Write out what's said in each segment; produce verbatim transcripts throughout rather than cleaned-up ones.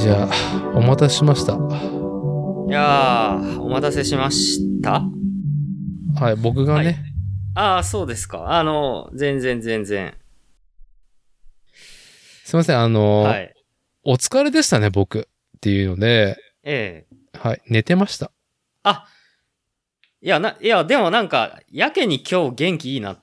じゃあ、お待たせしました。 いやー、お待たせしましたはい、僕がね。はい、 ああ、そうですか。あの、全然全然。 すいません、あの、 はい、 お疲れでしたね、僕。っていうので、 ええ。 はい、寝てました。 あ、いや、な、いや、でもなんか、やけに今日元気いいなって。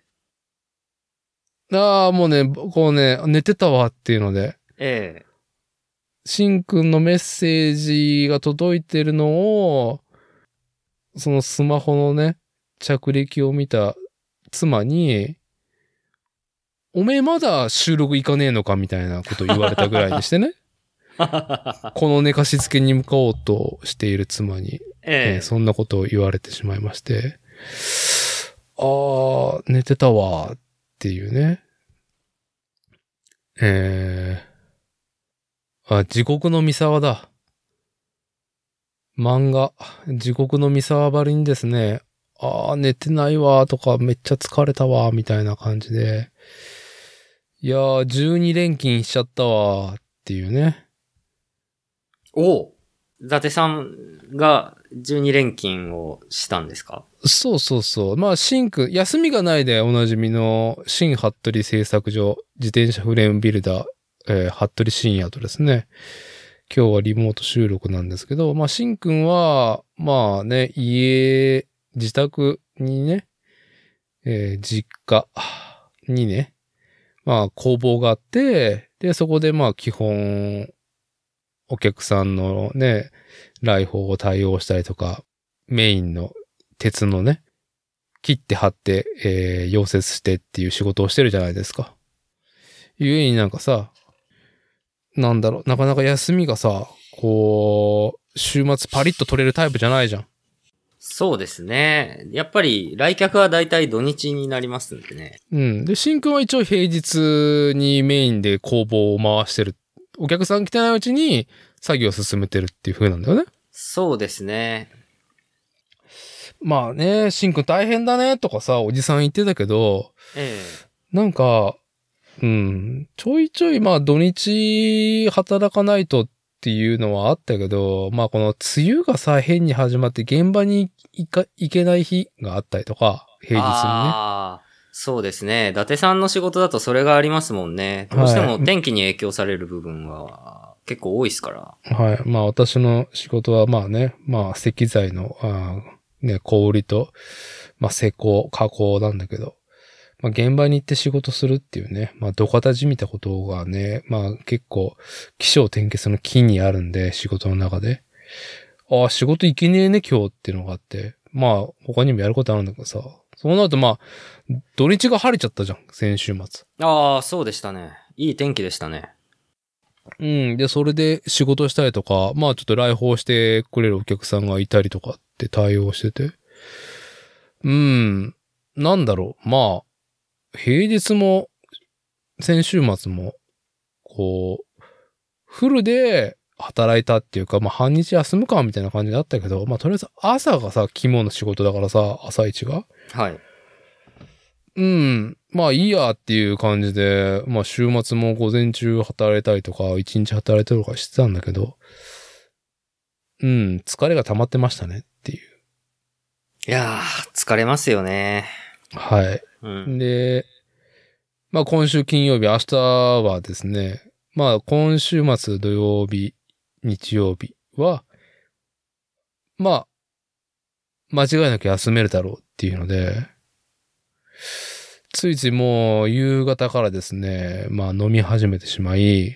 ああ、もうね、こうね、寝てたわっていうので、 ええ。 しんくんのメッセージが届いてるのを、そのスマホのね、着歴を見た妻に、おめえまだ収録行かねえのかみたいなことを言われたぐらいでしてね。この寝かしつけに向かおうとしている妻に、えええー、そんなことを言われてしまいまして、あー、寝てたわーっていうね。えー、あ、地獄の三沢だ。漫画、地獄の三沢ばりにですね、あー、寝てないわーとか、めっちゃ疲れたわーみたいな感じで、いやー、じゅうに連勤しちゃったわーっていうね。 おう。伊達さんがじゅうに連勤をしたんですか？ そうそうそう。まあ、新区、休みがないでおなじみの新服部製作所、自転車フレームビルダー、えー、服部深夜とですね、今日はリモート収録なんですけど、まあ、新くんは、まあね、家、自宅にね、えー、実家にね、まあ、工房があって、で、そこでまあ、基本、お客さんのね、来訪を対応したりとか、メインの鉄のね、切って貼って、えー、溶接してっていう仕事をしてるじゃないですか。ゆえになんかさ、なんだろう、なかなか休みがさ、こう、週末パリッと取れるタイプじゃないじゃん。 そうですね。やっぱり来客はだいたい土日になりますんでね。 うん。で、しんくんは一応平日にメインで工房を回してる。お客さん来てないうちに作業を進めてるっていう風なんだよね。 そうですね。 まあね、しんくん大変だねとかさ、おじさん言ってたけど、 ええ。 なんか、うん、ちょいちょいまあ土日働かないとっていうのはあったけど、まあこの梅雨がさ、変に始まって現場に行か、行けない日があったりとか、平日にね。 ああ、そうですね。伊達さんの仕事だとそれがありますもんね。どうしてもはい。 天気に影響される部分は結構多いですから。 はい。まあ私の仕事はまあね、まあ石材の、あね、小売りと、まあ施工、加工なんだけど、まあ現場に行って仕事するっていうね、まあ土方じみたことがね、まあ結構起承転結の木にあるんで、仕事の中で。ああ、仕事行けねえね今日っていうのがあって、まあ他にもやることあるんだけどさ、そうなるとまあ、土日が晴れちゃったじゃん、先週末。 ああ、そうでしたね。いい天気でしたね。 うん。で、それで仕事したりとか、まあちょっと来訪してくれるお客さんがいたりとかって対応してて。うん。なんだろう。まあ、平日も、先週末も、こう、フルで働いたっていうか、まあ半日休むかみたいな感じだったけど、まあとりあえず朝がさ、肝の仕事だからさ、朝一が。 はい。 うん。まあいいやっていう感じで、まあ週末も午前中働いたりとか、一日働いたりとかしてたんだけど、うん、疲れが溜まってましたねっていう。 いやー、疲れますよね。 はい。 うん。 で、まあ今週金曜日、明日はですね、まあ今週末土曜日、日曜日は、まあ、間違いなく休めるだろうっていうので、ついついもう夕方からですね、まあ飲み始めてしまい、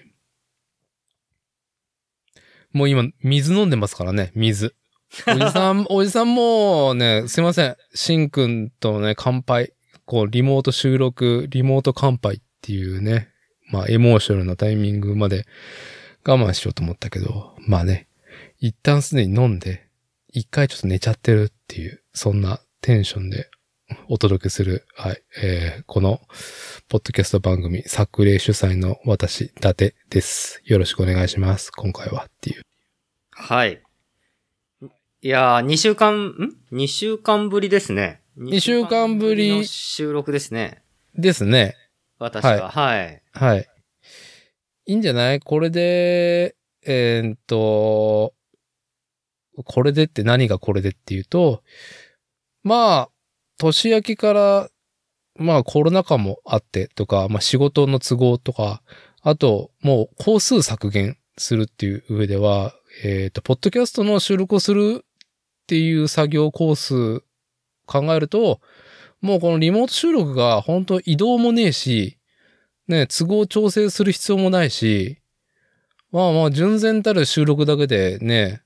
もう今水飲んでますからね、水。おじさん、おじさんもうね、すいません。しんくんとね、乾杯。こう、リモート収録、リモート乾杯っていうね、まあ、エモーショナルなタイミングまで我慢しようと思ったけど、まあね、一旦すでに飲んで、一回ちょっと寝ちゃってるっていう、そんなテンションでお届けする、はい、えー、この、ポッドキャスト番組、作例主催の私、伊達です。よろしくお願いします。今回はっていう。 はい。いやー、にしゅうかん、ん ?に 週間ぶりですね。 にしゅうかんぶりの収録ですね。 ですね。 私は。はい。 はい。いいんじゃないこれで、 えーっと、これでって何がこれでっていうと、まあ、年明けから、まあコロナ禍もあってとか、まあ仕事の都合とか、あともう工数削減するっていう上では、えっと、ポッドキャストの収録をするっていう作業コース考えると、もうこのリモート収録が本当移動もねえし、ね、都合調整する必要もないし、まあまあ純然たる収録だけでね、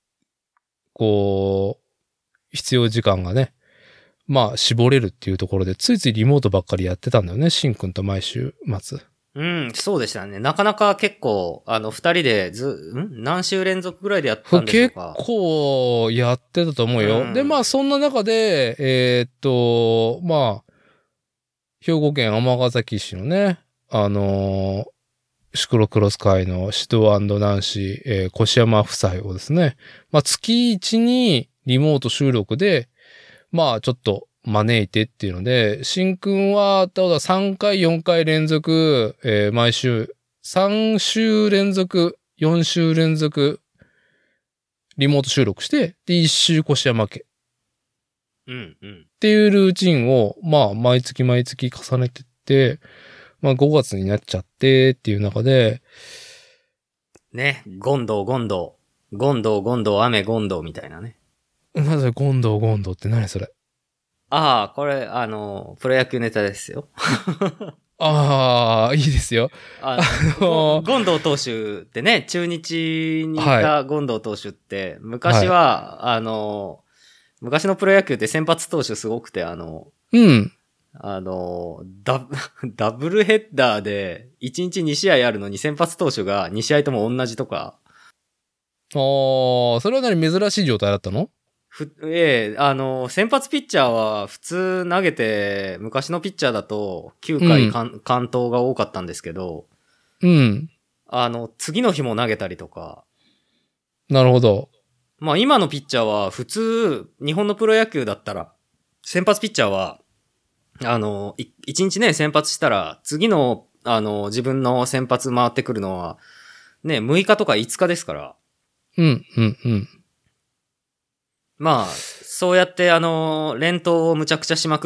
こう、必要時間がね、まあ絞れるっていうところで、ついついリモートばっかりやってたんだよね、しんくんと毎週末。 うん、そうでしたね。なかなか結構、あの、二人でず、ん何週連続ぐらいでやったんでしょう結か。 構やってたと思うよ。 うんで、まあそんな中で、えーっと、まあ、兵庫県尼崎市のね、あのーシクロクロス会のシド&ナンシー、えー、越山夫妻をですね、まあ月一にリモート収録で、まあちょっと招いてっていうので、しんくんは、たださんかい、よんかい連続、えー毎週、さん週連続、よん週連続、リモート収録して、で、いっ週越山家っうん、うん。 ていうルーチンを、まあ毎月毎月重ねてって、まあごがつになっちゃってっていう中で、 ね、ゴンドウ、ゴンドウ。ゴンドウ、ゴンドウ、雨、ゴンドウみたいなね。 なぜゴンドウゴンドウって何それ？ ああ、これ、あの、プロ野球ネタですよ。 ああ、いいですよ。 ああのーゴゴンドウ投手ってね、中日にいはたゴンドウ投手って、昔は、あの、昔のプロ野球って先発投手すごくて、あの、 うん。 あの、ダ、ダブルヘッダーでいちにちに試合あるのに先発投手がに試合とも同じとか、 ああ、それは何珍しい状態だったの？ ふ、ええあの、先発ピッチャーは普通投げて、昔のピッチャーだときゅうかい完完投が多かったんですけど、 うん。 あの、次の日も投げたりとか、 なるほど。 まあ今のピッチャーは普通、日本のプロ野球だったら、先発ピッチャーは、あの、い一日ね、先発したら、次の、あの、自分の先発回ってくるのは、ね、むいかとかいつかですから、 うん、うん、うん。 まあ、そうやってあの、連投をむちゃくちゃしまくって、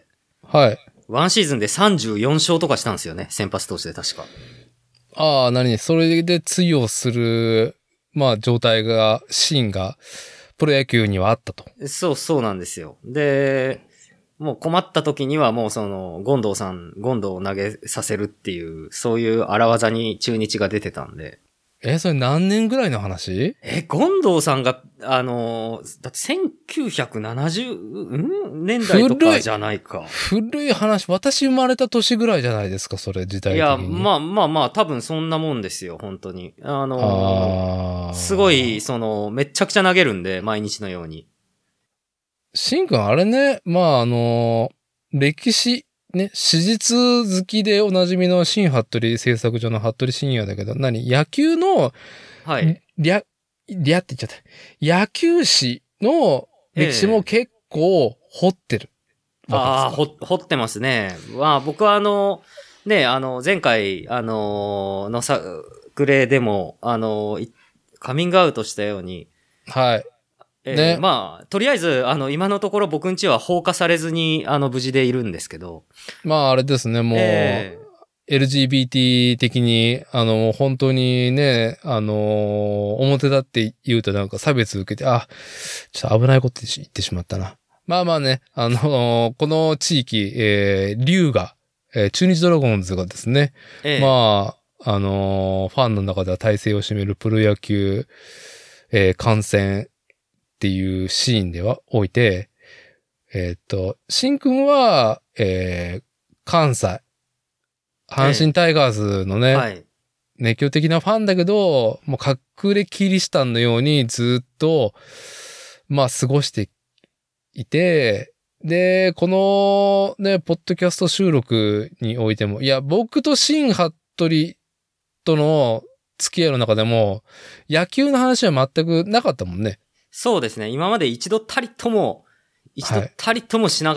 はい。 ワンシーズンでさんじゅうよん勝とかしたんですよね、先発投手で確か。 ああ、何それで通用する、まあ状態が、シーンが、プロ野球にはあったと。 そう、そうなんですよ。で、もう困った時にはもうその、ゴンドウさん、ゴンドウを投げさせるっていう、そういう荒技に中日が出てたんで。 え、それ何年ぐらいの話？ え、ゴンドウさんが、あの、だってせんきゅうひゃくななじゅう、ん年代とかじゃないか。 古い話、私生まれた年ぐらいじゃないですか、それ、時代的に。 いや、まあまあまあ、多分そんなもんですよ、本当に。あのあーすごい、その、めっちゃくちゃ投げるんで、毎日のように。 シンくん、あれね、まあ、あの、歴史、ね、史実好きでおなじみの新服部製作所の服部深也だけど、何野球の、 はい。 りゃ、りゃって言っちゃった。野球史の歴史も結構掘ってる。 ああ、ほ、掘ってますね。まあ、僕はあの、ね、あの、前回、あの、のさ、グレーでも、あの、いカミングアウトしたように、 はい。 えーねまあ、とりあえず、あの、今のところ僕ん家は放火されずに、あの、無事でいるんですけど。 まあ、あれですね、もう、 えエルジービーティー 的に、あの、本当にね、あの、表立って言うとなんか差別受けて、あ、ちょっと危ないこと言ってしまったな。まあまあね、あの、この地域、えー、竜が、えー中日ドラゴンズがですね、 ーえーまあ、あの、ファンの中では大勢を占めるプロ野球、えー観戦っていうシーンではおいて、えーっと、しんくんは、えー関西、阪神タイガースのね、 はい。 熱狂的なファンだけど、もう隠れキリシタンのようにずっと、まあ過ごしていて、で、このね、ポッドキャスト収録においても、いや、僕と新服部との付き合いの中でも、野球の話は全くなかったもんね。 そうですね。今まで一度たりとも、一度たりともしなかっ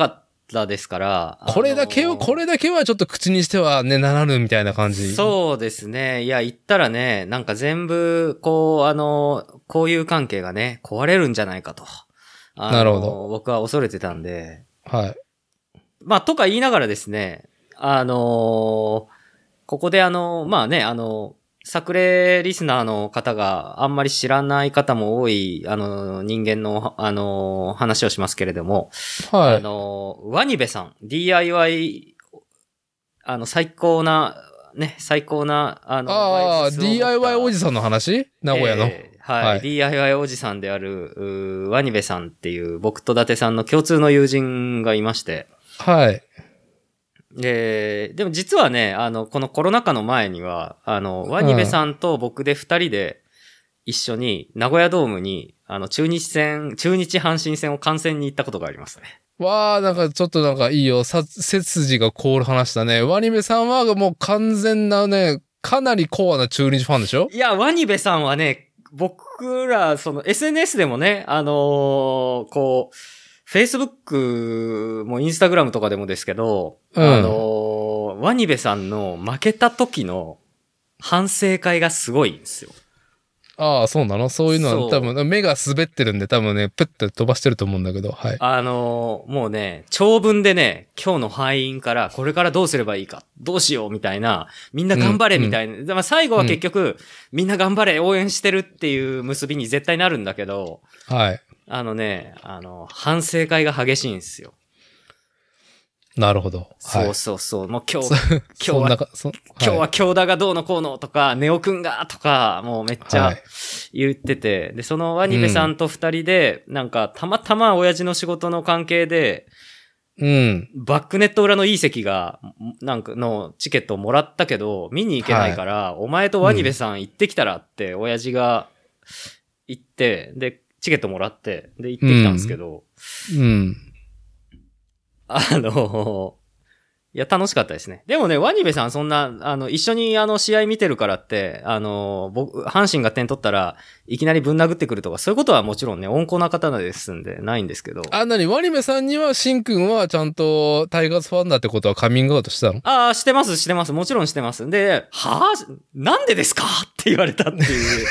ったですから。 これだけを、 あのー、 これだけはちょっと口にしてはね、ならぬみたいな感じ。 そうですね。いや、言ったらね、なんか全部、こう、あのー、交友関係がね、壊れるんじゃないかと。あのー、 なるほど。 僕は恐れてたんで。 はい。 まあ、とか言いながらですね、あのー、ここであのー、まあね、あのー、作例リスナーの方があんまり知らない方も多い、あの、人間の、あの、話をしますけれども、はい。あの、ワニベさん、ディーアイワイ、あの、最高な、ね、最高な、あの、 ああ、ディーアイワイ おじさんの話名古屋の、 えーはい。はい、ディーアイワイ おじさんである、ワニベさんっていう僕と伊達さんの共通の友人がいまして、 はい。 で、でも実はね、あの、このコロナ禍の前には、あの、ワニベさんと僕で二人で一緒に名古屋ドームに、あの、中日戦、中日阪神戦を観戦に行ったことがありますね。 わー、なんかちょっとなんかいいよ。さ、背筋が凍る話だね。ワニベさんはもう完全なね、かなりコアな中日ファンでしょ？ いや、ワニベさんはね、僕ら、その エスエヌエス でもね、あのー、こう、Facebook も Instagram とかでもですけど、うん、あの、ワニベさんの負けた時の反省会がすごいんですよ。 ああ、そうなの？そういうのは多分目が滑ってるんで多分ね、プッて飛ばしてると思うんだけど、はい。 あの、もうね、長文でね、今日の敗因からこれからどうすればいいか、どうしようみたいな、みんな頑張れみたいな。うんうん、最後は結局、うん、みんな頑張れ、応援してるっていう結びに絶対なるんだけど、 はい。 あのね、あの、反省会が激しいんですよ。 なるほど。 そうそうそう。もう今日、今日は、はい、今日は京田がどうのこうのとか、ネオくんがとか、もうめっちゃ言ってて、はい、で、そのワニベさんと二人で、うん、なんかたまたま親父の仕事の関係で、 うん。 バックネット裏のいい席が、なんかのチケットをもらったけど、見に行けないから、はい、お前とワニベさん行ってきたらって、親父が行って、で、チケットもらって、で、行ってきたんですけど、 うん。うん、 あの、いや、楽しかったですね。でもね、ワニベさんそんな、あの、一緒にあの、試合見てるからって、あの、僕、阪神が点取ったらいきなりぶん殴ってくるとか、そういうことはもちろんね、温厚な方ですんで、ないんですけど。 あ、なに、ワニベさんには、シンくんはちゃんとタイガースファンだってことはカミングアウトしたの？ ああ、してます、してます。もちろんしてます。で、はぁ、なんでですかって言われたっていう。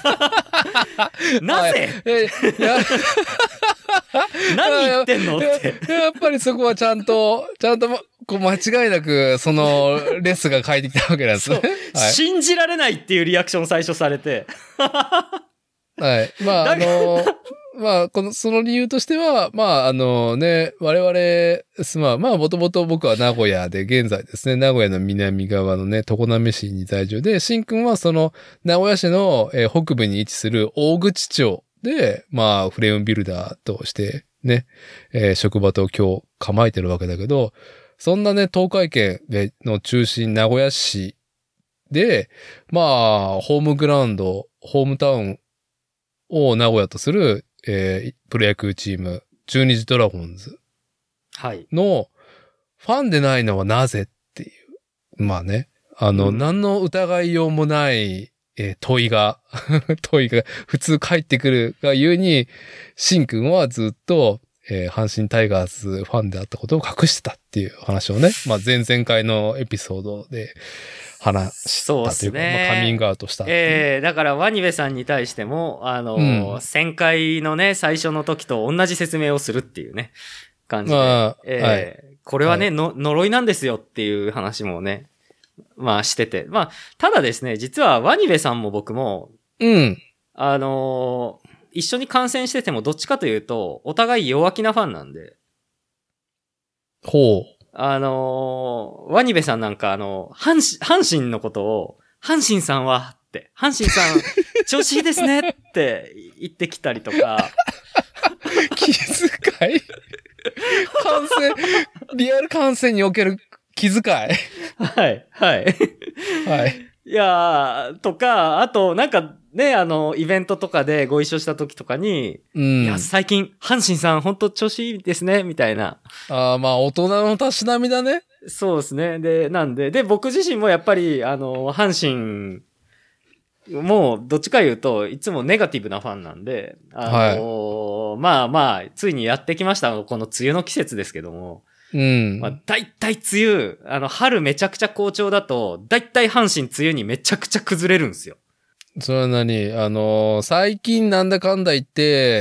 なぜいや何言ってんのって。 やっぱりそこはちゃんと、ちゃんと、こう間違いなく、その、レスが返ってきたわけなんですね。 はい、信じられないっていうリアクション最初されて。 はい。まあ、あの、まあ、この、その理由としては、まあ、あのね、我々、まあ、まあ、もともと僕は名古屋で、現在ですね、名古屋の南側のね、常滑市に在住で、しんくんはその、名古屋市の、えー、北部に位置する大口町で、まあ、フレームビルダーとしてね、えー、職場と今日構えてるわけだけど、そんなね、東海圏の中心、名古屋市で、まあ、ホームグラウンド、ホームタウンを名古屋とする、えー、プロ野球チーム、中日ドラゴンズのファンでないのはなぜっていう。まあね、あの、うん、何の疑いようもない、えー、問いが、問いが普通返ってくるがゆえに、しんくんはずっと、えー、阪神タイガースファンであったことを隠してたっていう話をね、まあ前々回のエピソードで話したというか、そうね、まあカミングアウトした。 ええー、だからワニベさんに対しても、あの、うん、旋回のね、最初の時と同じ説明をするっていうね、感じで。まあ、えーはい、これはね、はい、の、呪いなんですよっていう話もね、まあしてて。まあ、ただですね、実はワニベさんも僕も、 うん。 あのー、一緒に観戦しててもどっちかというと、お互い弱気なファンなんで。 ほう。 あのー、ワニベさんなんかあの、阪神、阪神のことを、阪神さんはって、阪神さん、調子いいですねって言ってきたりとか。 気遣い観戦、リアル観戦における気遣いはい、はい。 はい。 いやー、とか、あと、なんかね、あの、イベントとかでご一緒した時とかに、うん、いや、最近、阪神さんほんと調子いいですね、みたいな。 ああ、まあ、大人のたしなみだね。 そうですね。で、なんで、で、僕自身もやっぱり、あの、阪神、もう、どっちか言うと、いつもネガティブなファンなんで、あの、はい、まあまあ、ついにやってきました、この梅雨の季節ですけども、 うん。 まあ、大体梅雨、あの、春めちゃくちゃ好調だと、大体阪神梅雨にめちゃくちゃ崩れるんですよ。 それは何あのー、最近なんだかんだ言って、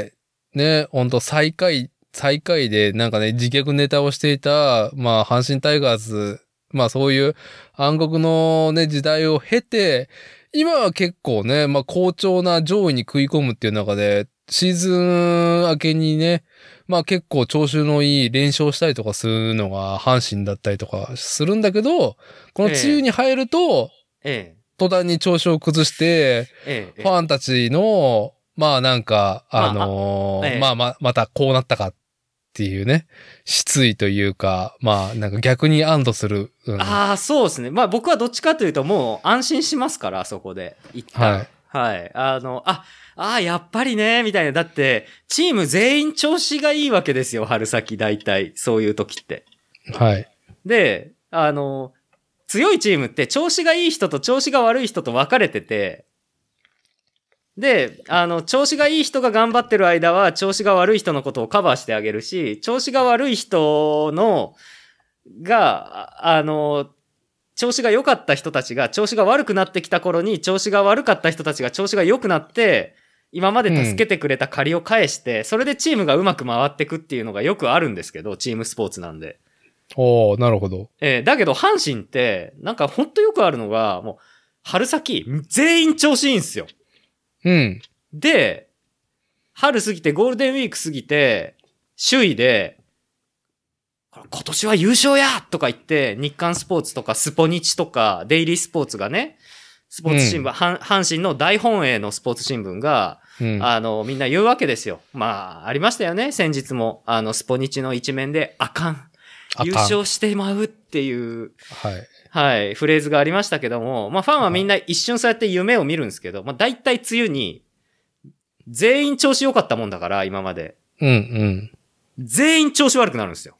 ね、ほんと最下位、最下位でなんかね、自虐ネタをしていた、まあ、阪神タイガース、まあそういう暗黒のね、時代を経て、今は結構ね、まあ好調な上位に食い込むっていう中で、シーズン明けにね、まあ結構調子のいい連勝したりとかするのが阪神だったりとかするんだけど、この梅雨に入ると、 ええ、 途端に調子を崩して、 ええ、 ファンたちの、まあなんか、あのー、まあ、 まあ、 まあ、またこうなったかっていうね、失意というか、まあなんか逆に安堵する。 うん、ああ、そうですね。まあ僕はどっちかというともう安心しますから、そこで。一旦。はい。はい。あの、あ、ああ、やっぱりね、みたいな。だって、チーム全員調子がいいわけですよ、春先、大体。そういう時って。 はい。 で、あの、強いチームって調子がいい人と調子が悪い人と分かれてて、で、あの、調子がいい人が頑張ってる間は、調子が悪い人のことをカバーしてあげるし、調子が悪い人の、が、あの、調子が良かった人たちが、調子が悪くなってきた頃に、調子が悪かった人たちが調子が良くなって、今まで助けてくれた借りを返して、うん、それでチームがうまく回ってくっていうのがよくあるんですけど、チームスポーツなんで。 おー、なるほど。 えー、だけど阪神って、なんかほんとよくあるのが、もう、春先、全員調子いいんすよ。 うん。 で、春過ぎて、ゴールデンウィーク過ぎて、首位で、今年は優勝やとか言って、日刊スポーツとかスポニチとか、デイリースポーツがね、スポーツ新聞、うん、阪神の大本営のスポーツ新聞が、うん、あの、みんな言うわけですよ。まあ、ありましたよね、先日も。あの、スポニチの一面で、あかん。優勝してまうっていう、 はい。 はい、フレーズがありましたけども、まあ、ファンはみんな一瞬そうやって夢を見るんですけど、まあ、大体梅雨に、全員調子良かったもんだから、今まで。 うんうん。 全員調子悪くなるんですよ。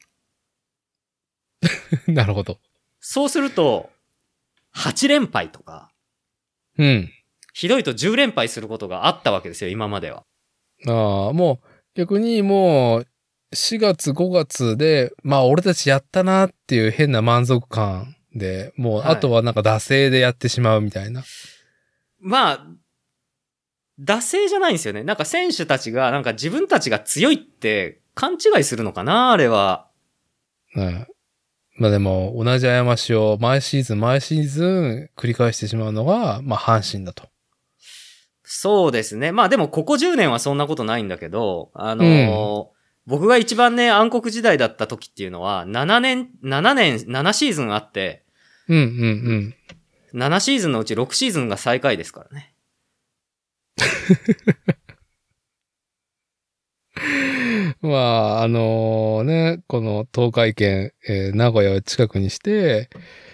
なるほど。 そうすると、はち連敗とか、 うん。 ひどいとじゅう連敗することがあったわけですよ、今までは。 ああ、もう、逆にもう、しがつごがつで、まあ俺たちやったなっていう変な満足感で、もうあとはなんか惰性でやってしまうみたいな。はい、 まあ、惰性じゃないんですよね。なんか選手たちが、なんか自分たちが強いって勘違いするのかな、あれは。 うん。まあでも、同じ過ちを毎シーズン毎シーズン繰り返してしまうのが、まあ阪神だと。 そうですね。まあでもここじゅうねんはそんなことないんだけど、あのーうん、僕が一番ね、暗黒時代だった時っていうのは、ななねん、ななねん、ななシーズンあって、 うんうんうん。 ななシーズンのうちろくシーズンが最下位ですからね。 まあ、あのね、この東海圏、えー、名古屋を近くにして、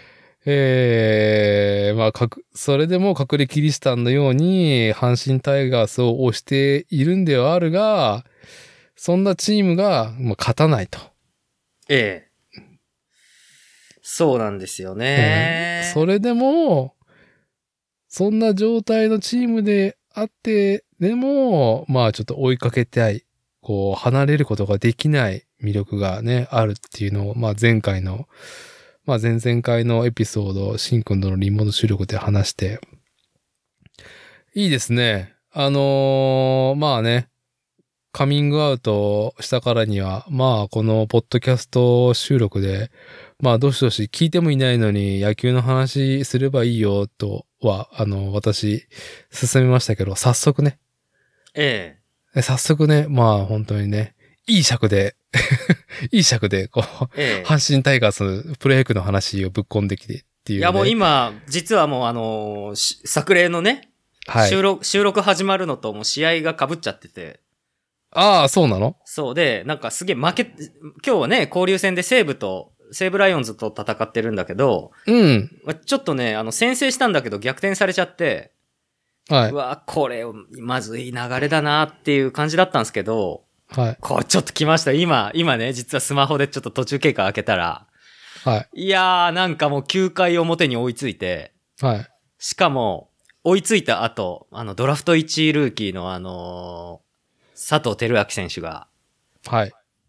えー、まあ、かく、それでも隠れキリシタンのように阪神タイガースを推しているんではあるが、そんなチームが、まあ、勝たないと。 ええ。そうなんですよね、 えー。それでも、そんな状態のチームであって、でも、まあちょっと追いかけたい。こう、離れることができない魅力がね、あるっていうのを、まあ前回の、まあ前々回のエピソード、シンくんとのリモート収録で話して、いいですね。あのー、まあね、カミングアウトしたからには、まあこのポッドキャスト収録で、まあどしどし聞いてもいないのに野球の話すればいいよとは、あの、私、進めましたけど、早速ね。 ええ。早速ね、まあ本当にね、いい尺で、いい尺で、こう、ええ、阪神タイガースプロ野球の話をぶっ込んできてっていう、ね。 いやもう今、実はもうあのー、作例のね、はい、収録、収録始まるのともう試合が被っちゃってて。 ああ、そうなの？ そうで、なんかすげえ負け、今日はね、交流戦で西武と、西武ライオンズと戦ってるんだけど、 うん。 ちょっとね、あの、先制したんだけど逆転されちゃって、 はい。 うわ、これ、まずい流れだなっていう感じだったんですけど、 はい。 こう、ちょっと来ました。今、今ね、実はスマホでちょっと途中経過開けたら、 はい。 いやー、なんかもうきゅうかい表に追いついて、 はい。 しかも、追いついた後、あの、ドラフトいちいルーキーのあのー、佐藤輝明選手が、 はい。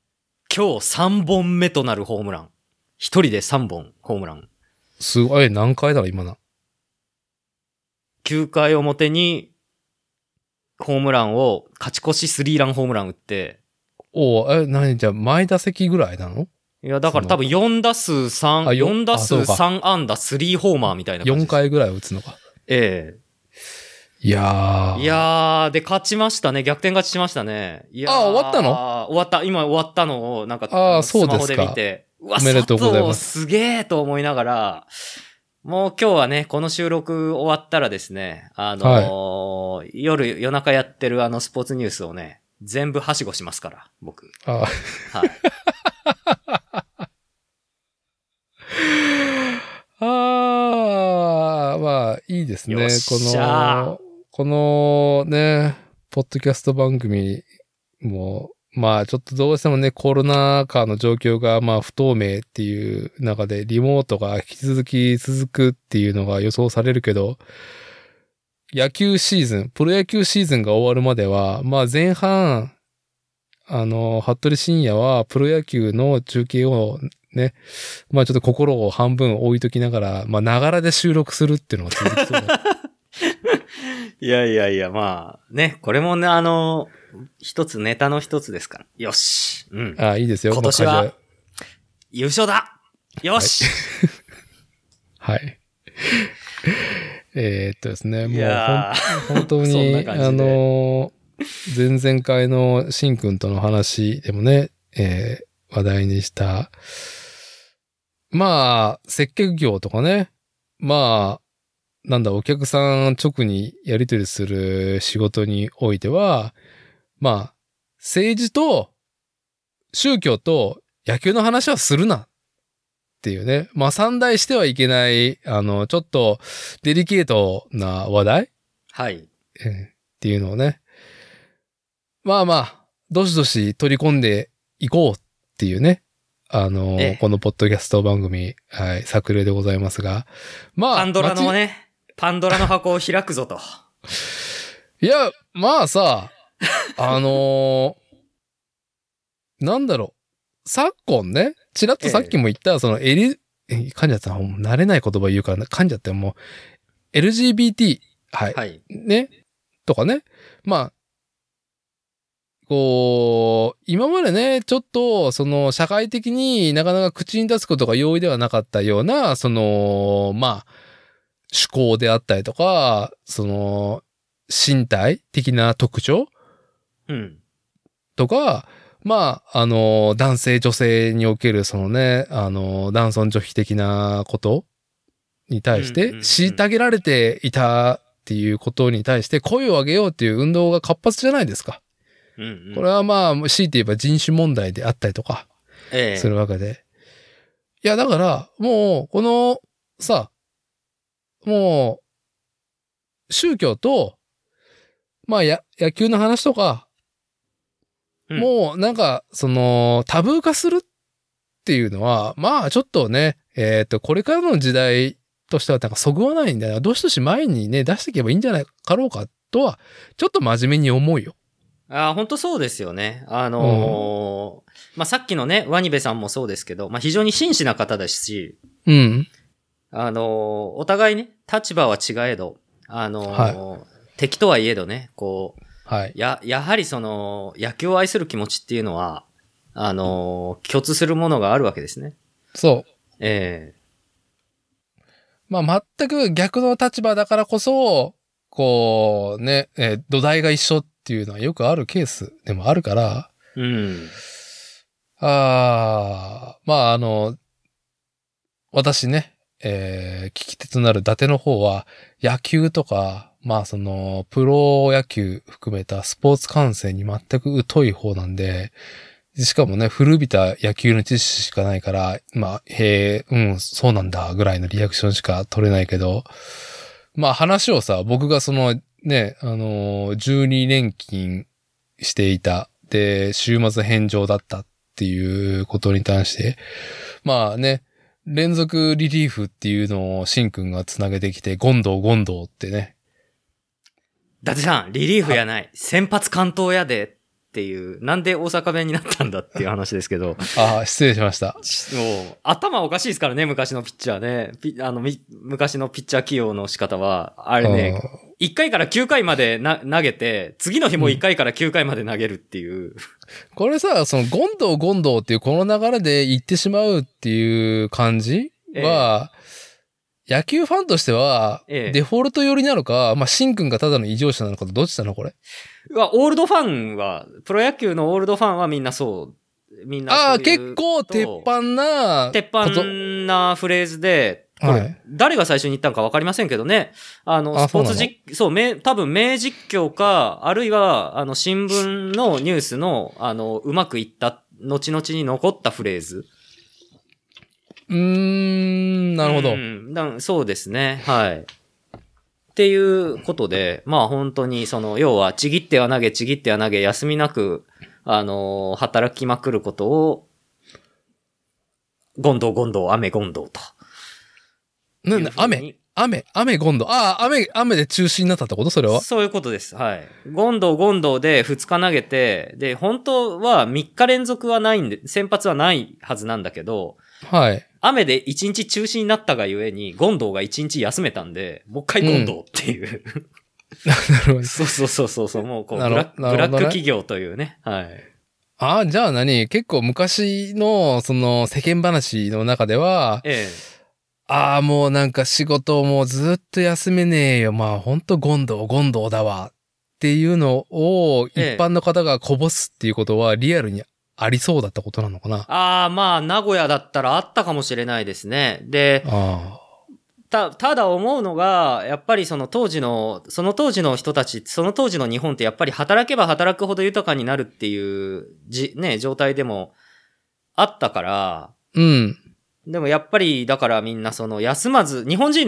今日さんぼんめとなるホームラン。一人でさんぼんホームラン。 すごい、何回だろ、今な。 きゅうかい表に、ホームランを、勝ち越しスリーランホームラン打って、 おえ、何じゃあ、前打席ぐらいなの？ いや、だから多分よん打数さん、よん打数さん安打スリーホーマーみたいな感じです。 よんかいぐらい打つのか。 ええいやー。 いやー、で、勝ちましたね。逆転勝ちしましたね。いやーあ、終わったの？ 終わった。今終わったのを、なんか、 あー、そうスマホですか。 で見て、うわ、 おめでとうございます。 すげーと思いながら、もう今日はね、この収録終わったらですね、あのーはい、夜、夜中やってるあのスポーツニュースをね、全部はしごしますから、僕。 ああ。 はい。 ああ、まあ、いいですね。この、このね、ポッドキャスト番組も、まあちょっとどうしてもね、コロナ禍の状況がまあ不透明っていう中でリモートが引き続き続くっていうのが予想されるけど、野球シーズン、プロ野球シーズンが終わるまでは、まあ前半、あの、服部深夜はプロ野球の中継をね、まあちょっと心を半分置いときながら、まあながらで収録するっていうのが続きそうだ。 いやいやいや、まあね、これもね、あの、一つネタの一つですから。よし。うん。 ああ、いいですよ。 今年は優勝だ。よし。 はい。はい、えー、っとですね、もう本当にあの前々回のしんくんとの話でもね、えー、話題にしたまあ接客業とかね、まあなんだお客さん直にやり取りする仕事においては。まあ、政治と宗教と野球の話はするなっていうね。まあ、散題してはいけない、あの、ちょっとデリケートな話題はい。 っていうのをね。まあまあ、どしどし取り込んでいこうっていうね。あの、ええ、このポッドキャスト番組、はい、作例でございますが。まあ、 パンドラのね、パンドラの箱を開くぞと。 いや、まあさ、あのー、なんだろう。昨今ね、ちらっとさっきも言った、ええ、その、エリ、噛んじゃったら、慣れない言葉言うから、ね、噛んじゃってもう、エルジービーティー、はい。はい、ね。とかね。まあ、こう、今までね、ちょっと、その、社会的になかなか口に出すことが容易ではなかったような、その、まあ、趣向であったりとか、その、身体的な特徴うん。 とか、まあ、あの、男性女性におけるそのね、あの、男尊女卑的なことに対して、虐げられていたっていうことに対して声を上げようっていう運動が活発じゃないですか。 うんうん、 これはまあ、強いて言えば人種問題であったりとか、するわけで。ええ、いや、だから、もう、この、さ、もう、宗教と、まあ、や、野球の話とか、うん、もう、なんか、その、タブー化するっていうのは、まあ、ちょっとね、えっと、これからの時代としては、なんか、そぐわないんだよ。どしどし前にね、出していけばいいんじゃないかろうか、とは、ちょっと真面目に思うよ。 ああ、本当そうですよね。あのー、うん、まあ、さっきのね、ワニベさんもそうですけど、まあ、非常に真摯な方ですし、 うん。 あのー、お互いね、立場は違えど、あのーはい、敵とはいえどね、こう、 はい。 や、やはりその、野球を愛する気持ちっていうのは、あのー、共通するものがあるわけですね。 そう。 ええー、まあ、全く逆の立場だからこそ、こう、ね、えー、土台が一緒っていうのはよくあるケースでもあるから、 うん。 ああ、まあ、あの、私ね、えー、聞き手となる伊達の方は、野球とか、まあその、プロ野球含めたスポーツ観戦に全く疎い方なんで、しかもね、古びた野球の知識しかないから、まあ、へえ、うん、そうなんだ、ぐらいのリアクションしか取れないけど、まあ話をさ、僕がその、ね、あの、じゅうにねん勤していた、で、週末返上だったっていうことに関して、まあね、連続リリーフっていうのをシンくんがつなげてきて、ゴンドウゴンドウってね。 伊達さん、リリーフやない。先発完投やで。っっていう、なんで大阪弁になったんだっていう話ですけど。 ああ、失礼しました。 もう、頭おかしいですからね、昔のピッチャーね。ピあの、昔のピッチャー起用の仕方は、あれね、いっかいからきゅうかいまでな投げて、次の日もいっかいからきゅうかいまで投げるっていう。うん、 これさ、その、ゴンドウゴンドウっていうこの流れで行ってしまうっていう感じは、ええ、野球ファンとしては、デフォルト寄りなのか、まあ、シンくんがただの異常者なのか、どっちなのこれ。 うわ、オールドファンは、プロ野球のオールドファンはみんなそう。みんなそういう。 ああ、結構鉄板な。 鉄板なフレーズで、これ、はい、誰が最初に言ったのか分かりませんけどね。あの、スポーツ実、そう、名、多分名実況か、あるいは、あの、新聞のニュースの、あの、うまくいった、後々に残ったフレーズ。 うーん、なるほど。 うん、だそうですね。はい。っていうことで、まあ本当に、その、要は、ちぎっては投げ、ちぎっては投げ、休みなく、あの、働きまくることを、ゴンドウゴンドウ、雨ゴンドウと。 なんだ、雨雨雨ゴンドウ。ああ、雨、雨で中止になったってことそれはそういうことです。はい。ゴンドウゴンドウでふつか投げて、で、本当はみっか連続はないんで、先発はないはずなんだけど、 はい。 雨でいちにち中止になったがゆえに、ゴンドウがいちにち休めたんで、もう一回ゴンドウっていう。うん、 なるほど。 そうそうそうそう、もうこうブラック、ブラック企業というね。はい。 ああ、じゃあ何結構昔の、その世間話の中では、ええ。ああ、もうなんか仕事もうずっと休めねえよ。まあほんとゴンドウ、ゴンドウだわ。っていうのを一般の方がこぼすっていうことはリアルにありそうだったことなのかな。 ああ、まあ名古屋だったらあったかもしれないですね。で、 あた、ただ思うのが、やっぱりその当時の、その当時の人たち、その当時の日本ってやっぱり働けば働くほど豊かになるっていうじ、ね、状態でもあったから、 うん。 でもやっぱり、だからみんなその休まず、日本人って、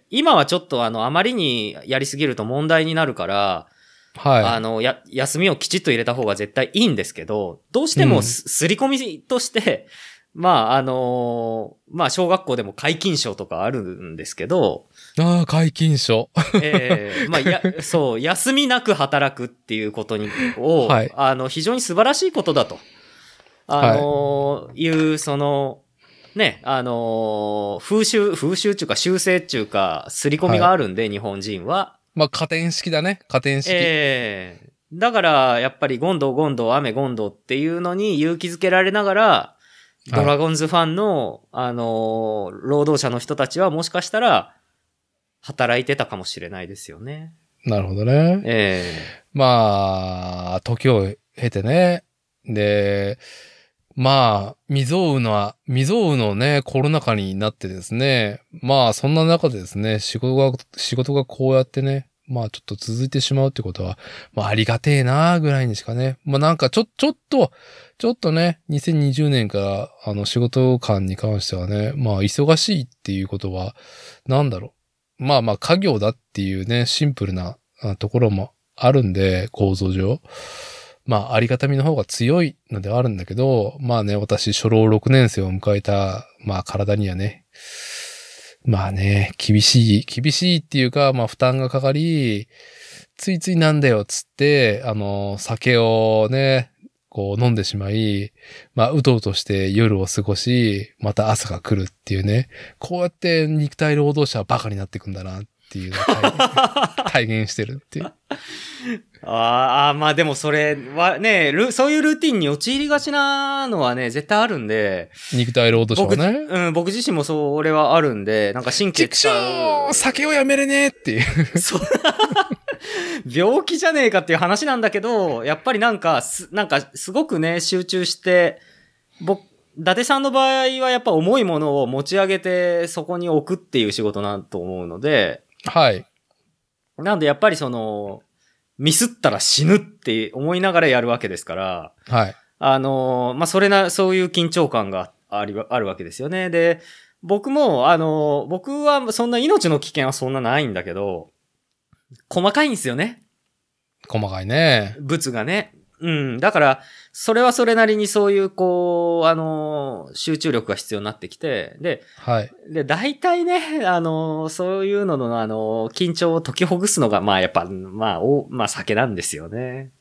今はちょっとあの、あまりにやりすぎると問題になるから、 はい。 あの、や、休みをきちっと入れた方が絶対いいんですけど、どうしてもす、うん、すり込みとして、まあ、あのー、まあ、小学校でも皆勤賞とかあるんですけど。 ああ、皆勤賞。 ええー、まあ、や、そう、休みなく働くっていうことに、を、はい、あの、非常に素晴らしいことだと。あのー、はい、いう、その、ね、あのー、風習、風習っていうか修正っていうか、刷り込みがあるんで、はい、日本人は。 まあ、加点式だね。加点式。 ええー、だから、やっぱり、ゴンドウ、ゴンドウ、雨、ゴンドウっていうのに勇気づけられながら、ドラゴンズファンの、はい、あのー、労働者の人たちはもしかしたら、働いてたかもしれないですよね。 なるほどね。 ええー、 まあ、時を経てね。で、まあ、未曾有の、未曾有のね、コロナ禍になってですね。まあ、そんな中でですね、仕事が、仕事がこうやってね、まあ、ちょっと続いてしまうってことは、まあ、ありがてえなぐらいにしかね。まあ、なんか、ちょ、ちょっと、ちょっとね、にせんにじゅうねんから、あの、仕事間に関してはね、まあ、忙しいっていうことは、なんだろう。まあまあ、家業だっていうね、シンプルなところもあるんで、構造上。まあ、ありがたみの方が強いのではあるんだけど、まあね、私、初老ろくねん生を迎えた、まあ、体にはね、まあね、厳しい、厳しいっていうか、まあ、負担がかかり、ついついなんだよ、つって、あの、酒をね、こう飲んでしまい、まあ、うとうとして夜を過ごし、また朝が来るっていうね、こうやって肉体労働者はバカになっていくんだなっていうのを体, 体現してるっていう。 ああ、まあでもそれはね、そういうルーティンに陥りがちなのはね、絶対あるんで。 肉体労働者はね。 僕、うん、僕自身もそれはあるんで、なんか神経使う。酒をやめれねえっていう。 そう。病気じゃねえかっていう話なんだけど、やっぱりなんか、す、なんかすごくね、集中して、僕、伊達さんの場合はやっぱ重いものを持ち上げてそこに置くっていう仕事なんと思うので。 はい。 なんでやっぱりその、ミスったら死ぬって思いながらやるわけですから。 はい。 あの、まあ、それな、そういう緊張感があり、あるわけですよね。で、僕も、あの、僕はそんな命の危険はそんなないんだけど、細かいんですよね。 細かいね。 物がね。うん。だから、それはそれなりにそういう、こう、あの、集中力が必要になってきて、で、 はい。 で、大体ね、あの、そういうのの、あの、緊張を解きほぐすのが、まあ、やっぱ、まあ、お、まあ、酒なんですよね。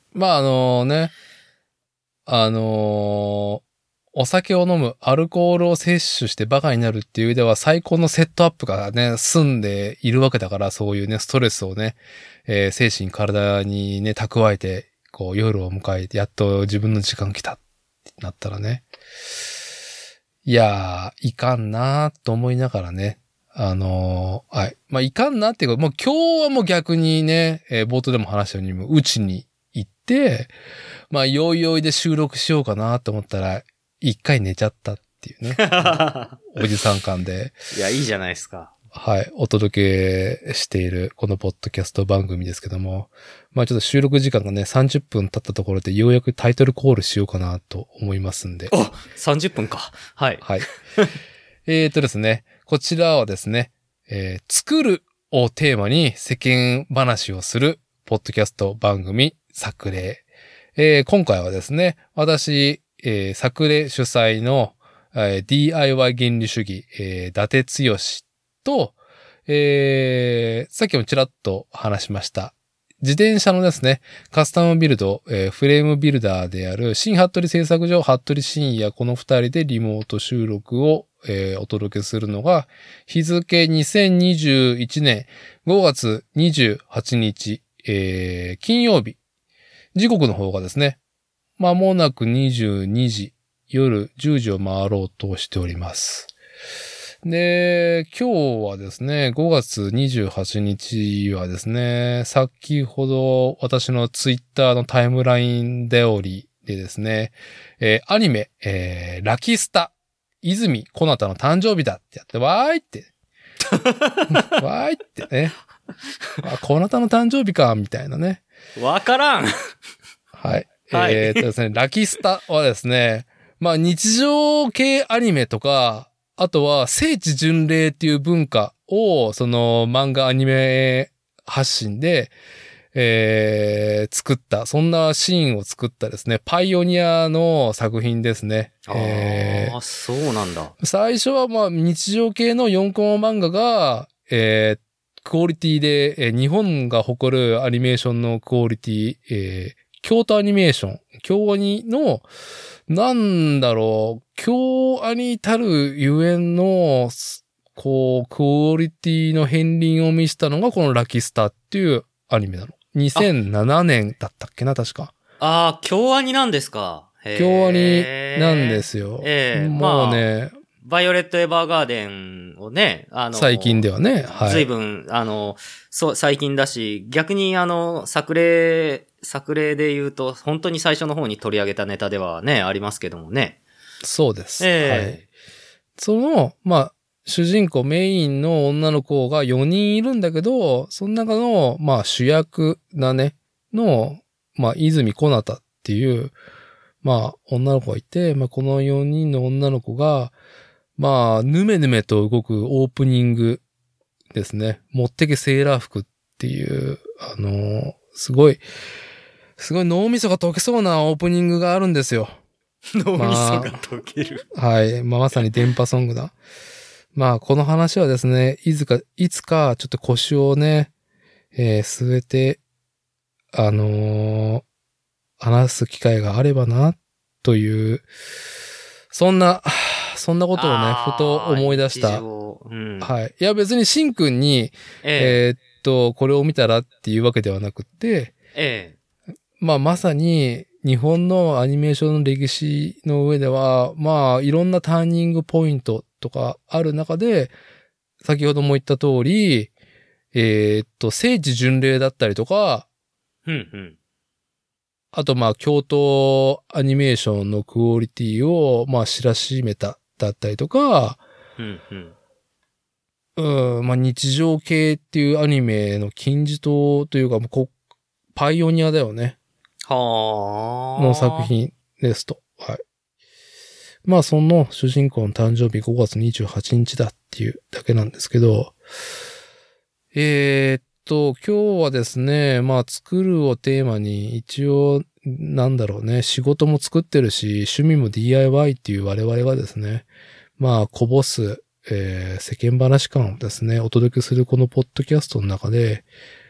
まあ、あのね、あのーお酒を飲む、アルコールを摂取してバカになるっていう上では最高のセットアップがね、済んでいるわけだから、そういうね、ストレスをね、えー精神、体にね、蓄えて、こう、夜を迎えて、やっと自分の時間来たってなったらね。いやー、いかんなーと思いながらね、あのーはい。まあ、いかんなっていうか、もう今日はもう逆にね、えー冒頭でも話したように、もううちに行って、まあ、よいよいで収録しようかなと思ったら、一回寝ちゃったっていうね。おじさん感で。 いや、いいじゃないですか。 はい。お届けしている、このポッドキャスト番組ですけども。まあちょっと収録時間がね、さんじゅっぷん経ったところで、ようやくタイトルコールしようかなと思いますんで。 あ、さんじゅっぷんか。はい。 はい。えーとですね、こちらはですね、えー作るをテーマに世間話をする、ポッドキャスト番組、作例。えー今回はですね、私、えー、作例主催の、えー ディーアイワイ 原理主義、えー、伊達剛と、えーさっきもちらっと話しました。自転車のですね、カスタムビルド、えーフレームビルダーである新服部製作所、服部深也、この二人でリモート収録を、えーお届けするのが、日付にせんにじゅういちねんごがつにじゅうはちにち、えー金曜日。時刻の方がですね、まもなくにじゅうにじ、夜じゅうじを回ろうとしております。で、今日はですね、ごがつにじゅうはちにちはですね、先ほど私のツイッターのタイムラインでおりでですね、えーアニメ、えーラキスタ、泉小なたの誕生日だってやって、わーいって、わーいってね、あ、小なたの誕生日か、みたいなね。 わからん。 はい。 はいえーっとですね、ラキスタはですね、まあ日常系アニメとか、あとは聖地巡礼っていう文化を、その漫画アニメ発信で、えー作った、そんなシーンを作ったですね、パイオニアの作品ですね。えああ、そうなんだ。 ー最初はまあ日常系のよんコマ漫画が、えークオリティで、えー日本が誇るアニメーションのクオリティ、えー京都アニメーション、京アニの、なんだろう、京アニたるゆえんの、こう、クオリティの片鱗を見せたのがこのラキスタっていうアニメなの。にせんななねんだったっけな、確か。 ああ、京アニなんですか。へー京アニなんですよ。 ええもうね、 バイオレット・エヴァーガーデンをね、あの、 最近ではね、はい。 随分、あの、そう、最近だし、逆にあの、作例、作例で言うと、本当に最初の方に取り上げたネタではね、ありますけどもね。 そうです。 ええはい。その、まあ、主人公、メインの女の子がよにんいるんだけど、その中の、まあ、主役だね、の、まあ、泉小なたっていう、まあ、女の子がいて、まあ、このよにんの女の子が、まあ、ぬめぬめと動くオープニングですね。持ってけセーラー服っていう、あの、すごい、すごい脳みそが溶けそうなオープニングがあるんですよ。 脳みそが溶ける。 はい。まあ、まさに電波ソングだ。まあ、この話はですね、いつか、いつか、ちょっと腰をね、えー据えて、あのー話す機会があればな、という、そんな、そんなことをね、 あーふと思い出した。 日常うん、 はい。いや、別にシンくんに、 ええーっと、これを見たらっていうわけではなくって、 ええまあ、まさに、日本のアニメーションの歴史の上では、まあ、いろんなターニングポイントとかある中で、先ほども言った通り、えーっと、聖地巡礼だったりとか、 えうんうん。 あと、まあ、京都アニメーションのクオリティを、まあ、知らしめただったりとか、 うんうん。 うん、まあ、日常系っていうアニメの金字塔というか、もうこパイオニアだよね。 はあ。 の作。品ですと。はい。まあ、その主人公の誕生日ごがつにじゅうはちにちだっていうだけなんですけど、えーっと、今日はですね、まあ、作るをテーマに一応、なんだろうね、仕事も作ってるし、趣味も ディーアイワイ っていう我々がですね、まあ、こぼす、えー世間話感をですね、お届けするこのポッドキャストの中で、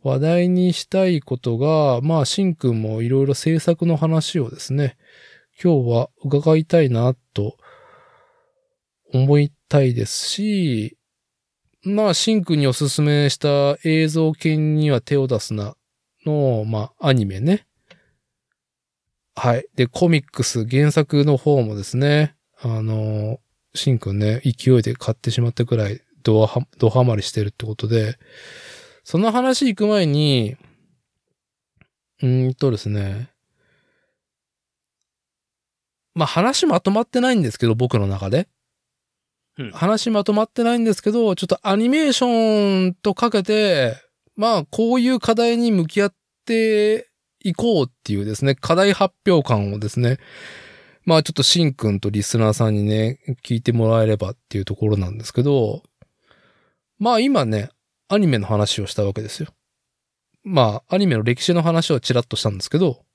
話題にしたいことが、まあ、しんくんもいろいろ制作の話をですね、今日は伺いたいなと思いたいですし、まあ、しんくんにおすすめした映像犬には手を出すなの、まあ、アニメね。はい。で、コミックス、原作の方もですね、あの、しんくんね、勢いで買ってしまったくらい、ドハ、ドハマりしてるってことで、その話行く前に、うーんとですね、まあ話まとまってないんですけど、僕の中で。 うん、 話まとまってないんですけど、ちょっとアニメーションとかけて、まあこういう課題に向き合っていこうっていうですね、課題発表感をですね、まあちょっとしんくんとリスナーさんにね、聞いてもらえればっていうところなんですけど、まあ今ね、アニメの話をしたわけですよ。まあアニメの歴史の話をちらっとしたんですけど、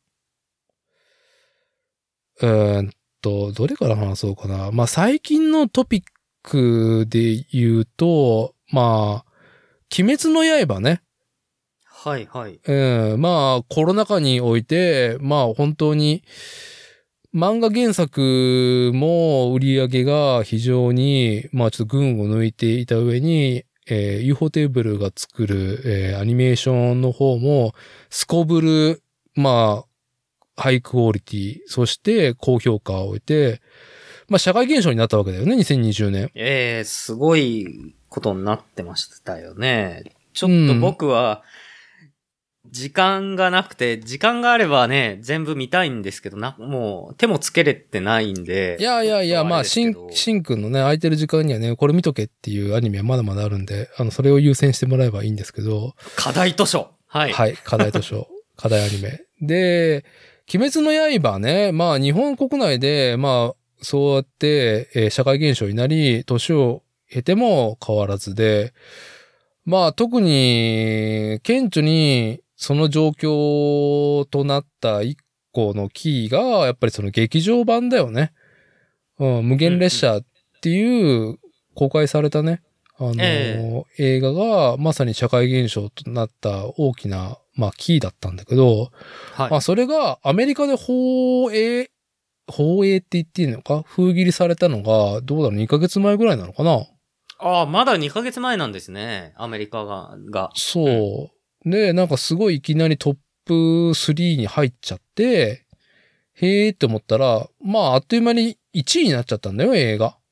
うーんと、どれから話そうかな。まあ最近のトピックで言うと、まあ、鬼滅の刃ね。 はいはい。 うん、まあコロナ禍において、まあ本当に、漫画原作も売り上げが非常に、まあちょっと群を抜いていた上に、えー、ユーフォー テーブルが作る、えー、アニメーションの方も、すこぶる、まあ、ハイクオリティ、そして高評価を得て、まあ社会現象になったわけだよね、にせんにじゅうねん。 ええー、すごいことになってましたよね。ちょっと僕は、時間がなくて、時間があればね、全部見たいんですけど、な、もう手もつけれてないんで。 いやいやいや、まあ、しん、しんくんのね、空いてる時間にはね、これ見とけっていうアニメはまだまだあるんで、あの、それを優先してもらえばいいんですけど。 課題図書。はい。 はい、課題図書。課題アニメ。で、鬼滅の刃ね、まあ、日本国内で、まあ、そうやって、えー、社会現象になり、年を経ても変わらずで、まあ、特に、顕著に、その状況となった一個のキーが、やっぱりその劇場版だよね。うん、無限列車っていう公開されたね、あのーえー、映画がまさに社会現象となった大きな、まあ、キーだったんだけど、はい、まあ、それがアメリカで放映、放映って言っていいのか封切りされたのが、どうだろう、にかげつまえぐらいなのかな。 ああ、まだにかげつまえなんですね。アメリカが。がそう。うんで、なんかすごいいきなりトップスリーに入っちゃって、へーって思ったら、まああっという間にいちいになっちゃったんだよ、映画。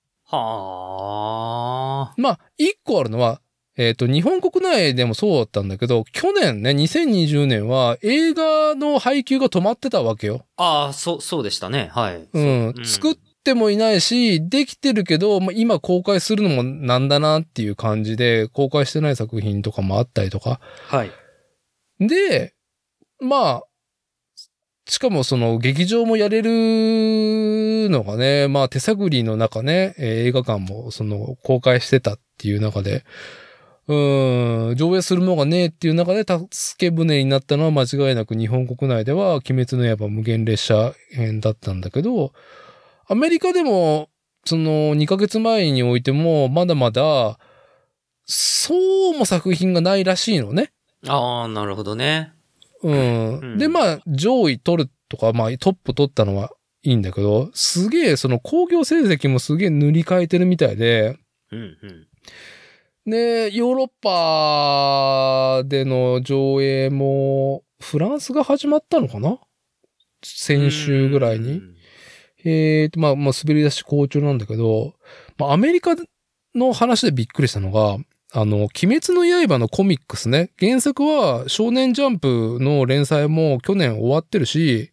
はあ。 まあ、いっこあるのは、えっと、日本国内でもそうだったんだけど、去年ね、にせんにじゅうねんは映画の配給が止まってたわけよ。 ああ、そう、そうでしたね。はい。 うん。うん、作ってもいないし、できてるけど、まあ、今公開するのもなんだなっていう感じで、公開してない作品とかもあったりとか。 はい。 で、まあ、しかもその劇場もやれるのがね、まあ手探りの中ね、映画館もその公開してたっていう中で、うーん、上映するものがねえっていう中で助け舟になったのは間違いなく日本国内では鬼滅の刃無限列車編だったんだけど、アメリカでもそのにかげつまえにおいてもまだまだそうも作品がないらしいのね。 ああ、なるほどね。 うん。うん、で、まあ、上位取るとか、まあ、トップ取ったのはいいんだけど、すげえ、その興行成績もすげえ塗り替えてるみたいで、 うんうん、 で、ヨーロッパでの上映も、フランスが始まったのかな先週ぐらいに。えーと、まあ、まあ、滑り出し好調なんだけど、まあ、アメリカの話でびっくりしたのが、あの、鬼滅の刃のコミックスね。原作は少年ジャンプの連載も去年終わってるし、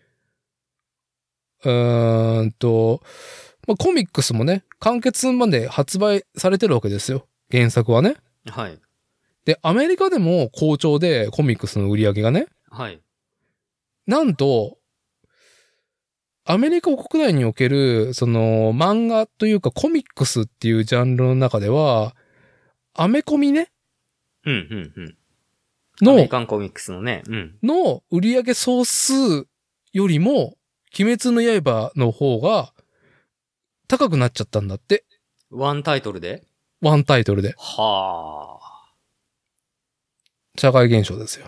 うーんと、まあ、コミックスもね、完結まで発売されてるわけですよ。原作はね。 はい。 で、アメリカでも好調で、コミックスの売り上げがね。 はい。 なんと、アメリカ国内における、その、漫画というかコミックスっていうジャンルの中では、アメコミね。 うん、うん、うん。 の、 アメリカンコミックスのね。うん。 の売上総数よりも、鬼滅の刃の方が高くなっちゃったんだって。 ワンタイトルで？ ワンタイトルで。 はあ。 社会現象ですよ。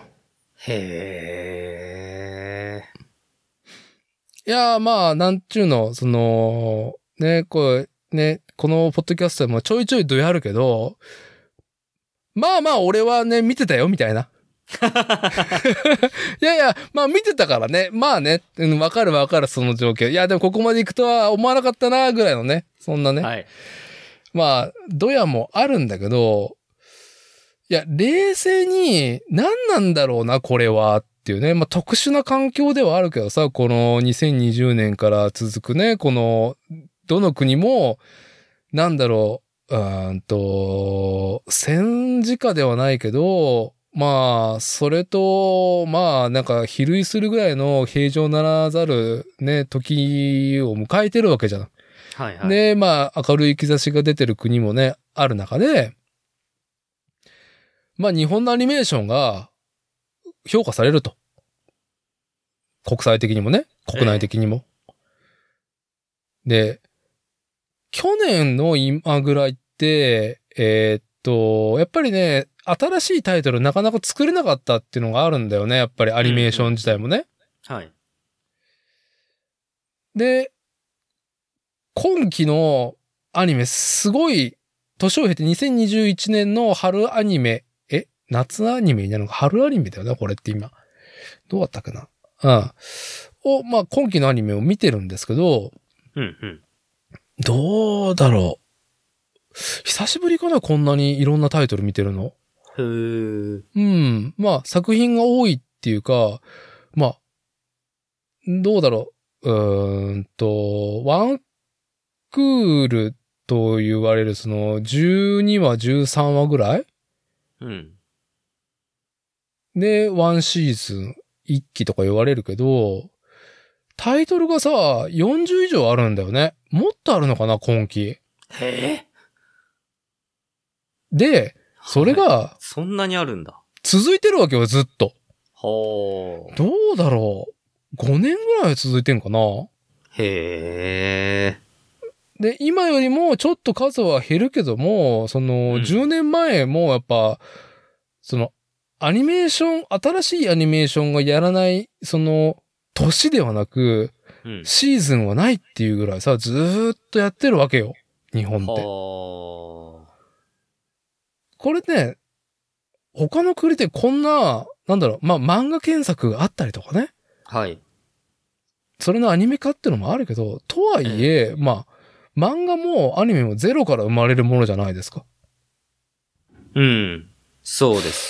へいやーまあ、なんちゅうの、その、ね、こう、ね、このポッドキャストでもちょいちょいどやるけど、まあまあ俺はね、見てたよ、みたいな。いやいや、まあ見てたからね。まあね、うん、わかるわかる、その状況。いや、でもここまで行くとは思わなかったな、ぐらいのね。そんなね。 はい。 まあ、ドヤもあるんだけど、いや、冷静に何なんだろうな、これは。っていうね。まあ特殊な環境ではあるけどさ、このにせんにじゅうねんから続くね、この、どの国も、なんだろう、うーんと、戦時下ではないけど、まあ、それと、まあ、なんか、比類するぐらいの平常ならざるね、時を迎えてるわけじゃん。 はいはい。 で、まあ、明るい兆しが出てる国もね、ある中で、まあ、日本のアニメーションが評価されると。国際的にもね、国内的にも。で、去年の今ぐらいって、えーっと、やっぱりね、新しいタイトルなかなか作れなかったっていうのがあるんだよね。やっぱりアニメーション自体もね。 はい。 で、今期のアニメすごい、年を経てにせんにじゅういちねんの春アニメ、え夏アニメになるのか春アニメだよねこれって今。どうだったっけなうん。を、まあ今期のアニメを見てるんですけど、 うんうん。 どうだろう。久しぶりかなこんなにいろんなタイトル見てるの。 へー。 うん。まあ作品が多いっていうか、まあ、どうだろう。うーんと、ワンクールと言われるそのじゅうにわ、じゅうさんわぐらいうん。 で、ワンシーズンいっきとか言われるけど、タイトルがさ、よんじゅう以上あるんだよね。もっとあるのかな、今期。 へえ。 で、それはいがそんなにあるんだ。 続いてるわけよ、ずっと。 ほー。 どうだろう。ごねんぐらい続いてんかな。 へー。 で、今よりもちょっと数は減るけども、その、 うんじゅうねんまえもやっぱ、その、アニメーション、新しいアニメーションがやらない、その、年ではなく、 うん。 シーズンはないっていうぐらいさ、ずーっとやってるわけよ。日本って。 はこれね、他の国でこんな、なんだろう、まあ、漫画検索があったりとかね。 ー。はい。 それのアニメ化っていうのもあるけど、とはいえ、まあ、漫画もアニメもゼロから生まれるものじゃないですか。 うん。そうです。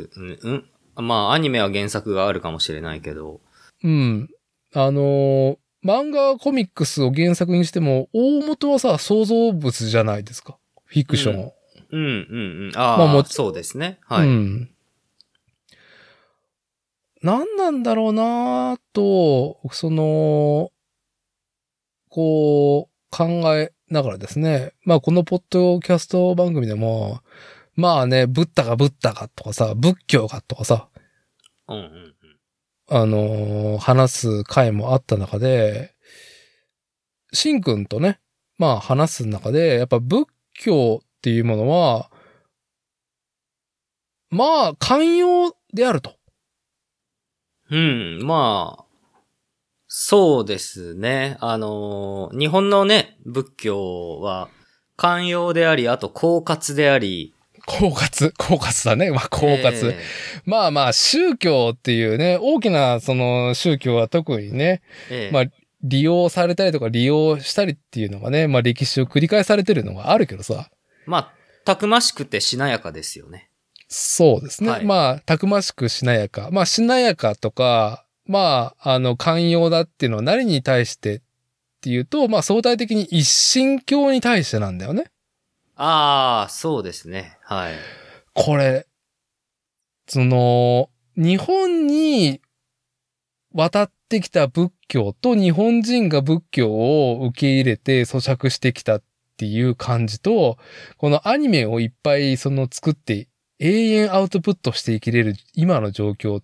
うん。うんまあ、アニメは原作があるかもしれないけど。 うん。あのー漫画コミックスを原作にしても、大元はさ、創造物じゃないですか。フィクション。 うんうんうん。ああ、 まあもちそうですね。はい。 うん。何なんだろうなぁと、その、こう、考えながらですね。まあこのポッドキャスト番組でも、まあね、ブッダがブッダがとかさ、仏教がとかさ、 うんうんうん。 あのー話す回もあった中で、シンくんとね、まあ話す中で、やっぱ仏教っていうものは、まあ寛容であると。 うん、まあ、そうですね。あのー、日本のね、仏教は、寛容であり、あと狡猾であり、 狡猾、狡猾だね。まあ狡猾。 えまあまあ宗教っていうね、大きなその宗教は特にね、 えええまあ利用されたりとか利用したりっていうのがね、まあ歴史を繰り返されてるのがあるけどさ。 まあ、たくましくてしなやかですよね。 そうですね。 はいまあ、たくましくしなやか。まあ、しなやかとか、まあ、あの、寛容だっていうのは何に対してっていうと、まあ、相対的に一神教に対してなんだよね。 ああ、そうですね。はい。 これ、その、日本に渡ってきた仏教と日本人が仏教を受け入れて咀嚼してきたっていう感じと、このアニメをいっぱいその作って永遠アウトプットして生きれる今の状況って、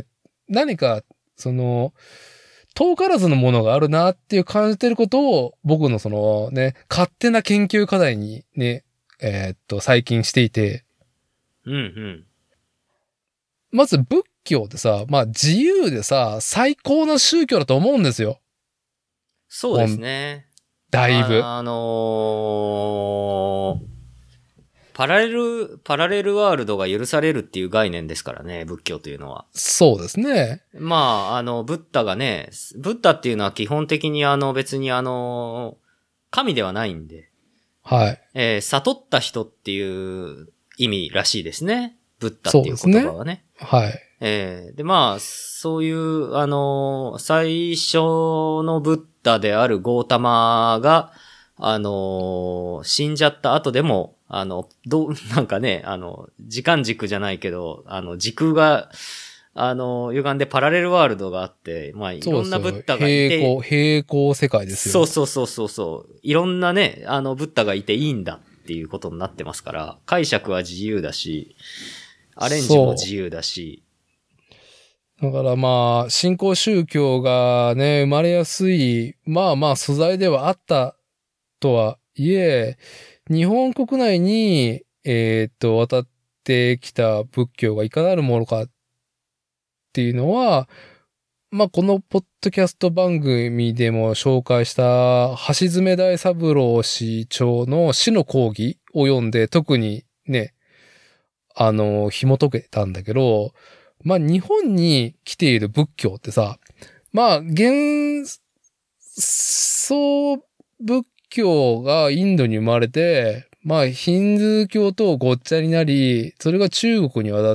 何かその遠からずのものがあるなっていう感じてることを僕のそのね、勝手な研究課題にね、えーっと最近していて、 うんうん。 まず仏教ってさ、まあ自由でさ、最高な宗教だと思うんですよ。 そうですね。 だいぶ。 あ、あのー、パラレル、パラレルワールドが許されるっていう概念ですからね、仏教というのは。 そうですね。 まあ、あの、ブッダがね、ブッダっていうのは基本的にあの別にあの、神ではないんで、 はい。 えー悟った人っていう意味らしいですね。ブッダっていう言葉はね。 はい。 えーで、まあ、そういう、あの、最初のブッダであるゴータマが、あの、死んじゃった後でも、あの、どう、なんかね、あの、時間軸じゃないけど、あの、時空が、あの、歪んでパラレルワールドがあって、まあ、いろんなブッダがいて、 平行、平行世界ですよ。 そうそうそうそうそう。いろんなね、あの、ブッダがいていいんだっていうことになってますから、解釈は自由だし、アレンジも自由だし。 だからまあ、新興宗教がね、生まれやすい、まあまあ素材ではあったとはいえ、日本国内に、えっと、渡ってきた仏教がいかなるものかっていうのは、まあこのポッドキャスト番組でも紹介した橋爪大三郎氏長の死の講義を読んで特にね、あの、紐解けたんだけど、まあ日本に来ている仏教ってさ、まあ幻想仏教がインドに生まれて、まあヒンズー教とごっちゃになり、それが中国に渡って、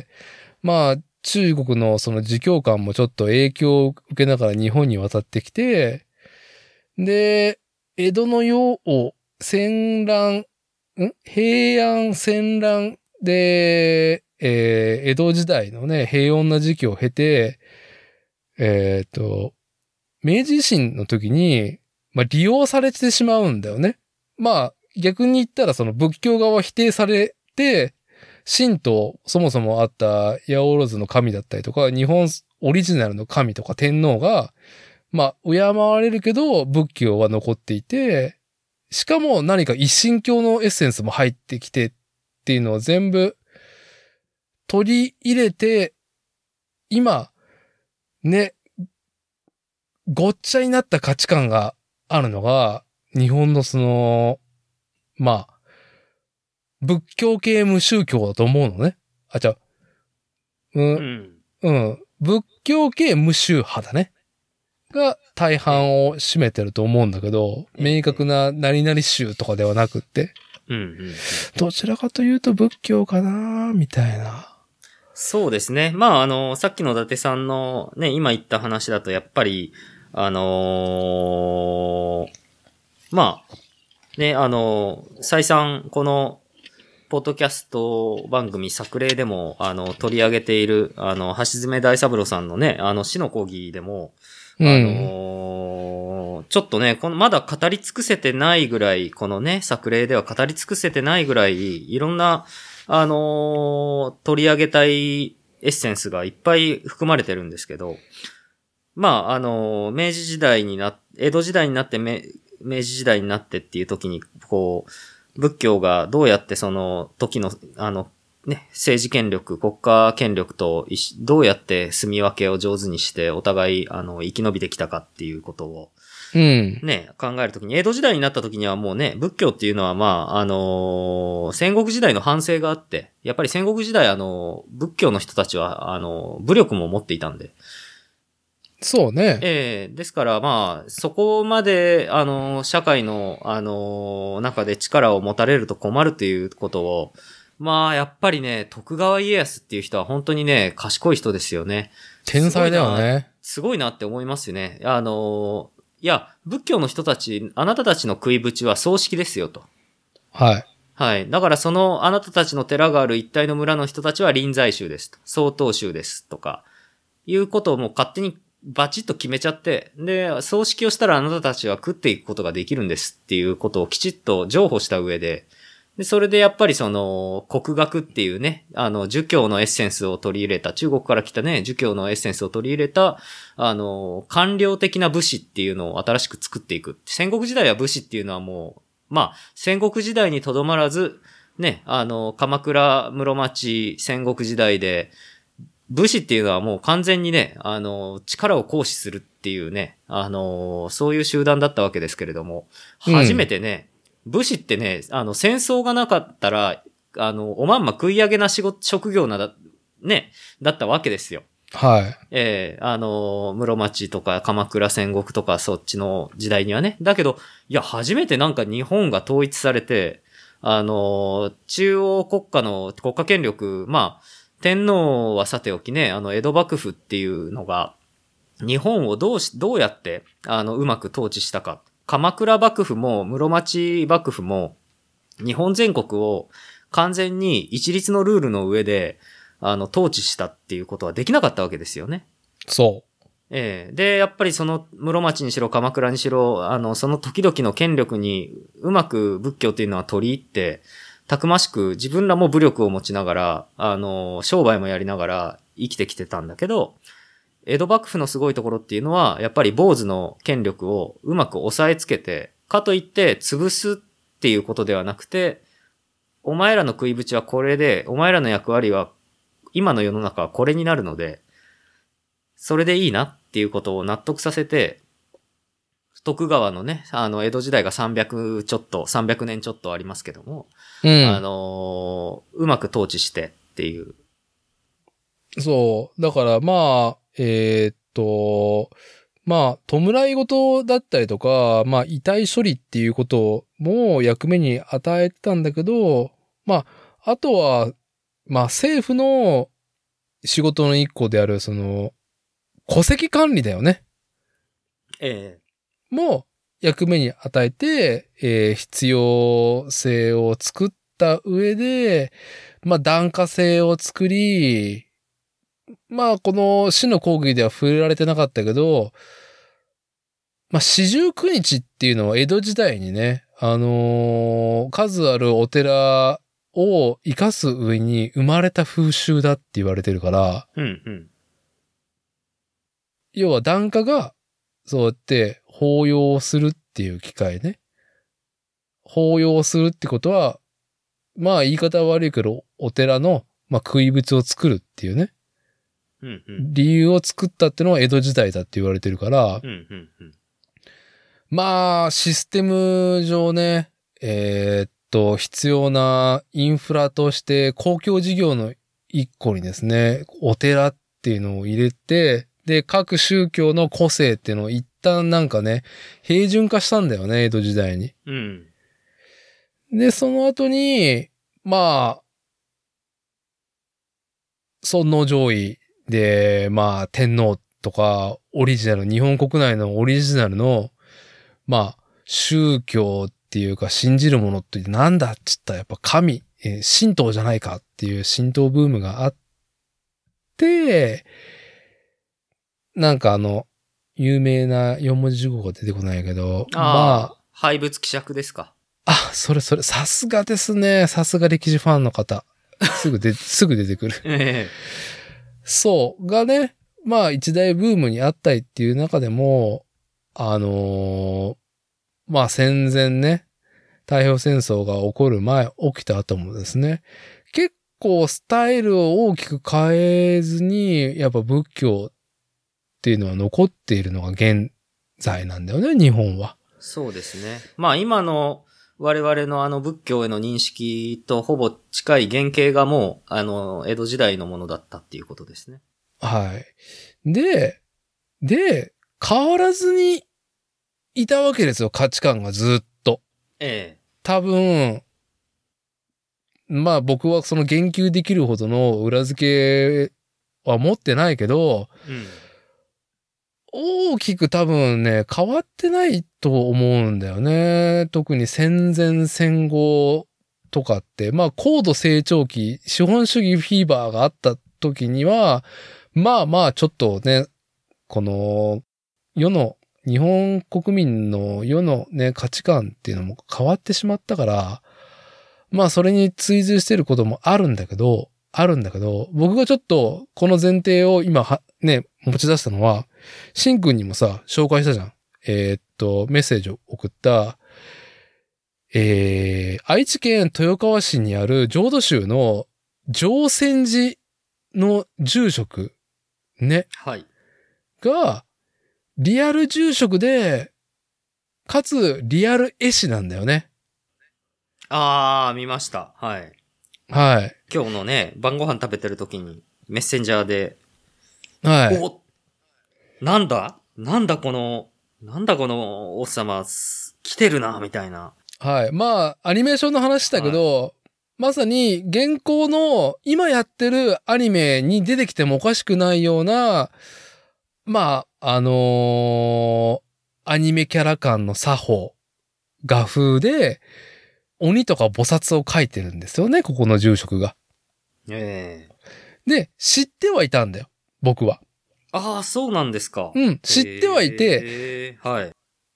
まあ中国のその儒教観もちょっと影響を受けながら日本に渡ってきて、で、江戸の世を戦乱、ん平安戦乱で、えー江戸時代のね、平穏な時期を経て、えっと、明治維新の時に、まあ、利用されてしまうんだよね。まあ、逆に言ったらその仏教側は否定されて、神道、そもそもあった八百万の神だったりとか、日本オリジナルの神とか天皇が、まあ、敬われるけど、仏教は残っていて、しかも何か一神教のエッセンスも入ってきてっていうのを全部取り入れて、今、ね、ごっちゃになった価値観があるのが、日本のその、まあ、仏教系無宗教だと思うのね。あ、じゃあ、う、 うんん。 うん、仏教系無宗派だね。が大半を占めてると思うんだけど、 ええ明確な何々宗とかではなくって、 うんうんうん。 どちらかというと仏教かなみたいな。 そうですね。まあ、あの、さっきの伊達さんのね、今言った話だと、やっぱり、あのーまあ、ね、あの、再三、この、ポッドキャスト番組作例でも、あの、取り上げている、あの、橋爪大三郎さんのね、あの、死の講義でも、 うん、 あのーちょっとね、この、まだ語り尽くせてないぐらい、このね、作例では語り尽くせてないぐらい、いろんな、あのー取り上げたいエッセンスがいっぱい含まれてるんですけど、まあ、あのー明治時代にな、江戸時代になって明、明治時代になってっていう時に、こう、仏教がどうやってその時の、あの、ね、政治権力、国家権力と一緒どうやって住み分けを上手にしてお互い、あの、生き延びてきたかっていうことを、 うん、 ね、考えるときに、江戸時代になったときにはもうね、仏教っていうのはまあ、あのー戦国時代の反省があって、やっぱり戦国時代あの、仏教の人たちは、あの、武力も持っていたんで、 そうね。 ええですからまあ、そこまで、あの、社会の、あの、中で力を持たれると困るということを、まあ、やっぱりね、徳川家康っていう人は本当にね、賢い人ですよね。 天才だよね。 すごいな、すごいなって思いますよね。あの、いや、仏教の人たち、あなたたちの食いぶちは葬式ですよと。 はい。 はい。だからその、あなたたちの寺がある一帯の村の人たちは臨済宗ですと。曹洞宗ですとか、いうことをもう勝手にバチッと決めちゃって、で、葬式をしたらあなたたちは食っていくことができるんですっていうことをきちっと譲歩した上で、で、それでやっぱりその、国学っていうね、あの、儒教のエッセンスを取り入れた、中国から来たね、儒教のエッセンスを取り入れた、あの、官僚的な武士っていうのを新しく作っていく。戦国時代は武士っていうのはもう、まあ、戦国時代にとどまらず、ね、あの、鎌倉室町戦国時代で、 武士っていうのはもう完全にね、あの、力を行使するっていうね、あの、そういう集団だったわけですけれども、初めてね、うん、武士ってね、あの、戦争がなかったら、あの、おまんま食い上げな仕事、職業なだ、ね、だったわけですよ。 はい。 ええー、あの、室町とか鎌倉戦国とかそっちの時代にはね。だけど、いや、初めてなんか日本が統一されて、あの、中央国家の国家権力、まあ、天皇はさておきね、あの、江戸幕府っていうのが、日本をどうし、どうやって、あの、うまく統治したか。鎌倉幕府も室町幕府も、日本全国を完全に一律のルールの上で、あの、統治したっていうことはできなかったわけですよね。 そう。 ええ。で、やっぱりその、室町にしろ鎌倉にしろ、あの、その時々の権力にうまく仏教っていうのは取り入って、たくましく自分らも武力を持ちながら、あの、商売もやりながら生きてきてたんだけど、江戸幕府のすごいところっていうのは、やっぱり坊主の権力をうまく抑えつけて、かといって潰すっていうことではなくて、お前らの食いぶちはこれで、お前らの役割は今の世の中はこれになるので、それでいいなっていうことを納得させて、徳川のね、あの、江戸時代がさんびゃくちょっと、さんびゃくねんちょっとありますけども、うん、あの、うまく統治してっていう。 そう。だからまあ、えー、っと、まあ、弔い事だったりとか、まあ、遺体処理っていうことも役目に与えてたんだけど、まあ、あとは、まあ、政府の仕事の一個である、その、戸籍管理だよね。 ええ。 も役目に与えて、えー、必要性を作った上で、まあ、檀家制を作り、まあ、この死の講義では触れられてなかったけど、まあ、四十九日っていうのは江戸時代にね、あのー、数あるお寺を生かす上に生まれた風習だって言われてるから、 うんうん、 要は檀家がそうやって法要をするっていう機会ね。法要をするってことは、まあ言い方は悪いけど、お寺の、まあ、食い物を作るっていうね、 うんうん。 理由を作ったっていうのは江戸時代だって言われてるから、 うんうんうん、 まあ、システム上ね、えー、っと、必要なインフラとして公共事業の一個にですね、お寺っていうのを入れて、で、各宗教の個性っていうのを一旦なんかね、平準化したんだよね、江戸時代に。 うん。 で、その後に、まあ、尊皇攘夷で、まあ、天皇とか、オリジナル、日本国内のオリジナルの、まあ、宗教っていうか信じるものってなんだっつったらやっぱ神、えー、神道じゃないかっていう神道ブームがあって、なんかあの、有名な四文字熟語が出てこないけど、 あまあ。 廃仏希釈ですか。 あ、それそれ、さすがですね。さすが歴史ファンの方。すぐで、すぐ出てくる。 ええ、 そう。がね、まあ一大ブームにあったりっていう中でも、あのー、まあ戦前ね、太平洋戦争が起こる前、起きた後もですね、結構スタイルを大きく変えずに、やっぱ仏教っていうのは残っているのが現在なんだよね、日本は。 そうですね。まあ今の我々のあの仏教への認識とほぼ近い原型がもう、あの、江戸時代のものだったっていうことですね。 はい。で、で、変わらずにいたわけですよ、価値観がずっと。 ええ。 多分、まあ僕はその言及できるほどの裏付けは持ってないけど、 うん、 大きく多分ね、変わってないと思うんだよね。特に戦前戦後とかって、まあ高度成長期、資本主義フィーバーがあった時には、まあまあちょっとね、この世の、日本国民の世のね、価値観っていうのも変わってしまったから、まあそれに追随してることもあるんだけど、あるんだけど、僕がちょっとこの前提を今はね、持ち出したのは、シンくんにもさ、紹介したじゃん。えー、っと、メッセージを送った、えー、愛知県豊川市にある浄土宗の浄泉寺の住職、ね、 はい。 が、リアル住職で、かつ、リアル絵師なんだよね。 あー、見ました。はい。 はい。 今日のね、晩ご飯食べてる時に、メッセンジャーで、 はい。 おなんだなんだこの、なんだこのおっさま、来てるな、みたいな。 はい。まあ、アニメーションの話だけど、はい、まさに現行の今やってるアニメに出てきてもおかしくないような、まあ、あのー、アニメキャラ感の作法、画風で、鬼とか菩薩を描いてるんですよね、ここの住職が。 ええー。で、知ってはいたんだよ、僕は。 ああ、そうなんですか。 うん、知ってはいて、 えー、はい。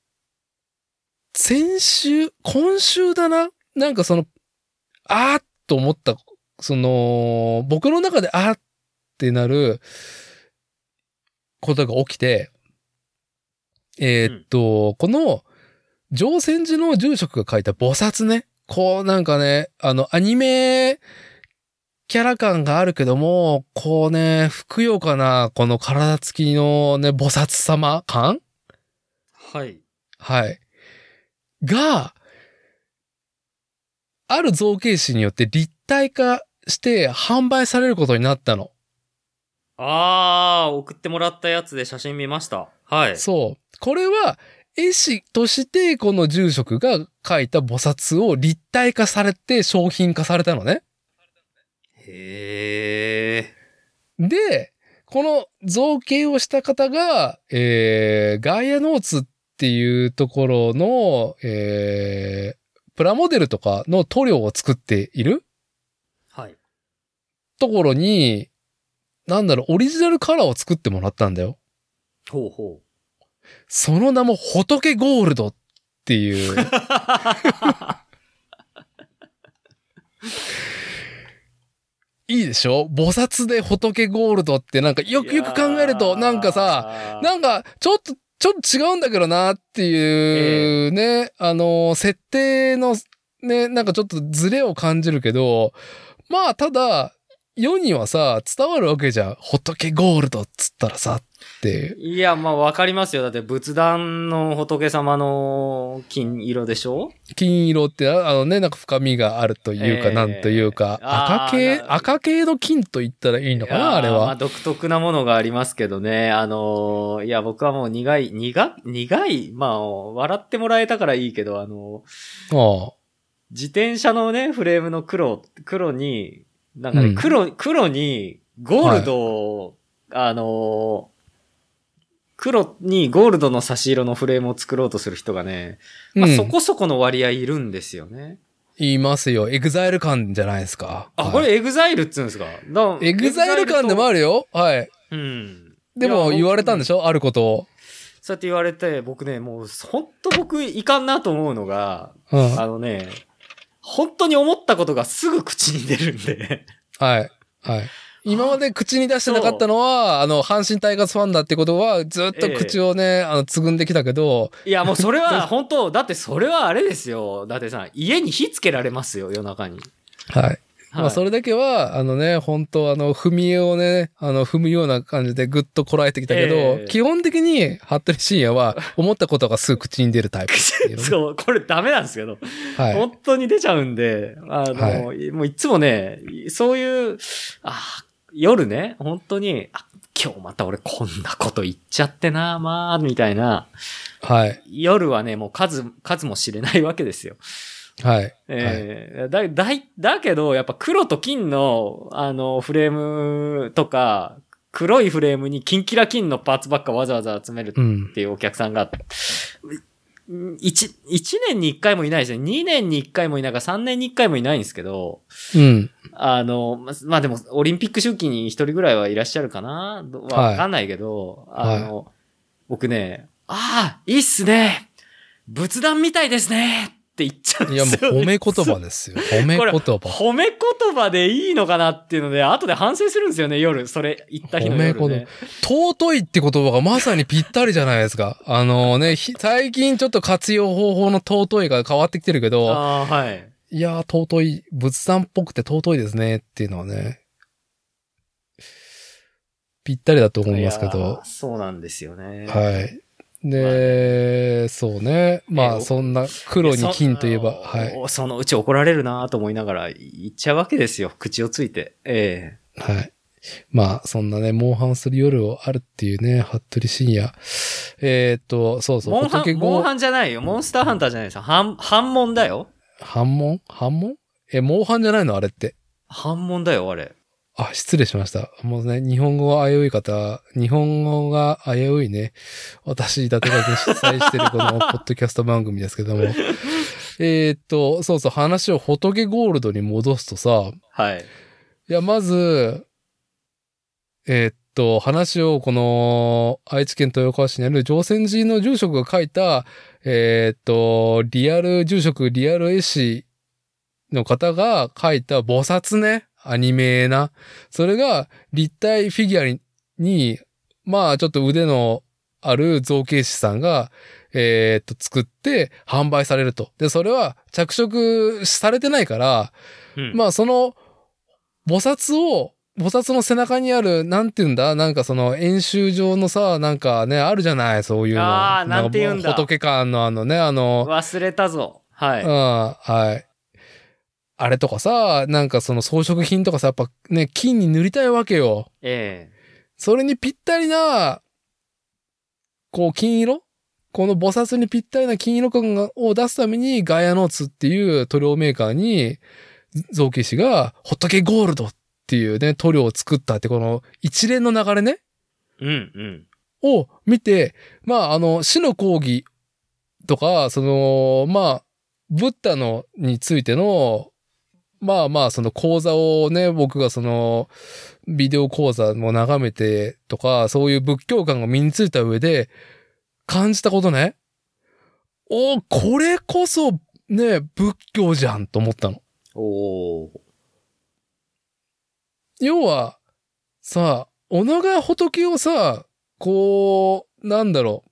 先週、今週だな、なんかその、あーっと思った、その、僕の中であーってなることが起きて、えー、っと、うん、この、上泉寺の住職が書いた菩薩ね、こうなんかね、あの、アニメキャラ感があるけども、こうね、ふくよかな、この体つきのね、菩薩様感？ はい。 はい。が、ある造形師によって立体化して販売されることになったの。 あー、送ってもらったやつで写真見ました。はい。 そう。これは、絵師としてこの住職が描いた菩薩を立体化されて商品化されたのね。 へー。で、この造形をした方が、えー、ガイアノーツっていうところの、えー、プラモデルとかの塗料を作っているはい。 ところに、なんだろう、オリジナルカラーを作ってもらったんだよ。 ほうほう。 その名も仏ゴールドっていう。いいでしょ？菩薩で仏ゴールドってなんかよくよく考えるとなんかさ、なんかちょっと、ちょっと違うんだけどなっていうね、えー、あの、設定のね、なんかちょっとズレを感じるけど、まあただ、世にはさ、伝わるわけじゃん。仏ゴールドっつったらさ、っていう。 いや、まあわかりますよ。だって仏壇の仏様の金色でしょ？ 金色って、あのね、なんか深みがあるというか、えー、なんというか、赤系、赤系の金と言ったらいいのかな、あれは。 まあ独特なものがありますけどね。あの、いや、僕はもう苦い、苦、苦い、まあ、笑ってもらえたからいいけど、あの、 ああ自転車のね、フレームの黒、黒に、なんかね、うん、黒、黒にゴールドを、はい、あの、黒にゴールドの差し色のフレームを作ろうとする人がね、まあ、そこそこの割合いるんですよね。 言いますよ。エグザイル感じゃないですか。 あ、はい、これエグザイルっつうんですか？ エグザイル感でもあるよ。はい。 うん。 でも言われたんでしょ？あることを。 そうやって言われて、僕ね、もうほんと僕いかんなと思うのが、うん、あのね、本当に思ったことがすぐ口に出るんで。 はい。はい。今まで口に出してなかったのは、あの、阪神タイガースファンだってことは、ずっと口をね、ええ、あの、つぐんできたけど。 いや、もうそれは、本当だってそれはあれですよ。だってさ、家に火つけられますよ、夜中に。 はい。はい、まあ、それだけは、あのね、本当あの、踏み絵をね、あの、踏むような感じでぐっとこらえてきたけど、えー、基本的に、服部深也は、思ったことがすぐ口に出るタイプっていう、ね。 そう、これダメなんですけど、はい、本当に出ちゃうんで、あの、はい、もういつもね、そういう、あ夜ね、本当に、あ、今日また俺こんなこと言っちゃってな、まあ、みたいな。 はい。 夜はね、もう数、数も知れないわけですよ。 はい。 えー、はい、だ、だ、だけど、やっぱ黒と金の、あの、フレームとか、黒いフレームにキンキラ金のパーツばっかわざわざ集めるっていうお客さんが、うん、一、一年に一回もいないですね。二年に一回もいないか、三年に一回もいないんですけど、 うん。 あの、ま、まあ、でも、オリンピック周期に一人ぐらいはいらっしゃるかなわかんないけど、はい、あの、はい、僕ね、ああ、いいっすね。仏壇みたいですね。って言っちゃうんですよ、ね。 いや、もう褒め言葉ですよ。褒め言葉。 褒め言葉でいいのかなっていうので、後で反省するんですよね、夜。それ、言った日の夜、ね。褒め言葉。尊いって言葉がまさにぴったりじゃないですか。あのね、最近ちょっと活用方法の尊いが変わってきてるけど、 あはい。 いやー、尊い、仏壇っぽくて尊いですねっていうのはね。 ぴったりだと思いますけど。 そうなんですよね。 はい。で、まあね、そうね。まあ、そんな黒に金といえば、はい。 そのうち怒られるなと思いながら言っちゃうわけですよ。口をついて。ええー、はい。まあ、そんなね、モンハンする夜をあるっていうね、服部深夜。えー、っと、そうそう。 モンハン、モンハンじゃないよ。モンスターハンターじゃないですよ。反、反問だよ。 反問反問え、モンハンじゃないのあれって。 反問だよ、あれ。 あ、失礼しました。もうね、日本語が危うい方、日本語が危ういね。私、伊達が主催してるこのポッドキャスト番組ですけども。えっと、そうそう、話を仏ゴールドに戻すとさ。 はい。 いや、まず、えー、っと、話をこの愛知県豊川市にある常泉寺の住職が書いた、えー、っと、リアル住職、リアル絵師の方が書いた菩薩ね。アニメな。それが立体フィギュアに、にまあちょっと腕のある造形師さんが、えー、っと、作って販売されると。で、それは着色されてないから、うん、まあその菩薩を、菩薩の背中にある、なんて言うんだなんかその演習場のさ、なんかね、あるじゃないそういうの。 ああ、なんて言うんだ仏感のあのね、あの。 忘れたぞ。はい。 うん、はい。あれとかさ、なんかその装飾品とかさ、やっぱね、金に塗りたいわけよ。 ええ。 それにぴったりな、こう金色この菩薩にぴったりな金色感を出すためにガイアノーツっていう塗料メーカーに造形師が仏ゴールドっていうね、塗料を作ったってこの一連の流れね。 うんうん。 を見て、まああの、死の講義とか、その、まあ、ブッダのについてのまあまあ、その講座をね、僕がその、ビデオ講座も眺めてとか、そういう仏教観が身についた上で、感じたことね。お、これこそ、ね、仏教じゃんと思ったの。 おー。 要は、さ、おのが仏をさ、こう、なんだろう。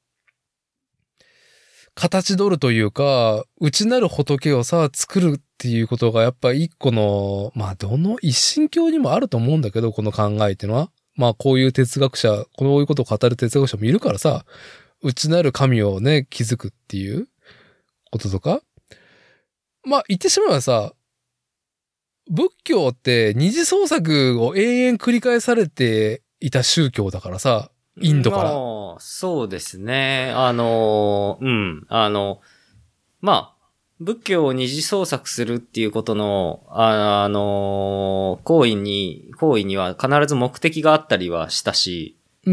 形取るというか、内なる仏をさ、作るっていうことがやっぱ一個の、まあどの一神教にもあると思うんだけど、この考えっていうのは。まあこういう哲学者、こういうことを語る哲学者もいるからさ、内なる神をね、築くっていうこととか。まあ言ってしまえばさ、仏教って二次創作を永遠繰り返されていた宗教だからさ、インドから。 そうですね。あの、うん。あの、まあ、仏教を二次創作するっていうことの、あ、あの、行為に、行為には必ず目的があったりはしたし、 うん。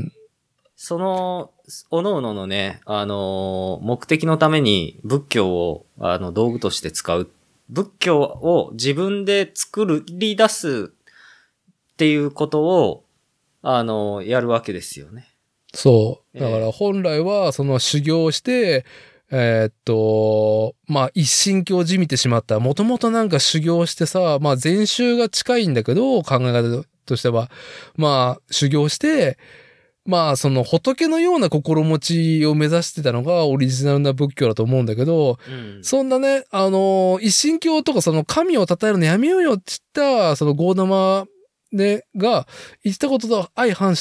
その、おのおののね、あの、目的のために仏教を、あの、道具として使う。仏教を自分で作り出すっていうことを、あの、やるわけですよね。 そう。だから本来はその修行して、えー、っと、まあ一神教じみてしまった。もともとなんか修行してさ、まあ禅宗が近いんだけど、考え方としては。まあ修行して、まあその仏のような心持ちを目指してたのがオリジナルな仏教だと思うんだけど、うん、そんなね、あの、一神教とかその神を称えるのやめようよって言った、そのゴーダマで、が、言ったことと相反して、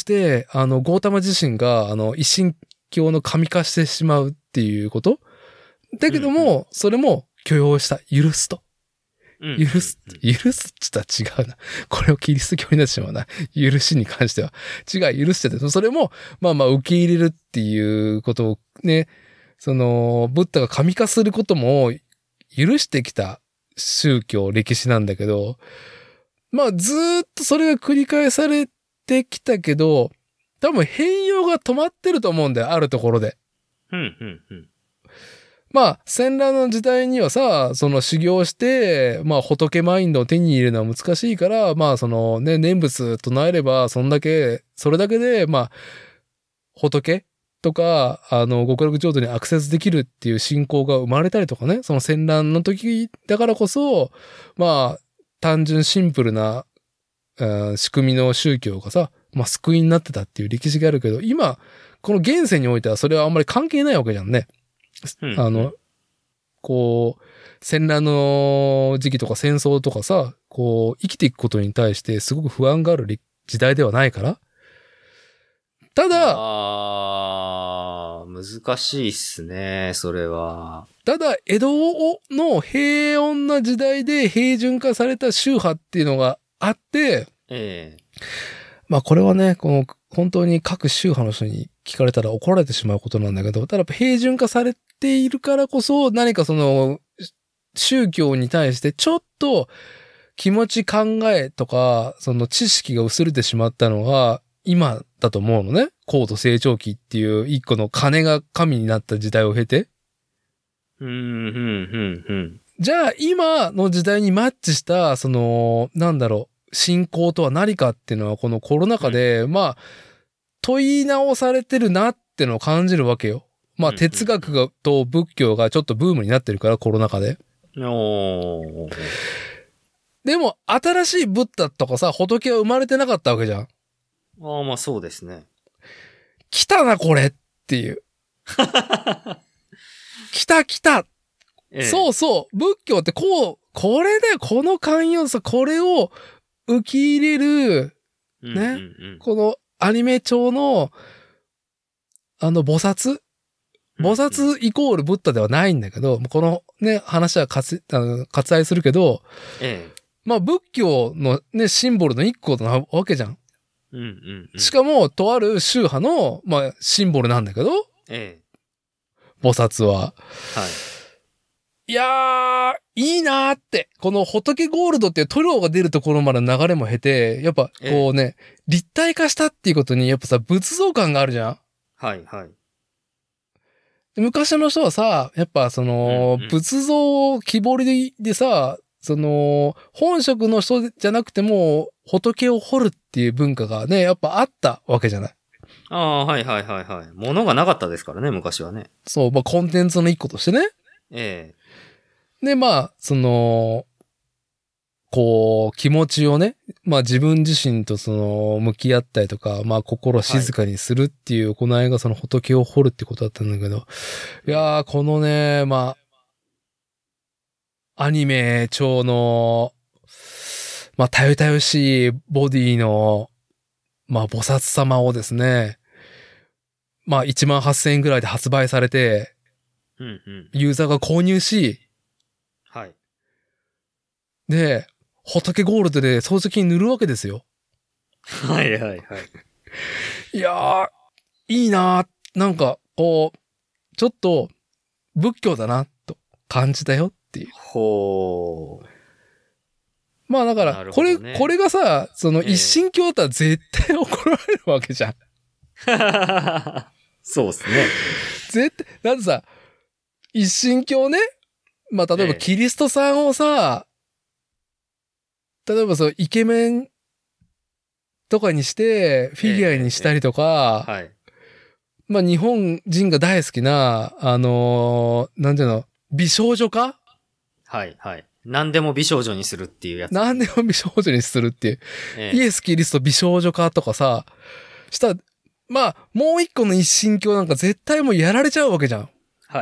あの、ゴータマ自身が、あの、一神教の神化してしまうっていうことだけども、うんうん、それも許容した。許すと。許す、許すって言ったら違うな。これをキリスト教になってしまうな。許しに関しては。違う、許してて。それも、まあまあ受け入れるっていうことをね、その、ブッダが神化することも許してきた宗教、歴史なんだけど、まあずーっとそれが繰り返されてきたけど、多分変容が止まってると思うんだよ、あるところで。 うんうんうん、 まあ戦乱の時代にはさ、その修行して、まあ仏マインドを手に入れるのは難しいから、まあそのね、念仏唱えれば、そんだけ、それだけで、まあ、仏とか、あの、極楽浄土にアクセスできるっていう信仰が生まれたりとかね、その戦乱の時だからこそ、まあ、単純シンプルな、うん、仕組みの宗教がさ、まあ救いになってたっていう歴史があるけど、今、この現世においてはそれはあんまり関係ないわけじゃんね。うん、あの、こう、戦乱の時期とか戦争とかさ、こう、生きていくことに対してすごく不安がある時代ではないから。 ただ、 あー、難しいっすね、それは。 ただ、江戸の平穏な時代で平準化された宗派っていうのがあって、 ええ。 まあこれはね、この本当に各宗派の人に聞かれたら怒られてしまうことなんだけど、ただ平準化されているからこそ何かその宗教に対してちょっと気持ち考えとかその知識が薄れてしまったのが今だと思うのね。高度成長期っていう一個の金が神になった時代を経て。 うん、うん、うん、うん。 じゃあ今の時代にマッチしたそのなんだろう。信仰とは何かっていうのはこのコロナ禍で、うん、まあ問い直されてるなってのを感じるわけよ。まあ哲学がと仏教がちょっとブームになってるからコロナ禍で。 おー。 でも新しいブッダとかさ仏は生まれてなかったわけじゃん。 ああまあそうですね。 来たなこれっていう。来た来た、ええ。そうそう仏教ってこうこれでこの寛容さこれを受け入れる、ね、うんうんうん、このアニメ調の、あの、菩薩菩薩イコールブッダではないんだけど、このね、話は割愛するけど、ええ、まあ仏教のね、シンボルの一個なわけじゃん。 うんうんうん、 しかも、とある宗派の、まあ、シンボルなんだけど、ええ、菩薩は。はい。いやー、いいなーって、この仏ゴールドっていう塗料が出るところまでの流れも経て、やっぱこうね、ええ、立体化したっていうことに、やっぱさ、仏像感があるじゃん。 はいはい。 昔の人はさ、やっぱその、うんうん、仏像を木彫りでさ、その、本職の人じゃなくても、仏を彫るっていう文化がね、やっぱあったわけじゃない。 ああ、はいはいはいはい。物がなかったですからね、昔はね。 そう、まあコンテンツの一個としてね。 ええ。 で、まあ、その、こう、気持ちをね、まあ自分自身とその、向き合ったりとか、まあ心を静かにするっていう行いがその仏を彫るってことだったんだけど、いやー、このね、まあ、アニメ調の、まあ、たゆたゆしいボディの、まあ、菩薩様をですね、まあ、いちまんはっせんえんぐらいで発売されて、 うんうん、 ユーザーが購入し、 はい。 で、仏ゴールドで掃除機に塗るわけですよ。 はいはいはい。 いやー、いいなー。なんか、こう、ちょっと、仏教だな、と感じたよっていう。 ほー。 まあだから、ね、これ、これがさ、その一神教だったら絶対怒られるわけじゃん。 えー、そうですね。 絶対、だってさ、一神教ね、まあ例えばキリストさんをさ、えー、例えばそう、イケメンとかにして、フィギュアにしたりとか、えーえーはい、まあ日本人が大好きな、あのー、なんていうの、美少女化？ はいはい。何でも美少女にするっていうやつ。 何でも美少女にするっていう。ええ、イエス・キリスト美少女化とかさ、したら、まあ、もう一個の一神教なんか絶対もうやられちゃうわけじゃん。 はい。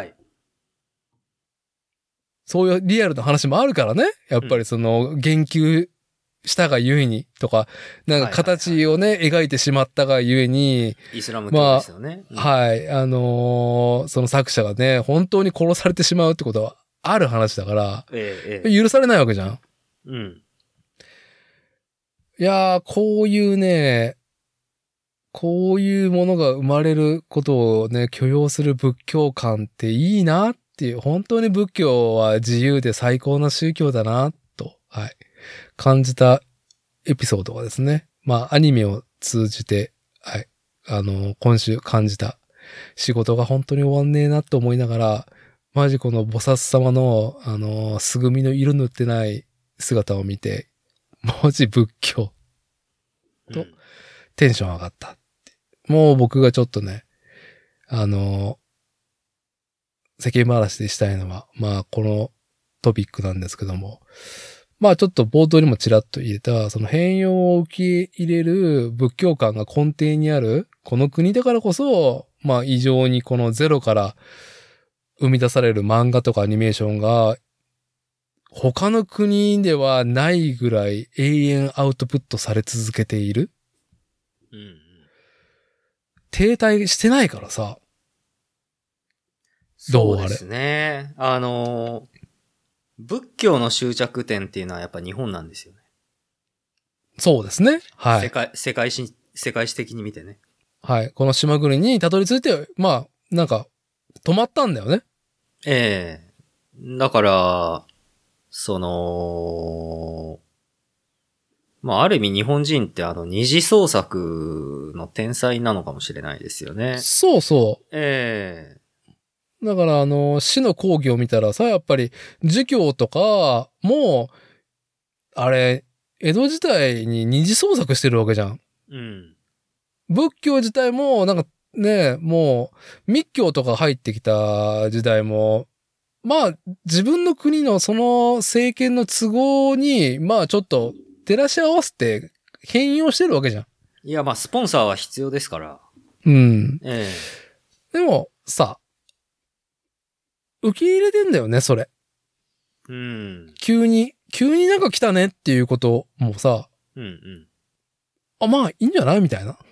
そういうリアルな話もあるからね。やっぱりその、言及したがゆえにとか、なんか形をね、はいはいはい、描いてしまったがゆえに。 イスラム教ですよね。 まあ、うん、はい。あのー、その作者がね、本当に殺されてしまうってことは、ある話だから、ええ、許されないわけじゃん。 うん。 いやー、こういうね、こういうものが生まれることをね、許容する仏教観っていいなっていう、本当に仏教は自由で最高な宗教だな、と、はい、感じたエピソードがですね、まあ、アニメを通じて、はい、あの、今週感じた仕事が本当に終わんねえなと思いながら、マジこの菩薩様の、あのー、すぐみの色塗ってない姿を見て、マジ仏教とテンション上がったって。うん、もう僕がちょっとね、あのー、世間話でしたいのは、まあこのトピックなんですけども、まあちょっと冒頭にもちらっと言えた、その変容を受け入れる仏教観が根底にある、この国だからこそ、まあ異常にこのゼロから生み出される漫画とかアニメーションが他の国ではないぐらい永遠アウトプットされ続けている、うんうん、っ停滞してないからさ。どうあれ。 そうですね。あの、仏教の終着点っていうのはやっぱ日本なんですよね。 そうですね。はい。 世界、世界史、世界史的に見てね。 はい。この島国にたどり着いて、まあ、なんか、止まったんだよね。 ええだから、その、まあ、ある意味日本人ってあの二次創作の天才なのかもしれないですよね。 そうそええう。だから、あの、死の講義を見たらさ、やっぱり、儒教とかも、あれ、江戸時代に二次創作してるわけじゃん。 うん。 仏教自体も、なんかね、もう、密教とか入ってきた時代も、まあ、自分の国のその政権の都合に、まあちょっと照らし合わせて変容してるわけじゃん。 いや、まあ、スポンサーは必要ですから。 うん。 えでも、さ、受け入れてんだよね、それ。 えうん。 急に、急になんか来たねっていうこともさ、 うんうん。 あ、まあいいんじゃないみたいな。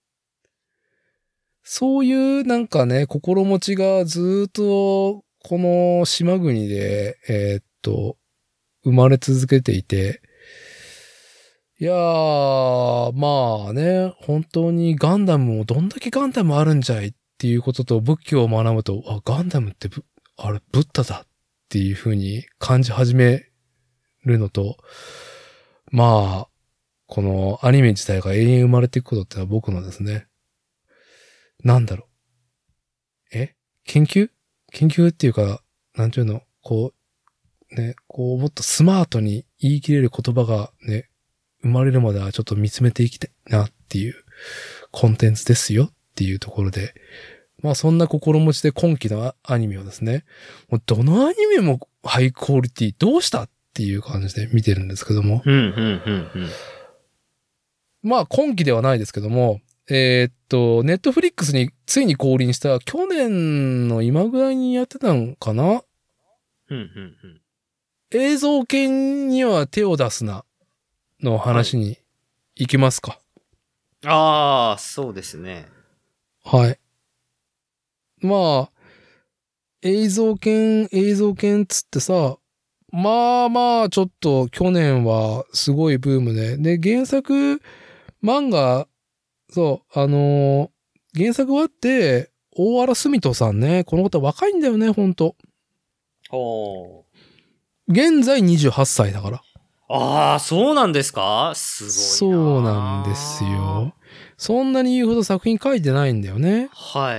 そういうなんかね、心持ちがずーっと、この島国で、えーっと、生まれ続けていて、いやー、まあね、本当にガンダムもどんだけガンダムあるんじゃいっていうことと仏教を学ぶと、あ、ガンダムってぶ、あれ、ブッダだっていう風に感じ始めるのと、まあ、このアニメ自体が永遠生まれていくことってのは僕のですね、なんだろう。え研究研究っていうか、なんていうのこう、ね、こう、もっとスマートに言い切れる言葉がね、生まれるまではちょっと見つめていきたいなっていうコンテンツですよっていうところで、まあそんな心持ちで今期のアニメをですね、もうどのアニメもハイクオリティどうしたっていう感じで見てるんですけども。 うん、うん、うん、うん。 まあ今期ではないですけども、えーっと、ネットフリックスについに降臨した去年の今ぐらいにやってたのかな。 うん、うん、うん。 映像系には手を出すなの話に行きますか。 ああ、そうですね。 はい。まあ、映像系、映像系つってさ、まあまあ、ちょっと去年はすごいブームで、で、原作漫画、そう、あのー原作はあって、大原澄人さんね、この方若いんだよね、ほんと。 ほう。 現在にじゅうはっさいだから。 ああ、そうなんですか？すごいな。 そうなんですよ。そんなに言うほど作品書いてないんだよね。 はい。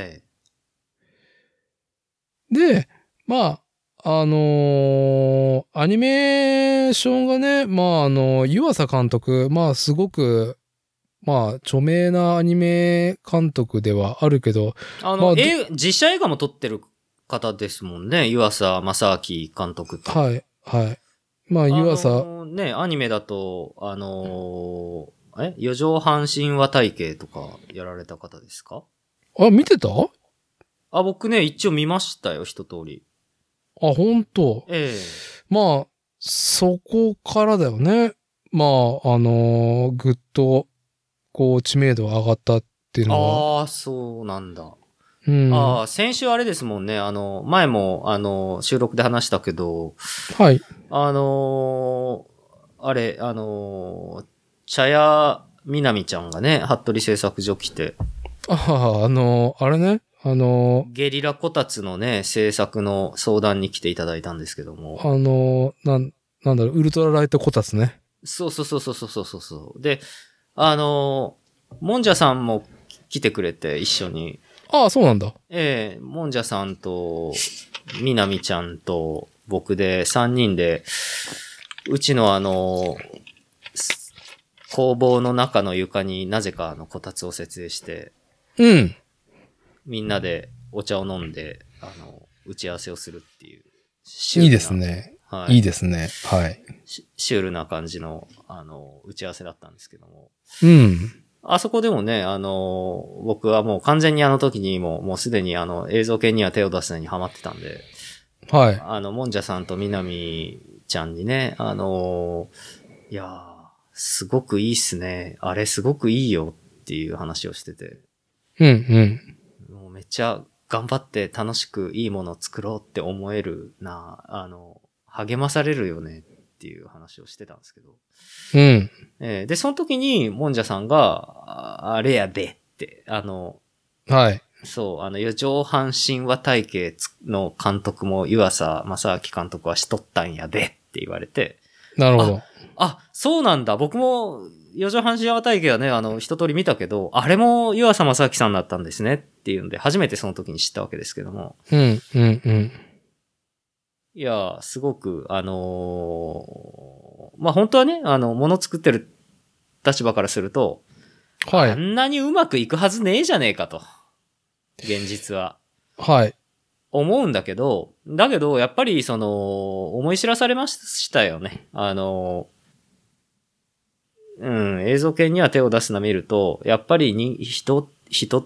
で、まあ、あのーアニメーションがね、まあ、あの、湯浅監督、まあ、すごく、まあ、著名なアニメ監督ではあるけど、 あの、 まあ、 え、実写映画も撮ってる方ですもんね。湯浅正明監督って。 はい、はい。まあ、湯あ浅、 のね、アニメだと、あのーえ四畳半神話体系とかやられた方ですか？ あ、見てた？ あ、僕ね、一応見ましたよ、一通り。 あ、本当。 ええまあ、そこからだよね。まあ、あのーぐっと、こう、知名度が上がったっていうのは。 ああ、そうなんだ。 うん。 ああ、先週あれですもんね。あの、前も、あの、収録で話したけど、 はい。 あのーあれ、あのー茶屋みなみちゃんがね、服部製作所来て、 ああ、あのーあれね。あのーゲリラこたつのね、制作の相談に来ていただいたんですけども。 あのーなん、なんだろう、ウルトラライトこたつね。 そうそうそうそうそうそうそう。で、あのーもんじゃさんも来てくれて、一緒に。 ああ、そうなんだ。 ええもんじゃさんと、みなみちゃんと、僕でさんにんで、うちのあの、す工房の中の床になぜかあのこたつを設営して、 うん。 みんなでお茶を飲んで、あの、打ち合わせをするっていう。シュールないいです。ね。 はい。 いいですね。はい。 シシュールな感じの、あの、打ち合わせだったんですけども。 うん。 あそこでもね、あの、僕はもう完全にあの時にも、もうすでにあの映像系には手を出すのにハマってたんで、 はい。 あの、もんじゃさんとみなみちゃんにね、あの、いやー、すごくいいっすね。あれすごくいいよっていう話をしてて。 うんうん。 もうめっちゃ頑張って楽しくいいものを作ろうって思えるな、あの、励まされるよねっていう話をしてたんですけど。 うん。 えーで、その時に、もんじゃさんが、ああれやべって、あの、 はい。 そう、あの、四畳半神話体系の監督も湯浅正明監督はしとったんやべって言われて、 なるほど。 あ、そうなんだ。僕も、四畳半神話体系はね、あの、一通り見たけど、あれも湯浅正明さんだったんですねっていうんで、初めてその時に知ったわけですけども。 うん、うん、うん。 いや、すごく、あのーまあ、本当はね、あの、もの作ってる立場からすると、 はい。 あんなにうまくいくはずねえじゃねえかと。現実は。 はい。 思うんだけど、だけど、やっぱり、その、思い知らされましたよね。あの、うん、映像系には手を出すの見ると、やっぱりに、人、人って、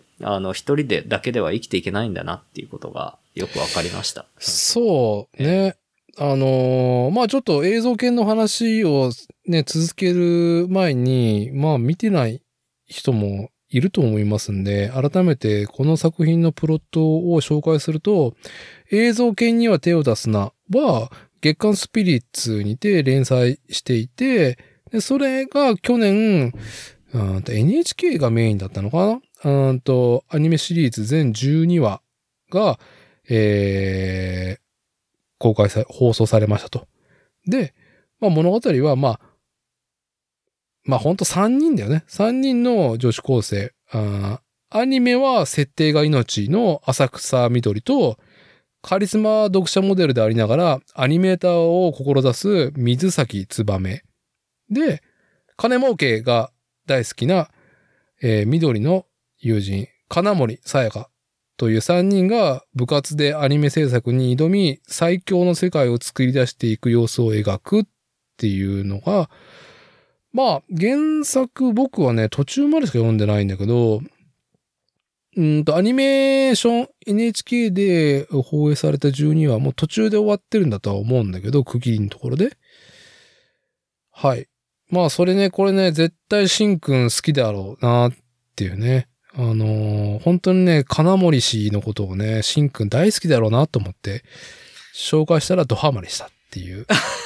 あの、一人で、だけでは生きていけないんだなっていうことがよくわかりました。 そうね。あのーまあちょっと映像系の話をね、続ける前に、まあ見てない人もいると思いますんで、改めてこの作品のプロットを紹介すると、映像系には手を出すなは、月刊スピリッツにて連載していて、でそれが去年、うんと エヌエイチケー がメインだったのかなうんと、アニメシリーズ全じゅうにわが、えー、公開さ、放送されましたと。で、まあ物語は、まあ、まあほんとさんにんだよね。さんにんの女子高生。あアニメは設定が命の浅草みどりと、カリスマ読者モデルでありながら、アニメーターを志す水崎つばめ。で、金儲けが大好きな、えー、緑の友人、金森さやかというさんにんが部活でアニメ制作に挑み、最強の世界を作り出していく様子を描くっていうのが、まあ、原作僕はね、途中までしか読んでないんだけど、うんと、アニメーション エヌエイチケー で放映されたじゅうにわもう途中で終わってるんだとは思うんだけど、区切りのところで。はい。まあ、それね、これね、絶対しんくん好きだろうなっていうね。あのー、本当にね、金森氏のことをね、しんくん大好きだろうなと思って、紹介したらドハマりしたっていう、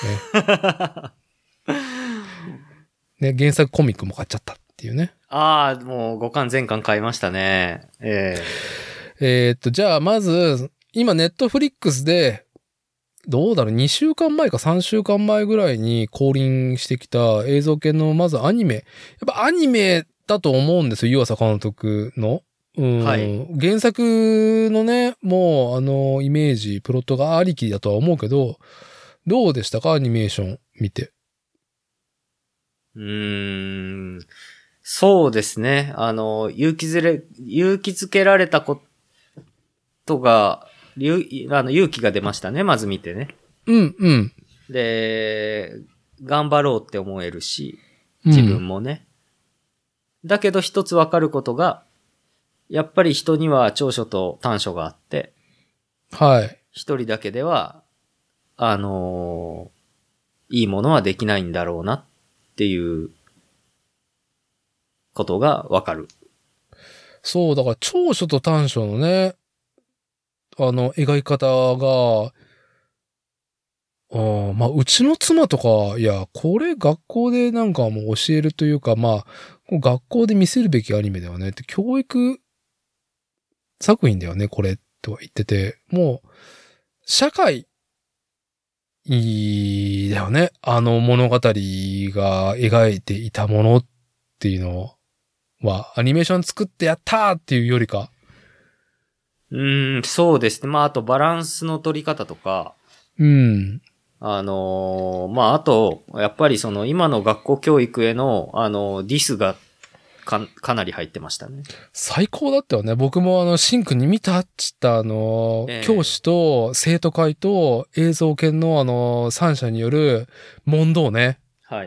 ね。ね、原作コミックも買っちゃったっていうね。 ああ、もうごかん全巻買いましたね。えええー、っと、じゃあまず、今ネットフリックスで、どうだろう、にしゅうかんまえかさんしゅうかんまえぐらいに降臨してきた映像系の、まずアニメ。やっぱアニメだと思うんですよ、湯浅監督の。うん、はい、原作のね、もう、あの、イメージ、プロットがありきだとは思うけど、どうでしたかアニメーション見て。 うーん。そうですね。あの、勇気づれ、勇気づけられたことが、あの勇気が出ましたね。まず見てね。 うんうん。 で、頑張ろうって思えるし、自分もね。うん、だけど一つわかることが、やっぱり人には長所と短所があって、 はい。 一人だけでは、あのー、いいものはできないんだろうなっていうことがわかる。 そう、だから長所と短所のね、あの、描き方が、あまあ、うちの妻とか、いや、これ学校でなんかもう教えるというか、まあ、学校で見せるべきアニメだよねって、教育作品だよね、これ、とは言ってて、もう、社会、いいだよね。あの物語が描いていたものっていうのは、アニメーション作ってやったーっていうよりか。 うーん、そうですね。まあ、あとバランスの取り方とか。 うん。 あのー、まあ、あと、やっぱりその今の学校教育への、あの、ディスがか、かなり入ってましたね。 最高だったよね。僕もあの、シンクに見たっつったあの、えー、教師と生徒会と映像研のあの、三者による問答ね。 はい。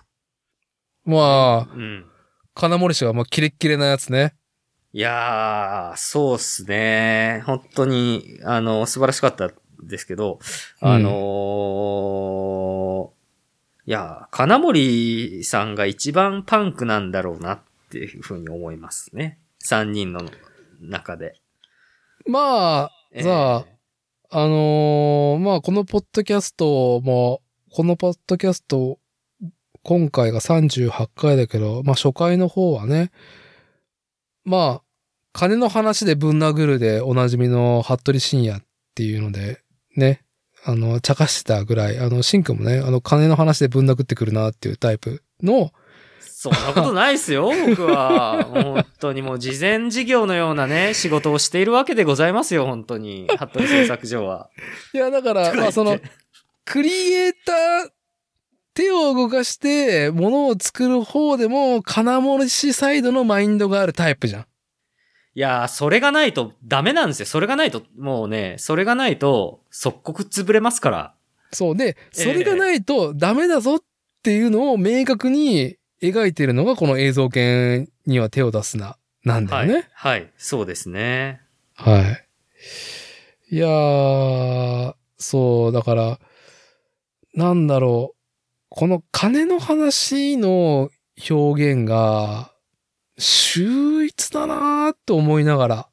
まあ、 うん。 金森氏がまあキレッキレなやつね。 いやー、そうっすね。本当に、あの、素晴らしかったですけど、あのー、うん、いや、金森さんが一番パンクなんだろうなっていうふうに思いますね。 さんにんの中で。 まあ、 えー、 さあ、あのー、まあ、このポッドキャストも、このポッドキャスト、今回がさんじゅうはちかいだけど、まあ、初回の方はね、まあ、金の話でぶん殴るでおなじみの服部深夜っていうので、ね、あの、茶化してたぐらい、あの、シンくんもね、あの、金の話でぶん殴ってくるなっていうタイプの、 そんなことないですよ、僕は。もう本当にもう事前事業のようなね、仕事をしているわけでございますよ、本当に。服部製作所は。 いや、だから、まあその、クリエイター、手を動かして物を作る方でも、金森氏サイドのマインドがあるタイプじゃん。 いやー、それがないとダメなんですよ。それがないと、もうね、それがないと、即刻潰れますから。 そうで、それがないとダメだぞっていうのを明確に描いているのがこの映像系には手を出すな、なんだよね。 はい、はい、そうですね。 はい。いやー、そう、だから、なんだろう。この金の話の表現が、秀逸だなーって思いながら。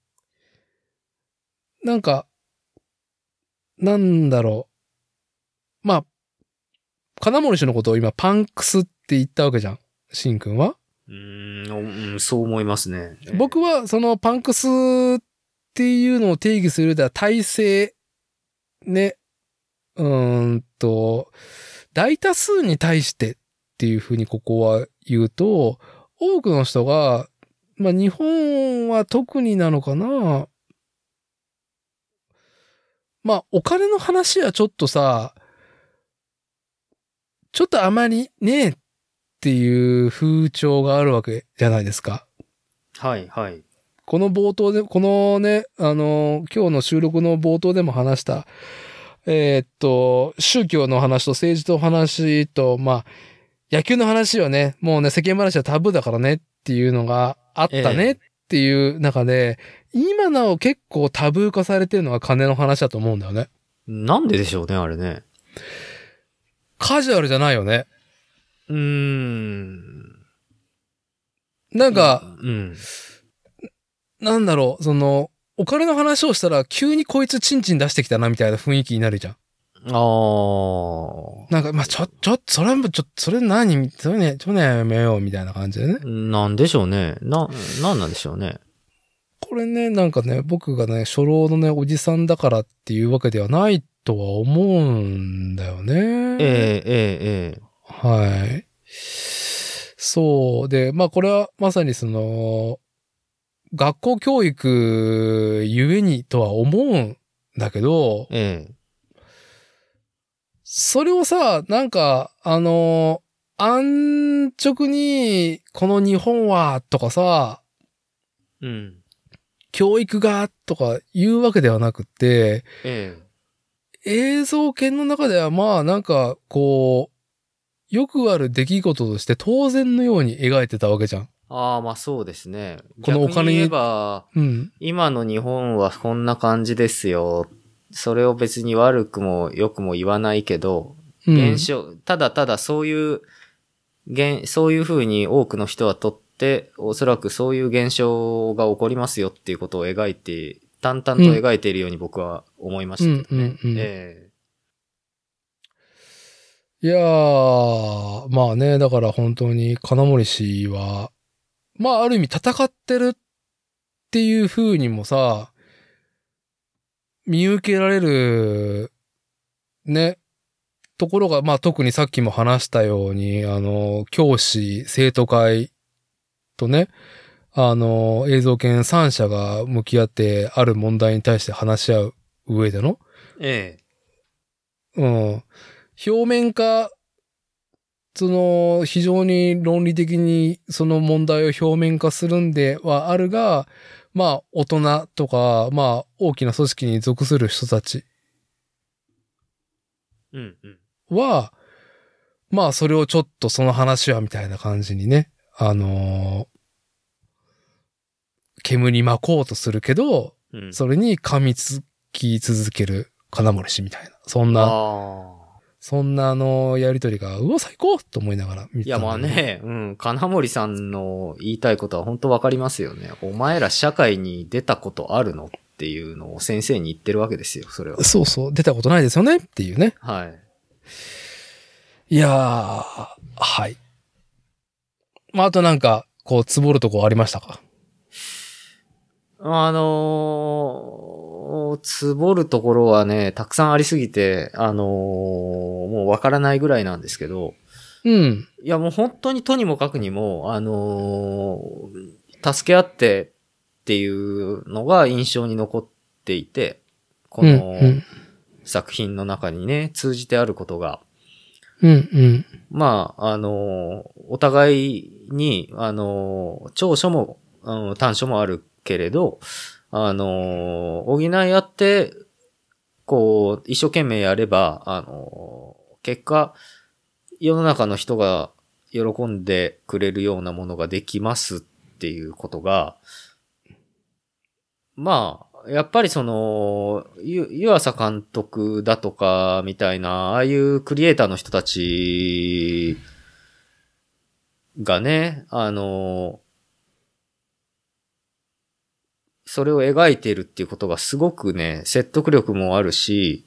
なんか、なんだろう。まあ、金森氏のことを今パンクスって言ったわけじゃん。シンくんは。 うーん、うん、そう思いますね。 僕はそのパンクスっていうのを定義する上では体制、ね、うーんと、大多数に対してっていうふうにここは言うと、多くの人が、まあ日本は特になのかな。まあお金の話はちょっとさ、ちょっとあまりねえっていう風潮があるわけじゃないですか。 はい、はい。 この冒頭で、このね、あの、今日の収録の冒頭でも話した、えー、っと、宗教の話と政治の話と、まあ、野球の話はね、もうね、世間話はタブーだからねっていうのがあったねっていう中で、ええ、今なお結構タブー化されてるのが金の話だと思うんだよね。 なんででしょうね、あれね。 カジュアルじゃないよね。 うーん。 なんか、 うん。 なんだろう、その、お金の話をしたら急にこいつチンチン出してきたなみたいな雰囲気になるじゃん。 ああ。 なんか、まあ、ちょ、ちょ、それも、ちょ、それ何それね、ちょね、やめよう、みたいな感じでね。 なんでしょうね。な、なんなんでしょうね。 これね、なんかね、僕がね、初老のね、おじさんだからっていうわけではないとは思うんだよね。えええ、ええ、 はい。そう。で、まあ、これはまさにその、学校教育ゆえにとは思うんだけど、 ええ。 それをさ、なんか、あの、安直に、この日本は、とかさ、 うん。 教育が、とか言うわけではなくて、 ええ。映像系の中では、まあ、なんか、こう、よくある出来事として当然のように描いてたわけじゃん。 ああ、まあそうですね。 このお金に逆に言えば、 うん、 今の日本はこんな感じですよ。それを別に悪くも良くも言わないけど、現象、うん、ただただそういう、現、そういう風に多くの人はとって、おそらくそういう現象が起こりますよっていうことを描いて、淡々と描いているように僕は思いましたけどね。うんうんうんえー、いやー、まあね、だから本当に金森氏は、まあある意味戦ってるっていう風にもさ、見受けられる、ね、ところが、まあ特にさっきも話したように、あの、教師、生徒会とね、あの、映像研さん社が向き合ってある問題に対して話し合う上での。 ええ。うん。表面化、その、非常に論理的にその問題を表面化するんではあるが、まあ、大人とか、まあ、大きな組織に属する人たちうんうん。 は、まあ、それをちょっとその話はみたいな感じにね、あのー、煙に巻こうとするけど、うん、それに噛みつき続ける金森氏みたいな。そんな、 そんなあの、やりとりが、うわ、最高と思いながら見てた。 いや、まあね、うん、金森さんの言いたいことは本当わかりますよね。お前ら社会に出たことあるのっていうのを先生に言ってるわけですよ、それは。 そうそう、出たことないですよねっていうね。 はい。 いやー、はい。まあ、あとなんか、こう、つぼるとこありましたか？ あのー、つぼるところはね、たくさんありすぎて、あのー、もうわからないぐらいなんですけど、 うん。 いやもう本当にとにもかくにも、あのー、助け合ってっていうのが印象に残っていて、この作品の中にね、通じてあることが、 うんうん。 まあ、あのー、お互いに、あのー、長所も、うん、短所もあるけれど、あのー、補い合って、こう、一生懸命やれば、あのー、結果、世の中の人が喜んでくれるようなものができますっていうことが、まあ、やっぱりその、ゆ、湯浅監督だとか、みたいな、ああいうクリエイターの人たちがね、あの、それを描いているっていうことがすごくね、説得力もあるし、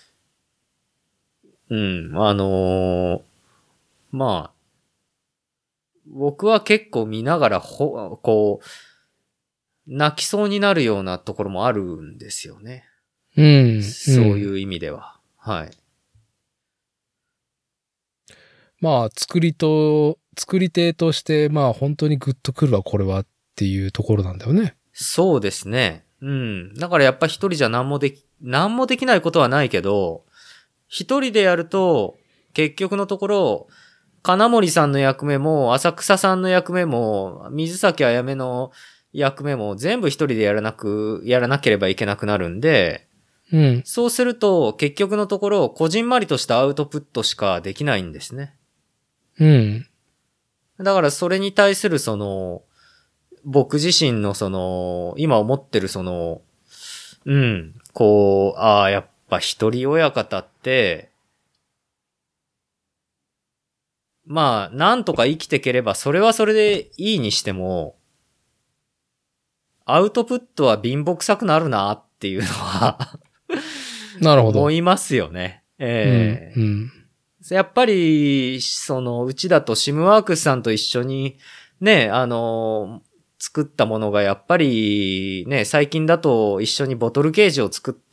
うん、あの、まあ、僕は結構見ながらほ、こう、泣きそうになるようなところもあるんですよね。 うん。 そういう意味では。はい。 まあ、作りと、作り手として、まあ、本当にグッとくるわ、これはっていうところなんだよね。 そうですね。うん。だからやっぱ一人じゃ何もでき、何もできないことはないけど、一人でやると、結局のところ、金森さんの役目も、浅草さんの役目も、水崎あやめの役目も全部一人でやらなく、やらなければいけなくなるんで、 うん。 そうすると、結局のところ、こじんまりとしたアウトプットしかできないんですね。 うん。 だからそれに対するその、僕自身のその、今思ってるその、うん、こう、ああ、やっぱ一人親方って、まあ、なんとか生きていければ、それはそれでいいにしても、アウトプットは貧乏臭くなるなっていうのはなるほど。 思いますよね。ええーうん。うん。 やっぱり、その、うちだとシムワークスさんと一緒に、ね、あの、作ったものがやっぱり、ね、最近だと一緒にボトルケージを作って、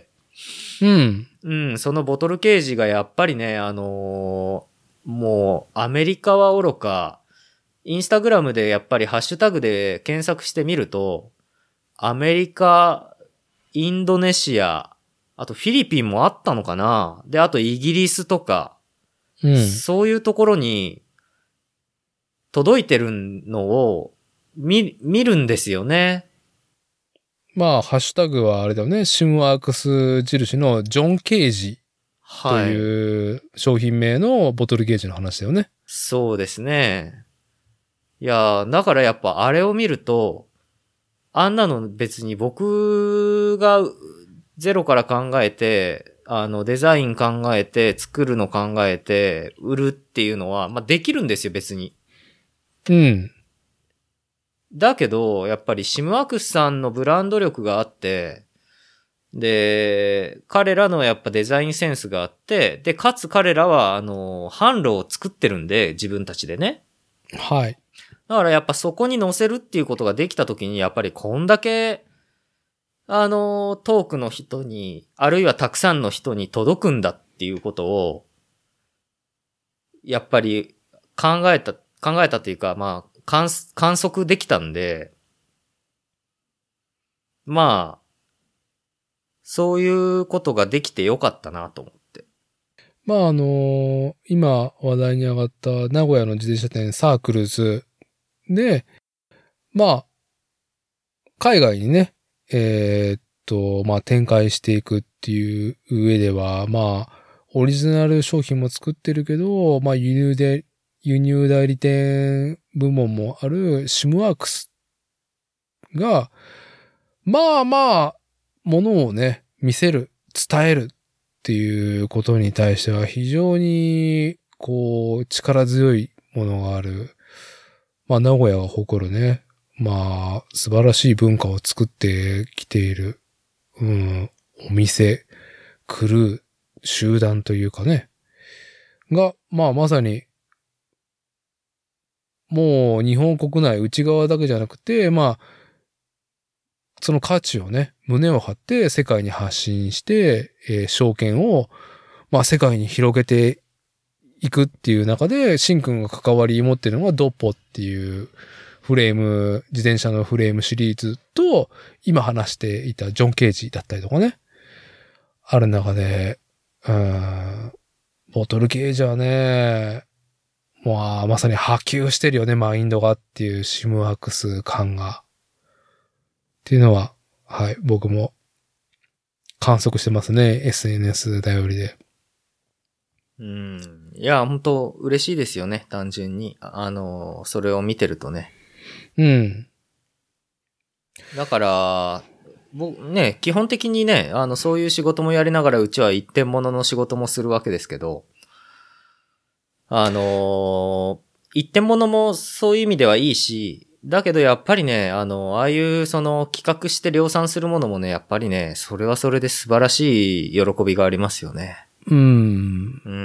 うん。 うん、そのボトルケージがやっぱりね、あの、もう、アメリカはおろか、インスタグラムでやっぱりハッシュタグで検索してみると、アメリカ、インドネシア、あとフィリピンもあったのかな？で、あとイギリスとか、 うん、 そういうところに届いてるのを見、見るんですよね。 まあ、ハッシュタグはあれだよね。シムワークス印のジョン・ケージとはい。 いう商品名のボトルゲージの話だよね。 そうですね。いや、だからやっぱあれを見ると、あんなの別に僕がゼロから考えて、あの、デザイン考えて、作るの考えて、売るっていうのは、まあ、できるんですよ、別に。 うん。 だけど、やっぱりシムワークスさんのブランド力があって、で、彼らのやっぱデザインセンスがあって、で、かつ彼らは、あの、販路を作ってるんで、自分たちでね。 はい。 だからやっぱそこに載せるっていうことができたときに、やっぱりこんだけ、あの、トークの人に、あるいはたくさんの人に届くんだっていうことを、やっぱり考えた、考えたっていうか、まあ、観、観測できたんで、まあ、そういうことができてよかったなと思って。 まあ、あの今話題に上がった名古屋の自転車店サークルズで、まあ、海外にね、えーっと、まあ展開していくっていう上では、まあ、オリジナル商品も作ってるけど、まあ輸入で、輸入代理店部門もあるシムワークスが、まあまあ、ものをね、見せる、伝えるっっていうことに対しては非常に、こう、力強いものがある。まあ、名古屋が誇るね。まあ、素晴らしい文化を作ってきている、うん、お店、クルー、集団というかね。が、まあ、まさに、もう日本国内内側だけじゃなくて、まあ、その価値をね、胸を張って世界に発信して、えー、証券を、まあ、世界に広げていくっていう中で、シンくんが関わり持ってるのがドッポっていうフレーム、自転車のフレームシリーズと、今話していたジョン・ケージだったりとかね、ある中で、うーん、ボトルケージはね、もうまさに波及してるよね、マインドがっていうシムワークス感が。っていうのは、はい、僕も観測してますね、エスエヌエス 頼りで。 うん。いや、本当嬉しいですよね、単純に。あの、それを見てるとね。 うん。 だから、僕ね、基本的にね、あの、そういう仕事もやりながら、うちは一点物の仕事もするわけですけど、あの、一点物もそういう意味ではいいし、だけどやっぱりね、あの、ああいうその企画して量産するものもね、やっぱりね、それはそれで素晴らしい喜びがありますよね。 うん。 うん。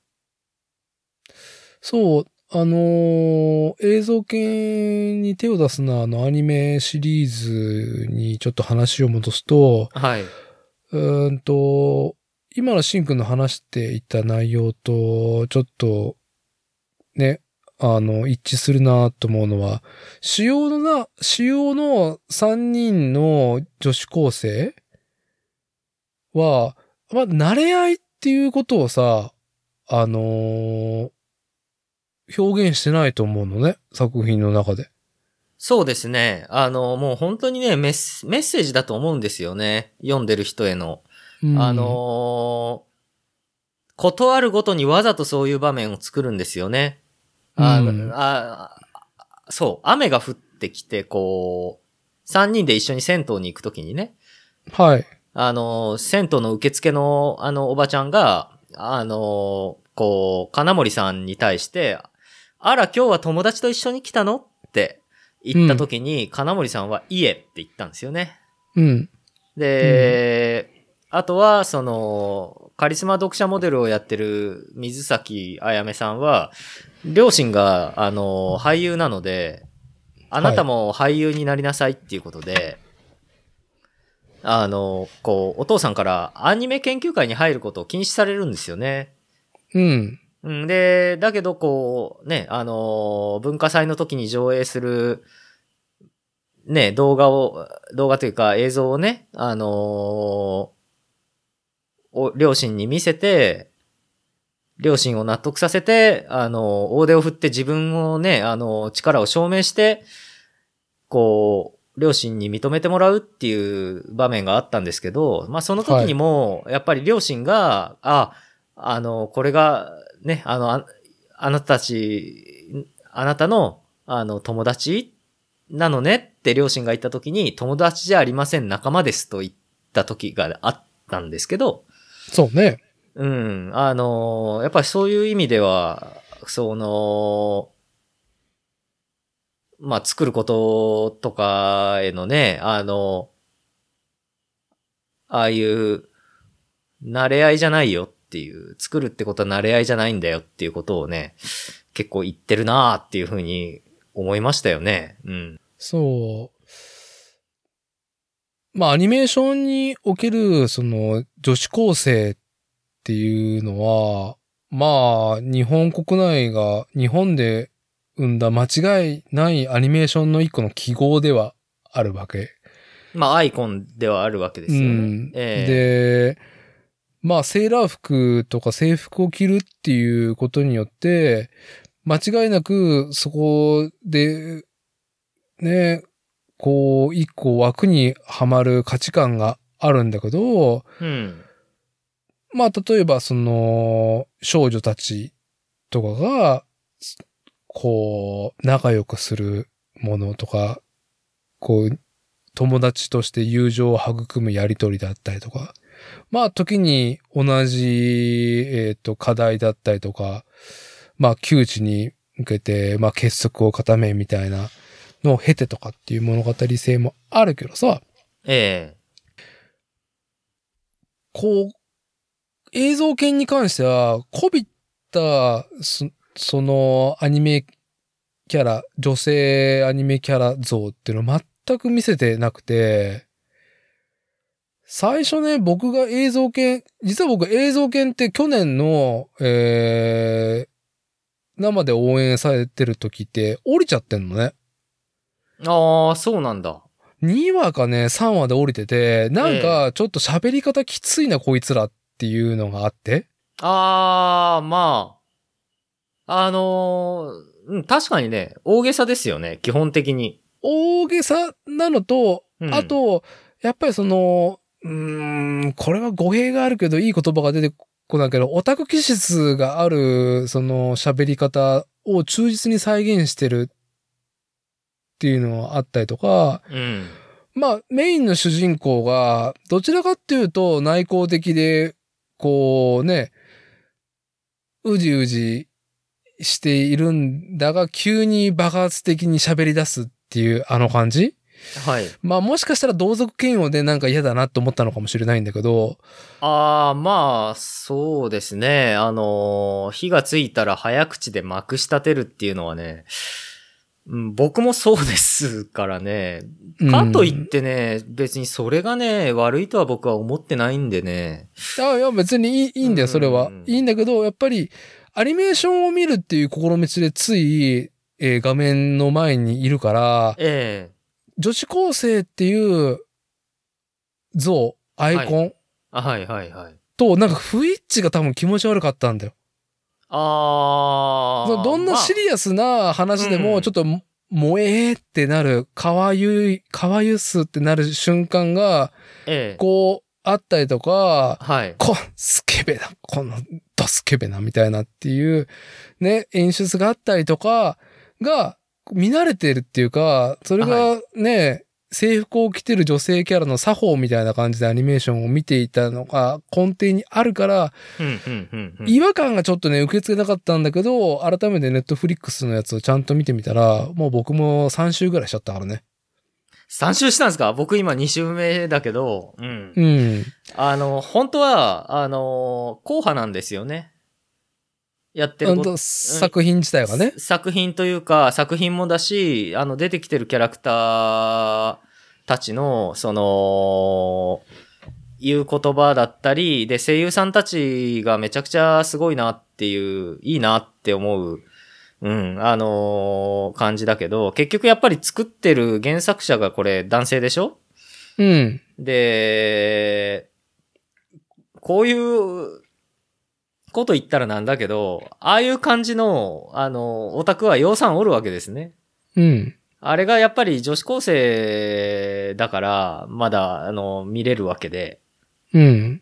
そう、あのー映像系に手を出すな、あのアニメシリーズにちょっと話を戻すと、 はい。 うーんと、今のシンくんの話していた内容と、ちょっと、ね、あの、一致するなと思うのは、主要のな、主要のさんにんの女子高生は、まあ、慣れ合いっていうことをさ、あのー表現してないと思うのね、作品の中で。 そうですね。あの、もう本当にね、メッ、メッセージだと思うんですよね。読んでる人への。 うん、 あのー、ことあるごとにわざとそういう場面を作るんですよね。あ、うん、あ、そう、雨が降ってきて、こう、三人で一緒に銭湯に行くときにね。 はい。 あの、銭湯の受付の、あの、おばちゃんが、あの、こう、金森さんに対して、あら、今日は友達と一緒に来たのって言ったときに、うん、金森さんは、いえって言ったんですよね。 うん。 で、うん、あとは、その、カリスマ読者モデルをやってる水崎あやめさんは、両親が、あの、俳優なので、あなたも俳優になりなさいっていうことで、はい、あの、こう、お父さんからアニメ研究会に入ることを禁止されるんですよね。 うん。 で、だけどこう、ね、あの、文化祭の時に上映する、ね、動画を、動画というか映像をね、あの、両親に見せて、両親を納得させて、あの、大手を振って自分をね、あの、力を証明して、こう、両親に認めてもらうっていう場面があったんですけど、まあその時にも、やっぱり両親が、はい、あ、あの、これが、ね、あの、あ、あなたたち、あなたの、あの、友達なのねって両親が言った時に、友達じゃありません、仲間ですと言った時があったんですけど、 そうね。 うん。あの、やっぱりそういう意味では、その、まあ、作ることとかへのね、あの、ああいう、慣れ合いじゃないよっていう、作るってことは慣れ合いじゃないんだよっていうことをね、結構言ってるなーっていうふうに思いましたよね。うん。 そう。まあ、アニメーションにおける、その、女子高生っていうのは、まあ、日本国内が、日本で生んだ間違いないアニメーションの一個の記号ではあるわけ。 まあ、アイコンではあるわけですよね。うん、 えー、で、まあ、セーラー服とか制服を着るっていうことによって、間違いなくそこで、ね、こう、一個枠にはまる価値観があるんだけど、 うん、 まあ、例えばその、少女たちとかが、こう、仲良くするものとか、こう、友達として友情を育むやりとりだったりとか、 まあ時に同じ、えっと、課題だったりとか、まあ窮地に向けて、まあ結束を固めみたいなのを経てとかっていう物語性もあるけどさ、 ええ。 こう、映像系に関しては、こびったそ、そのアニメキャラ、女性アニメキャラ像っていうのを全く見せてなくて、最初ね、僕が映像系、実は僕映像系って去年の、えー、生で応援されてる時って降りちゃってんのね。 ああ、そうなんだ。 にわかね、さんわで降りてて、なんかちょっと喋り方きついなこいつらっていうのがあって。 ああ、まあ。あのー、うん、確かにね、大げさですよね、基本的に。 大げさなのと、 うん、 あと、やっぱりその、うーん、これは語弊があるけど、いい言葉が出てこないけど、オタク気質がある、その喋り方を忠実に再現してるっていうのがあったりとか、 うん。 まあ、メインの主人公が、どちらかっていうと内向的で、こうね、うじうじしているんだが、急に爆発的に喋り出すっていうあの感じ？ はい。 まあもしかしたら同族嫌悪でなんか嫌だなと思ったのかもしれないんだけど。 ああ、まあ、そうですね。あのー、火がついたら早口でまくし立てるっていうのはね、うん、僕もそうですからね。かといってね、別にそれがね、悪いとは僕は思ってないんでね。 あいや別にいいいいんだよ、それは。いいんだけど、やっぱりアニメーションを見るっていう心道でつい、えー画面の前にいるから、 ええ女子高生っていう像、アイコンあ、はいはいはい。 となんか不一致が多分気持ち悪かったんだよ。 ああ。 どんなシリアスな話でもちょっと、萌えーってなる、かわゆい、かわゆすってなる瞬間が、 ええ、 こう、あったりとか、 はい。 こ、スケベな、この、ドスケベな、みたいなっていう、ね、演出があったりとか、が、見慣れてるっていうか、それがね、制服を着てる女性キャラの作法みたいな感じでアニメーションを見ていたのが根底にあるから、 うんうんうんうん、 違和感がちょっとね、受け付けなかったんだけど、改めてネットフリックスのやつをちゃんと見てみたら、もう僕もさん週ぐらいしちゃったからね。 さん週したんですか？僕今に週目だけど、うん。 うん。 あの、本当は、あの、硬派なんですよね。やってること。 作品自体がね。 作品というか、作品もだし、あの、出てきてるキャラクターたちの、その、言う言葉だったり、で、声優さんたちがめちゃくちゃすごいなっていう、いいなって思う、うん、あのー、感じだけど、結局やっぱり作ってる原作者がこれ男性でしょ？ うん。 で、こういうこと言ったらなんだけど、ああいう感じの、あの、オタクは養蚕おるわけですね。 うん。 あれがやっぱり女子高生だから、まだ、あの、見れるわけで。 うん。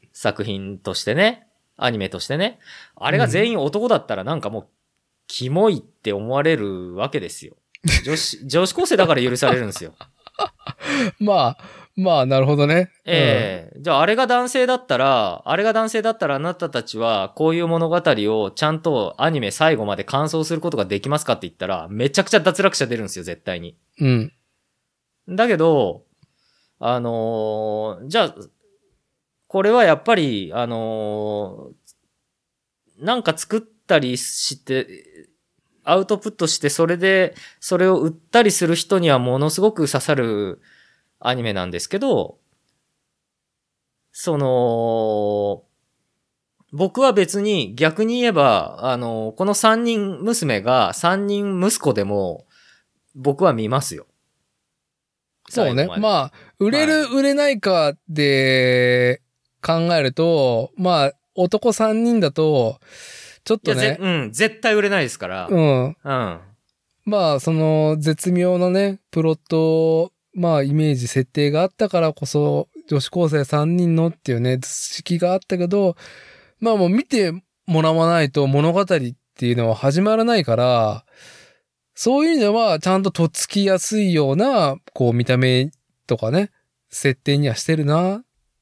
作品としてね。アニメとしてね。あれが全員男だったらなんかもう、キモいって思われるわけですよ。女子、女子高生だから許されるんですよ。 まあ、まあ、なるほどね。 ええー、じゃああれが男性だったら、あれが男性だったらあなたたちはこういう物語をちゃんとアニメ最後まで完走することができますかって言ったら、めちゃくちゃ脱落者出るんですよ、絶対に。 うん。 だけど、あのー、じゃあ、これはやっぱり、あのー、なんか作ったりして、アウトプットしてそれで、それを売ったりする人にはものすごく刺さるアニメなんですけど、その、僕は別に逆に言えば、あの、この三人娘が三人息子でも、僕は見ますよ。 そうね。まあ、売れる、はい、売れないかで考えると、まあ、男三人だと、ちょっとね。 うん、絶対売れないですから。 うん。 うん。 まあ、その、絶妙なね、プロット、まあ、イメージ、設定があったからこそ、女子高生さんにんのっていうね、図式があったけど、まあもう見てもらわないと物語っていうのは始まらないから、そういう意味ではちゃんととっつきやすいような、こう見た目とかね、設定にはしてるなっ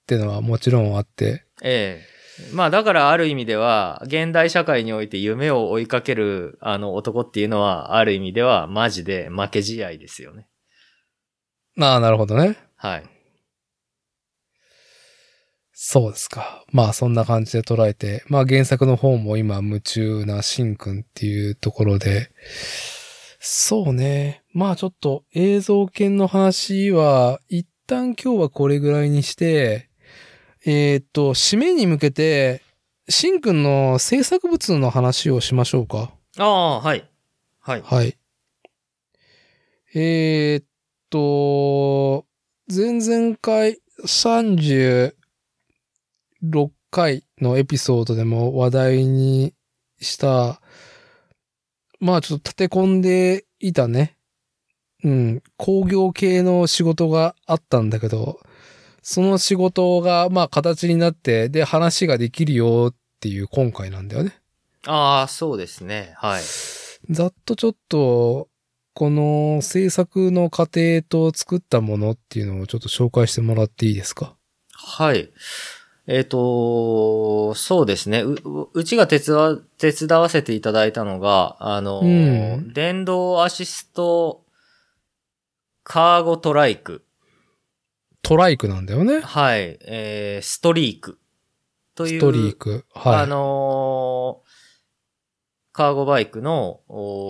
ってのはもちろんあって。 ええ。まあだからある意味では、現代社会において夢を追いかけるあの男っていうのは、ある意味ではマジで負け試合ですよね。 ああ、なるほどね。 はい。 そうですか。まあそんな感じで捉えて、まあ原作の方も今夢中なシンくんっていうところで、そうね。まあちょっと映像系の話は、一旦今日はこれぐらいにして、えーっと、締めに向けて、シンくんの制作物の話をしましょうか。 ああ、はい。はい。 はい。えーっと、前々回さんじゅうろっかいのエピソードでも話題にした、まあちょっと立て込んでいたね。うん、工業系の仕事があったんだけど、その仕事がまあ形になって、で話ができるよっていう今回なんだよね。 ああ、そうですね。はい。 ざっとちょっと、この制作の過程と作ったものっていうのをちょっと紹介してもらっていいですか？ はい。えっと、そうですね。う、うちが手伝わ、手伝わせていただいたのが、あの、 うん、 電動アシストカーゴトライク。 トライクなんだよね。 はい。えー、ストリーク。という。 ストリーク。はい。 あのーカーゴバイクの、 うん、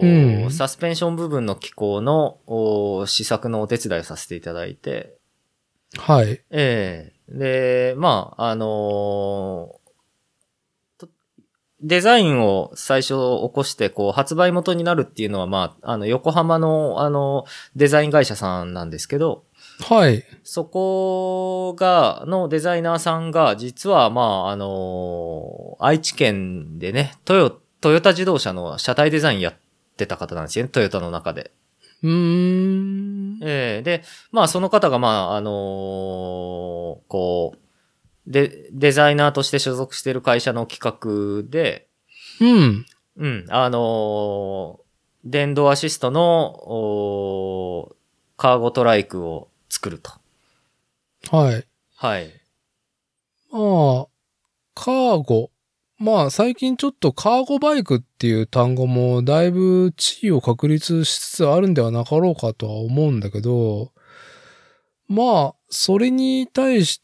サスペンション部分の機構の試作のお手伝いをさせていただいて。 はい。 ええー、で、まあ、あのー、デザインを最初起こして、こう、発売元になるっていうのは、まあ、あの、横浜の、あの、デザイン会社さんなんですけど、 はい。 そこが、のデザイナーさんが、実は、まあ、あのー、愛知県でね、トヨ、トヨタ自動車の車体デザインやってた方なんですよね、トヨタの中で。 うーん。 ええー、で、まあ、その方が、まあ、あのー、こう、で、デザイナーとして所属している会社の企画で、 うん。 うん、あのー、電動アシストの、カーゴトライクを作ると。 はい。 はい。 まあ、カーゴ。まあ、最近ちょっとカーゴバイクっていう単語もだいぶ地位を確立しつつあるんではなかろうかとは思うんだけど、まあ、それに対して、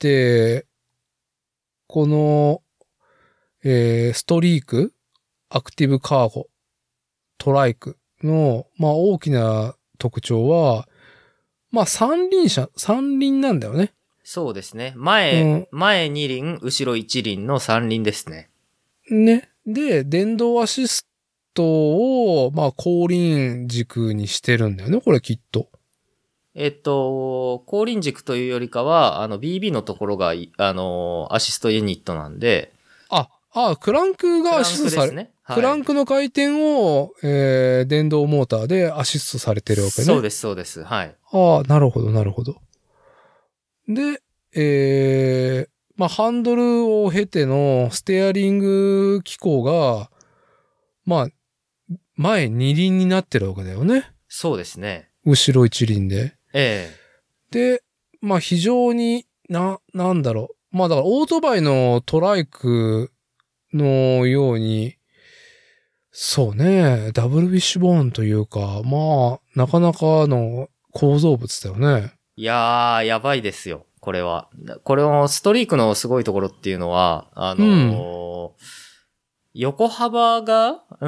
この、えー、ストリーク、アクティブカーゴ、トライクの、まあ大きな特徴は、まあ三輪車、三輪なんだよね。 そうですね。前、うん、前二輪、後ろ一輪の三輪ですね。 ね。で、電動アシストを、まあ後輪軸にしてるんだよね、これきっと。 えっと、後輪軸というよりかは、あの、ビービー のところが、あの、アシストユニットなんで。 あ、あ、クランクがアシストされ、クランクですね。はい、クランクの回転を、えー、電動モーターでアシストされてるわけね。 そうです、そうです。はい。 ああ、なるほど、なるほど。で、えー、まあ、ハンドルを経てのステアリング機構が、まあ、前二輪になってるわけだよね。 そうですね。 後ろ一輪で。 ええ。で、まあ、非常にな、なんだろう。まあ、だからオートバイのトライクのように、そうね、ダブルウィッシュボーンというか、まあ、なかなかの構造物だよね。 いやー、やばいですよ、これは。これのストリークのすごいところっていうのは、あのーうん、横幅が、うん、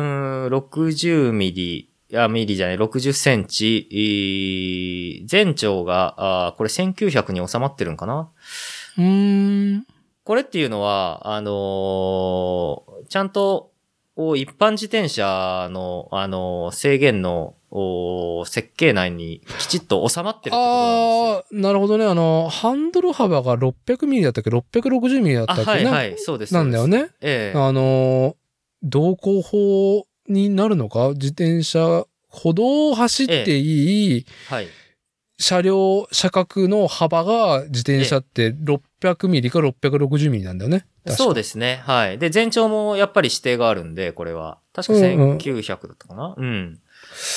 ろくじゅうミリ、いや、ミリじゃない、ろくじゅっセンチ、全長が、あこれせんきゅうひゃくに収まってるんかな？ うーん。 これっていうのは、あのー、ちゃんと、一般自転車の、あのー、制限の、設計内にきちっと収まってるってことなんですよ。 ああ、なるほどね。あの、ハンドル幅がろっぴゃくミリだったっけ ?ろっぴゃくろくじゅうミリだったっけ？ あ、はいはい、そうです。 なんだよね。 ええ。 あの、道交法になるのか？自転車、歩道を走っていい、ええ、はい。車両、車角の幅が自転車ってろっぴゃくミリかろっぴゃくろくじゅうミリなんだよね。 そうですね。はい。で、全長もやっぱり指定があるんで、これは。確かせんきゅうひゃくだったかな、うん、うん。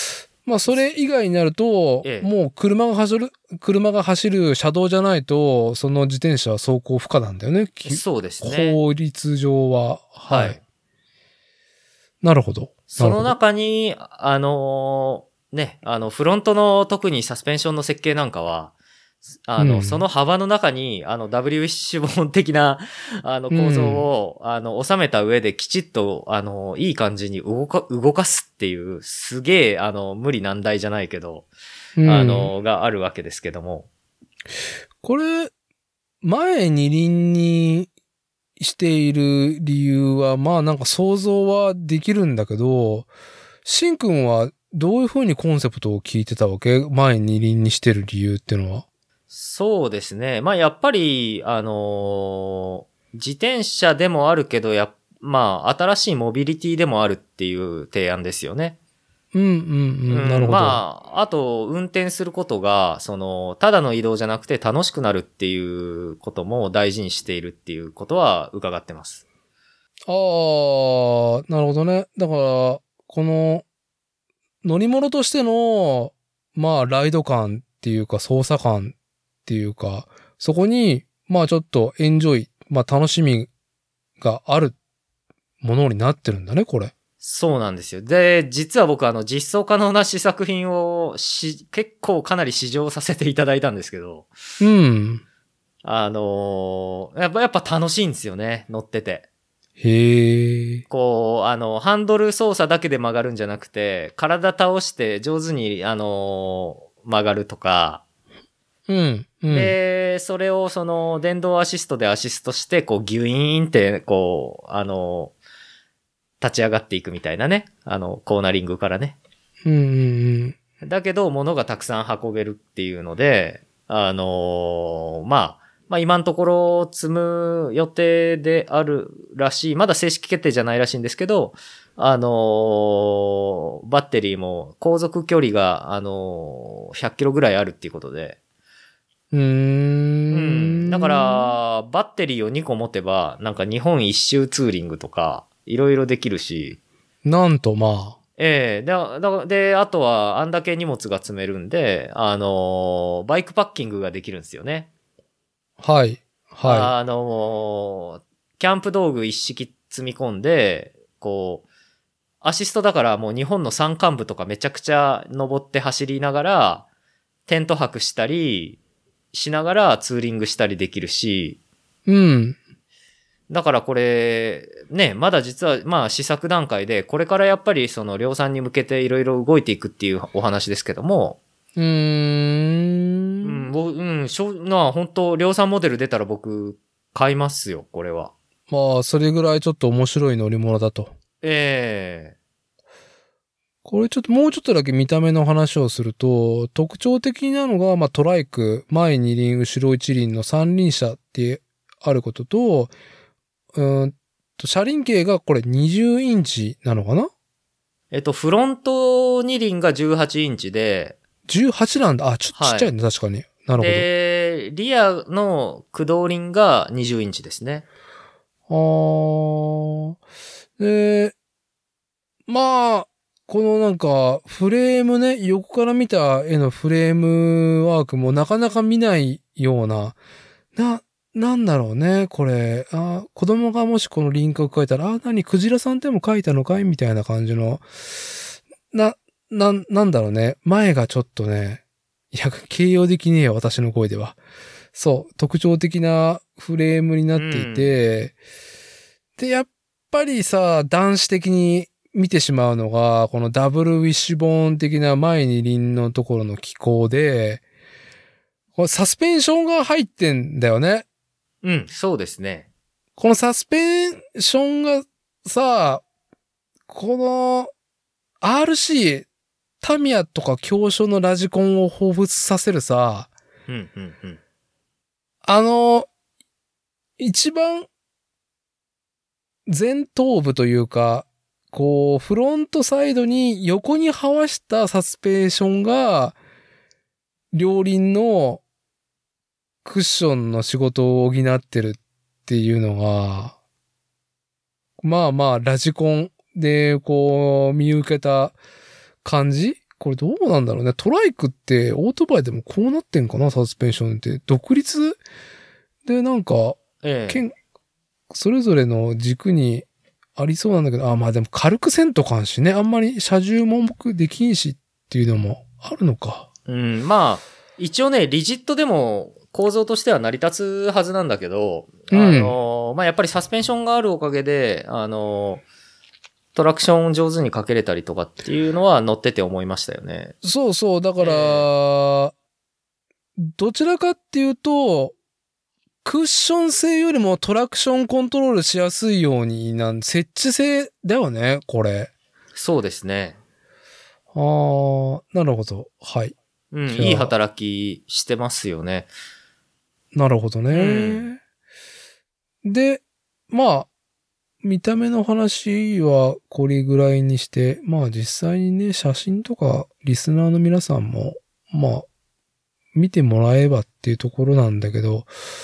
まあそれ以外になると、 ええ、 もう車が走る、車が走る車道じゃないと、その自転車は走行不可なんだよね。 そうですね。 法律上は。はい。 はい。 なるほど。 その中に、あのーね、あの、フロントの特にサスペンションの設計なんかは、あの、うん、その幅の中に、あの、ダブリューウィッシュボーン的な、あの、構造を、うん、あの、収めた上できちっと、あの、いい感じに動か、動かすっていう、すげえ、あの、無理難題じゃないけど、うん、あの、があるわけですけども。 これ、前二輪にしている理由は、まあなんか想像はできるんだけど、しんくんはどういう風にコンセプトを聞いてたわけ？前二輪にしてる理由っていうのは。 そうですね。まあやっぱり、あのー、自転車でもあるけど、や、まあ新しいモビリティでもあるっていう提案ですよね。 うんうんうん。なるほど。 まあ、あと、運転することが、その、ただの移動じゃなくて楽しくなるっていうことも大事にしているっていうことは伺ってます。 ああ、なるほどね。だから、この、乗り物としての、まあ、ライド感っていうか、操作感っていうか、そこに、まあちょっとエンジョイ、まあ楽しみがあるものになってるんだね、これ。 そうなんですよ。で、実は僕あの実装可能な試作品をし、結構かなり試乗させていただいたんですけど。 うん。 あのー、やっぱ、やっぱ楽しいんですよね、乗ってて。 へえ。 こう、あの、ハンドル操作だけで曲がるんじゃなくて、体倒して上手に、あのー、曲がるとか。 うん、うん。 で、それをその、電動アシストでアシストして、こう、ギュイーンって、こう、あのー、立ち上がっていくみたいなね。あの、コーナリングからね。 うんうんうん。だけど、物がたくさん運べるっていうので、あのー、まあ、まあ今のところ積む予定であるらしい。まだ正式決定じゃないらしいんですけど、あのー、バッテリーも航続距離が、あのー、ひゃっキロぐらいあるっていうことで。 うーん。 うん。だから、バッテリーをにこ持てば、なんか日本一周ツーリングとか、いろいろできるし。 なんとまあ。 ええー、だ、だ、で、あとは、あんだけ荷物が積めるんで、あのー、バイクパッキングができるんですよね。 はい。はい。 あのー、キャンプ道具一式積み込んで、こう、アシストだからもう日本の山間部とかめちゃくちゃ登って走りながら、テント泊したりしながらツーリングしたりできるし、 うん。 だからこれ、ね、まだ実はまあ試作段階で、これからやっぱりその量産に向けていろいろ動いていくっていうお話ですけども、 うーん。 うん、僕、うん、しょ、な、本当量産モデル出たら僕、買いますよ、これは。 まあ、それぐらいちょっと面白い乗り物だと。 ええー。 これちょっともうちょっとだけ見た目の話をすると、特徴的なのが、まあトライク、前二輪、後ろ一輪の三輪車ってあることと、うーんと、車輪径がこれにじゅうインチなのかな？ えっと、フロント二輪がじゅうはちインチで、 じゅうはちなんだ。あ、ちょっとちっちゃいね、はい、確かに。なるほど。 で、リアの駆動輪がにじゅうインチですね。 あー。で、まあ、このなんか、フレームね、横から見た絵のフレームワークもなかなか見ないような、な、なんだろうね、これ。あ、子供がもしこの輪郭描いたら、あ、何、クジラさんでも描いたのかいみたいな感じの、な、な、なんだろうね。前がちょっとね、いや、形容できねえよ、私の声では。そう、特徴的なフレームになっていて、で、やっぱりさ、男子的に見てしまうのが、このダブルウィッシュボーン的な前二輪のところの機構で、これサスペンションが入ってんだよね。 うん、そうですね。 このサスペンションがさ、この アールシー、タミヤとか京商のラジコンを彷彿させるさ、 うんうんうん、 あの、一番前頭部というか、こう、フロントサイドに横に這わしたサスペンションが、両輪のクッションの仕事を補ってるっていうのが、まあまあ、ラジコンでこう、見受けた感じこれどうなんだろうね。トライクってオートバイでもこうなってんかな、サスペンションって。独立でなんか、 ええ。 けんそれぞれの軸にありそうなんだけど、あ、まあでも軽くせんとかんしね。あんまり車重も重くできんしっていうのもあるのか。 うん、まあ、一応ね、リジットでも構造としては成り立つはずなんだけど、 うん、 あの、まあやっぱりサスペンションがあるおかげで、あの、トラクション上手にかけれたりとかっていうのは乗ってて思いましたよね。 そうそう。だから、えー、どちらかっていうと、クッション性よりもトラクションコントロールしやすいようになん設置性だよね、これ。 そうですね。 あー、なるほど。はい。 うん、いい働きしてますよね。 なるほどね。うん、で、まあ、見た目の話はこれぐらいにして、まあ実際にね、写真とかリスナーの皆さんも、まあ、見てもらえばっていうところなんだけど、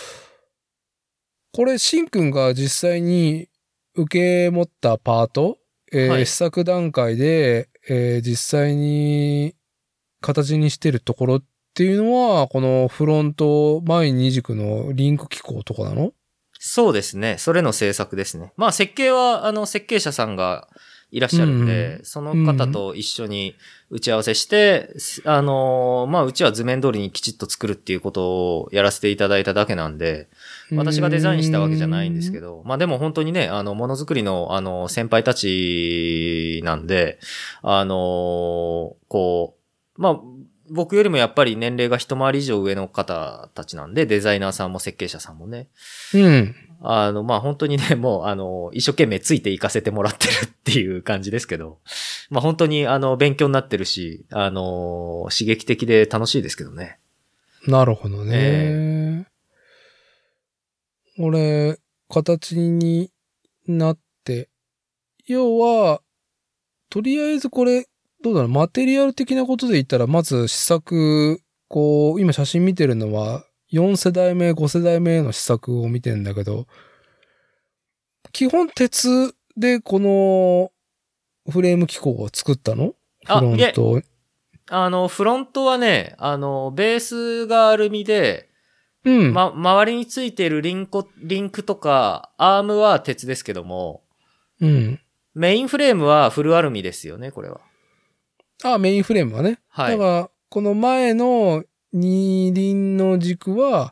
これ、しんくんが実際に受け持ったパート、えーはい、試作段階で、えー、実際に形にしてるところっていうのは、このフロント前二軸のリンク機構とかなの？ そうですね。それの制作ですね。まあ設計は、あの、設計者さんがいらっしゃるんで、うん、その方と一緒に打ち合わせして、うん、あの、まあうちは図面通りにきちっと作るっていうことをやらせていただいただけなんで、私がデザインしたわけじゃないんですけど、まあでも本当にね、あの、ものづくりの、あの、先輩たちなんで、あの、こう、まあ、僕よりもやっぱり年齢が一回り以上上の方たちなんで、デザイナーさんも設計者さんもね。 うん。 あの、まあ、本当にね、もう、あの、一生懸命ついていかせてもらってるっていう感じですけど、まあ、本当に、あの、勉強になってるし、あの、刺激的で楽しいですけどね。 なるほどね。えー、俺、形になって、要は、とりあえずこれ、どうだろう、マテリアル的なことで言ったら、まず試作、こう、今写真見てるのは、よん世代目、ご世代目の試作を見てんだけど、基本鉄でこのフレーム機構を作ったの？フロント。 あの、フロントはね、あの、ベースがアルミで、 うん。 ま、周りについているリンコ、リンクとか、アームは鉄ですけども、 うん。 メインフレームはフルアルミですよね、これは。 ああ、メインフレームはね。はい。だから、この前の二輪の軸は、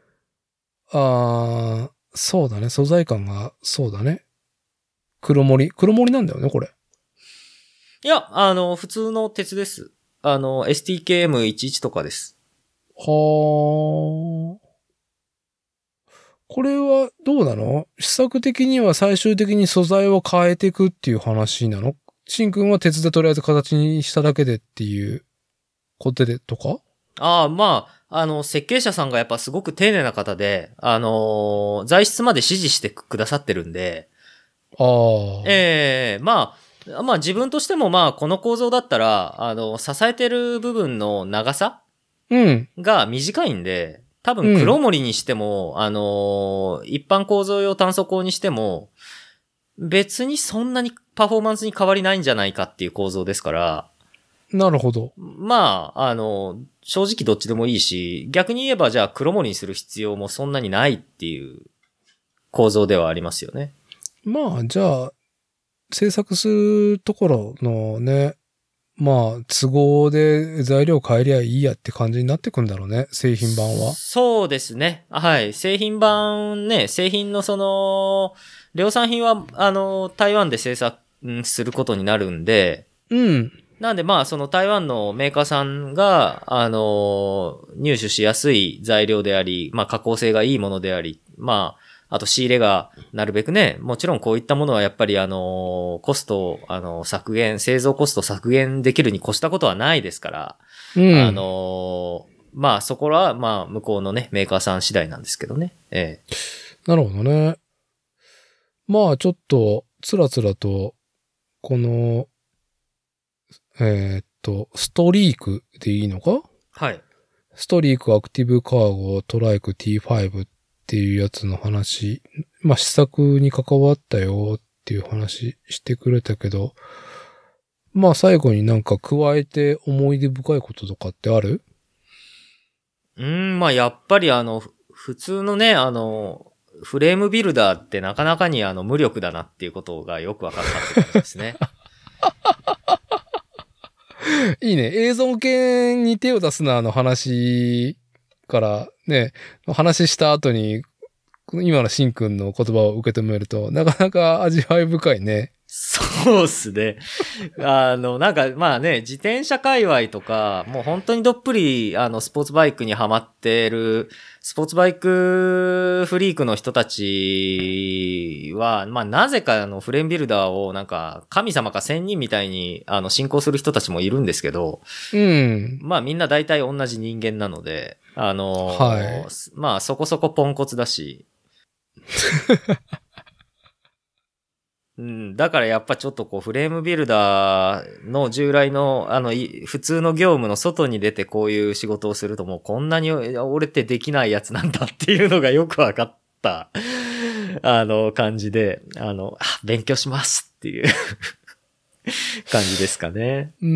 ああ、そうだね。素材感が、そうだね。黒森。黒森なんだよね、これ。 いや、あの、普通の鉄です。あの、エスティーケーエムじゅういち とかです。 はー。これはどうなの？試作的には最終的に素材を変えていくっていう話なの？しんくんは鉄でとりあえず形にしただけでっていうことでとか？ ああ、まあ、あの、設計者さんがやっぱすごく丁寧な方で、あのー、材質まで指示してくださってるんで。 ああ。 ええー、まあ、まあ自分としてもまあこの構造だったら、あの、支えてる部分の長さうん。 が短いんで、多分黒森にしても、うん、あのー、一般構造用炭素鋼にしても、別にそんなにパフォーマンスに変わりないんじゃないかっていう構造ですから。 なるほど。 まあ、あの、正直どっちでもいいし、逆に言えばじゃあ黒森にする必要もそんなにないっていう構造ではありますよね。 まあ、じゃあ、制作するところのね、まあ、都合で材料変えりゃいいやって感じになってくんだろうね、製品版は。 そうですね。はい。製品版ね、製品のその、量産品は、あの、台湾で製作することになるんで、 うん。 なんでまあ、その台湾のメーカーさんが、あの、入手しやすい材料であり、まあ、加工性がいいものであり、まあ、あと仕入れがなるべくね、もちろんこういったものはやっぱりあの、コスト、あの、削減、製造コスト削減できるに越したことはないですから、うん、あの、まあそこはまあ向こうのね、メーカーさん次第なんですけどね。ええ。 なるほどね。まあちょっと、つらつらと、この、えー、っと、ストリークでいいのか？ はい。 ストリークアクティブカーゴトライク ティーファイブ っていうやつの話、まあ、試作に関わったよっていう話してくれたけど、 まあ最後になんか加えて思い出深いこととかってある？ うーん、まあやっぱりあの、ふ普通のね、あの、フレームビルダーってなかなかにあの無力だなっていうことがよく分かったって感じですね。 いいね。映像系に手を出すなの話からね、話した後に、今のシンくんの言葉を受け止めると、なかなか味わい深いね。 そうっすね。あの、なんか、まあね、自転車界隈とか、もう本当にどっぷり、あの、スポーツバイクにハマってる、スポーツバイクフリークの人たちは、まあなぜかあの、フレームビルダーをなんか、神様か仙人みたいに、あの、信仰する人たちもいるんですけど、 うん。 まあみんな大体同じ人間なので、あの、 はい。 まあそこそこポンコツだし、うん、だからやっぱちょっとこうフレームビルダーの従来のあのい普通の業務の外に出てこういう仕事をするともうこんなに俺ってできないやつなんだっていうのがよくわかったあの感じで、あの、あ勉強しますっていう感じですかね。 うん。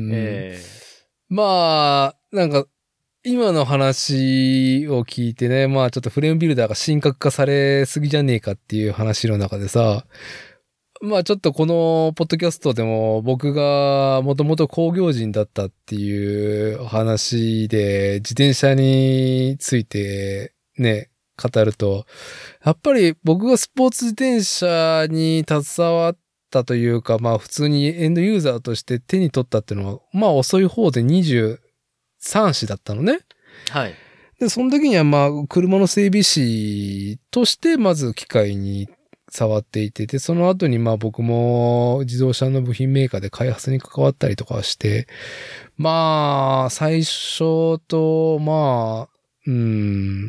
えまあ、なんか、今の話を聞いてね、まあちょっとフレームビルダーが神格化されすぎじゃねえかっていう話の中でさ、まあちょっとこのポッドキャストでも僕がもともと工業人だったっていう話で自転車についてね、語ると、やっぱり僕がスポーツ自転車に携わったというか、まあ普通にエンドユーザーとして手に取ったっていうのは、まあ遅い方でにじゅうさん子だったのね。 ー、はい。 で、その時にはまあ車の整備士としてまず機械に触っていて、で、その後にまあ僕も自動車の部品メーカーで開発に関わったりとかして、まあ、最初と、まあ、うん、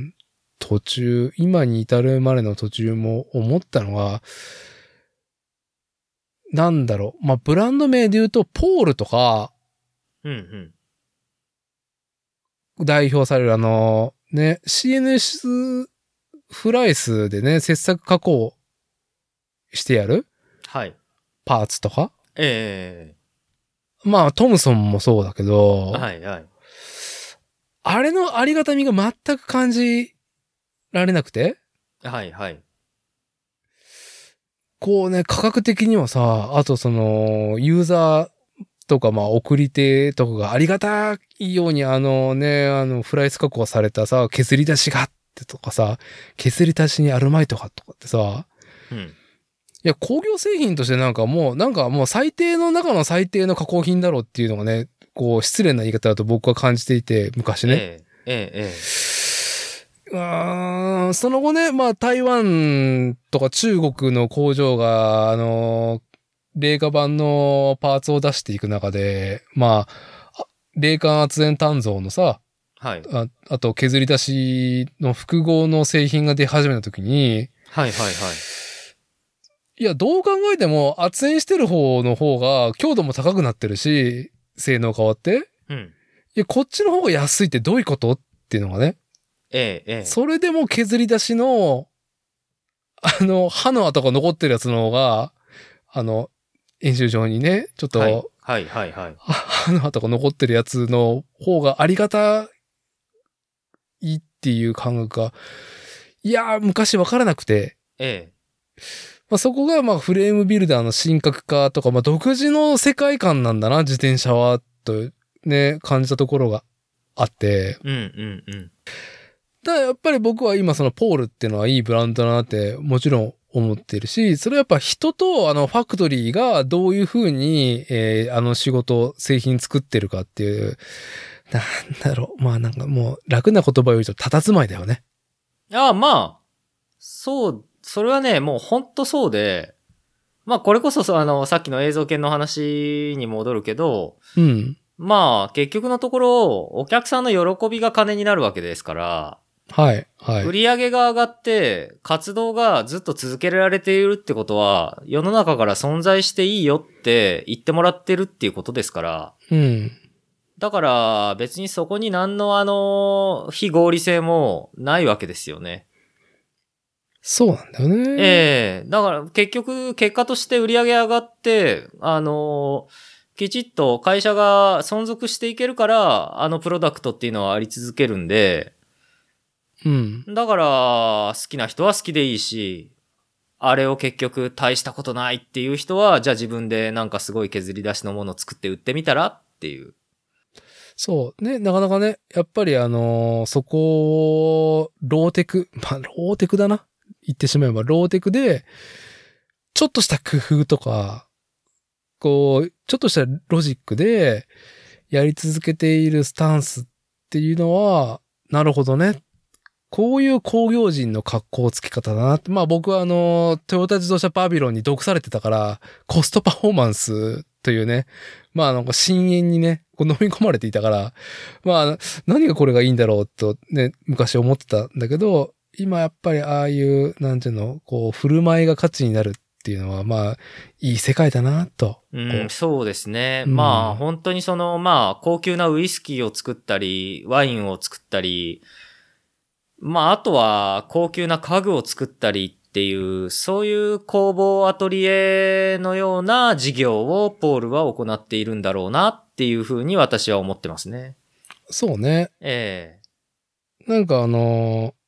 途中、今に至るまでの途中も思ったのが、なんだろう、まあブランド名で言うと、ポールとか、 うんうん。 代表されるあの、ね、シーエヌエス フライスでね、切削加工してやるはい。 パーツとか。 えまあ、トムソンもそうだけえー、 ど、 はいはい。 あれのありがたみが全く感じられなくて、 はいはい。 こうね、価格的にはさ、あとその、ユーザーとか、まあ、送り手とかがありがたいように、あのね、あの、フライス加工されたさ、削り出しがあってとかさ、削り出しにアルマイトがとかってさ、 うん。 いや、工業製品としてなんかもう、なんかもう最低の中の最低の加工品だろうっていうのがね、こう、失礼な言い方だと僕は感じていて、昔ね。 ええええええうーん、その後ね、まあ台湾とか中国の工場が、あの、冷化板のパーツを出していく中で、まあ、あ冷感圧延炭造のさ、 はい。 ああと削り出しの複合の製品が出始めた時に、 はいはいはい。 いや、どう考えても圧延してる方の方が強度も高くなってるし、性能変わって。 うん。 いや、こっちの方が安いってどういうことっていうのがね。 ええええそれでも削り出しの、あの、刃の跡が残ってるやつの方が、あの、演習場にね、ちょっはい。 と、 はいはいはい。 は刃の跡が残ってるやつの方がありがたいっていう感覚が、いやー、昔わからなくて、 ええまあ、そこが、まあ、フレームビルダーの神格化とか、まあ、独自の世界観なんだな、自転車は、と、ね、感じたところがあって、 うんうんうん。 ただやっぱり僕は今そのポールっていうのはいいブランドだなってもちろん思ってるし、それはやっぱ人とあのファクトリーがどういうふうに、えー、あの仕事、製品作ってるかっていう、なんだろう。まあなんかもう楽な言葉を言うと佇まいだよね。 ああ、まあ、そう、それはね、もうほんとそうで、まあこれこそそあの、さっきの映像系の話に戻るけど、 うん。 まあ結局のところ、お客さんの喜びが金になるわけですから、 はい。はい。 売り上げが上がって活動がずっと続けられているってことは、世の中から存在していいよって言ってもらってるっていうことですから、 うん。 だから別にそこに何のあの、非合理性もないわけですよね。 そうなんだよね。 ええだから結局結果として売り上げ上がって、あの、 きちっと会社が存続していけるから、あのプロダクトっていうのはあり続けるんで、 うん。 だから、好きな人は好きでいいし、あれを結局大したことないっていう人は、じゃあ自分でなんかすごい削り出しのものを作って売ってみたらっていう。 そう。ね、なかなかね、やっぱりあのーそこを、ローテク、まあ、ローテクだな。言ってしまえば、ローテクで、ちょっとした工夫とか、こう、ちょっとしたロジックで、やり続けているスタンスっていうのは、なるほどね。こういう工業人の格好つき方だなって。まあ僕はあの、トヨタ自動車バビロンに毒されてたから、コストパフォーマンスというね、まあなんか深淵にね、こう飲み込まれていたから、まあ何がこれがいいんだろうとね、昔思ってたんだけど、今やっぱりああいう、なんていうの、こう、振る舞いが価値になるっていうのは、まあ、いい世界だなと。 うん、そうですね。 うん、 まあ本当にその、まあ高級なウイスキーを作ったり、ワインを作ったり、まああとは高級な家具を作ったりっていう、そういう工房アトリエのような事業をポールは行っているんだろうなっていうふうに私は思ってますね。 そうね。 ええなんかあのー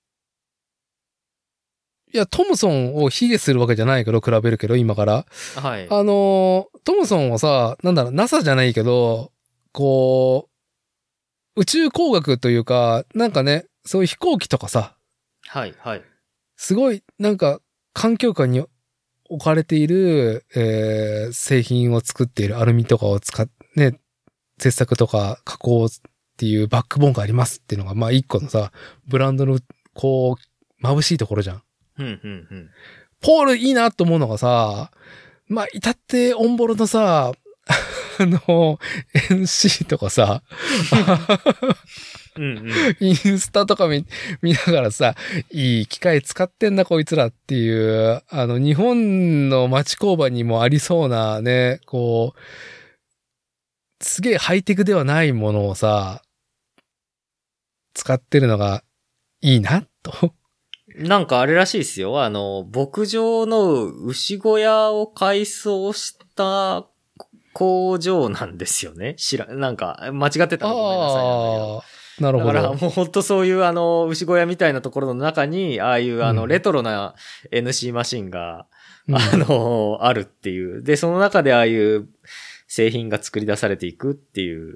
いや、トムソンを卑下するわけじゃないけど、比べるけど、今から。 はい。 あのー、トムソンはさ、なんだろう、ナサ じゃないけど、こう、宇宙工学というか、なんかね、そういう飛行機とかさ、 はい、はい。 すごい、なんか、環境下に置かれている、えー、製品を作っているアルミとかを使って、ね、切削とか加工っていうバックボーンがありますっていうのが、まあ一個のさ、ブランドの、こう、眩しいところじゃん。 うん、うん、うん。 ポールいいなと思うのがさ、まあ、至ってオンボロのさ、あの、エヌシー とかさ、 うんうん、 インスタとか見、見ながらさ、いい機械使ってんなこいつらっていう、あの、日本の町工場にもありそうなね、こう、すげえハイテクではないものをさ、使ってるのがいいな、と。 なんかあれらしいですよ。あの、牧場の牛小屋を改装した工場なんですよね。知ら、なんか、間違ってたらごめんなさいなんだけど。 ああ、なるほど。 だからもうほんとそういうあの、牛小屋みたいなところの中に、ああいうあの、 うんレトロな エヌシー マシンが、 うんあの、あるっていう。で、その中でああいう製品が作り出されていくっていう。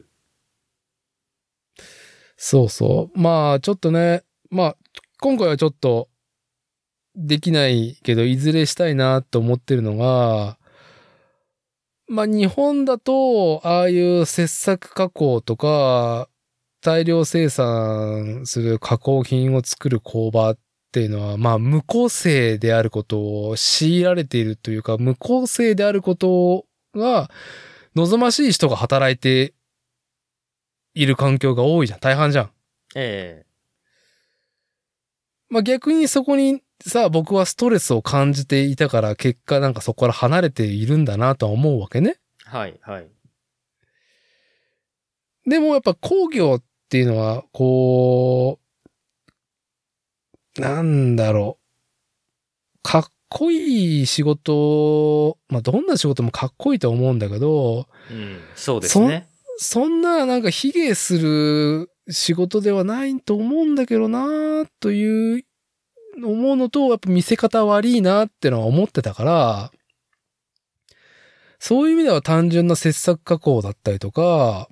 そうそう。まあ、ちょっとね、まあ、今回はちょっと、できないけど、いずれしたいなと思ってるのが、まあ日本だと、ああいう切削加工とか、大量生産する加工品を作る工場っていうのは、まあ無構成であることを強いられているというか、無構成であることが望ましい人が働いている環境が多いじゃん。大半じゃん。 ええ。 まあ逆にそこにさあ僕はストレスを感じていたから結果なんかそこから離れているんだなとは思うわけね。 はい、はい。 でもやっぱ工業っていうのはこう、なんだろう。かっこいい仕事、まあどんな仕事もかっこいいと思うんだけど、 うん、そうですね。 そ、そんななんか卑下する仕事ではないと思うんだけどなという思うのと、やっぱ見せ方悪いなってのは思ってたから、そういう意味では単純な切削加工だったりとか、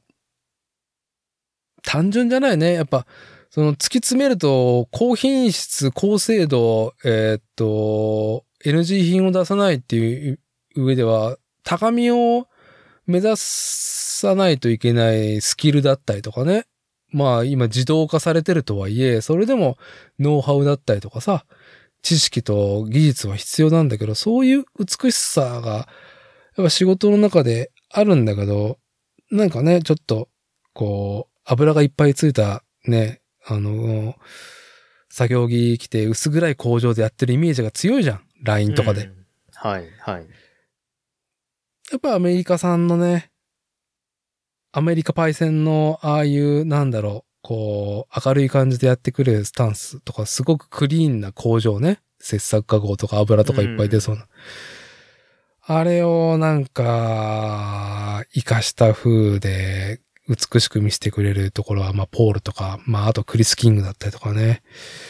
単純じゃないね。やっぱ、その突き詰めると、高品質、高精度、えーっと、エヌジー 品を出さないっていう上では、高みを目指さないといけないスキルだったりとかね。まあ今自動化されてるとはいえ、それでもノウハウだったりとかさ、知識と技術は必要なんだけど、そういう美しさが、やっぱ仕事の中であるんだけど、なんかね、ちょっと、こう、油がいっぱいついたね、あの、作業着着て薄暗い工場でやってるイメージが強いじゃん。ライン とかで、うん。 はい、はい。 やっぱアメリカ産のね、アメリカパイセンのああいうなんだろう、こう明るい感じでやってくるスタンスとかすごくクリーンな工場ね。切削加工とか油とかいっぱい出そうな。 あれをなんか、活かした風で美しく見せてくれるところは、まあ、ポールとか、まあ、あとクリス・キングだったりとかね。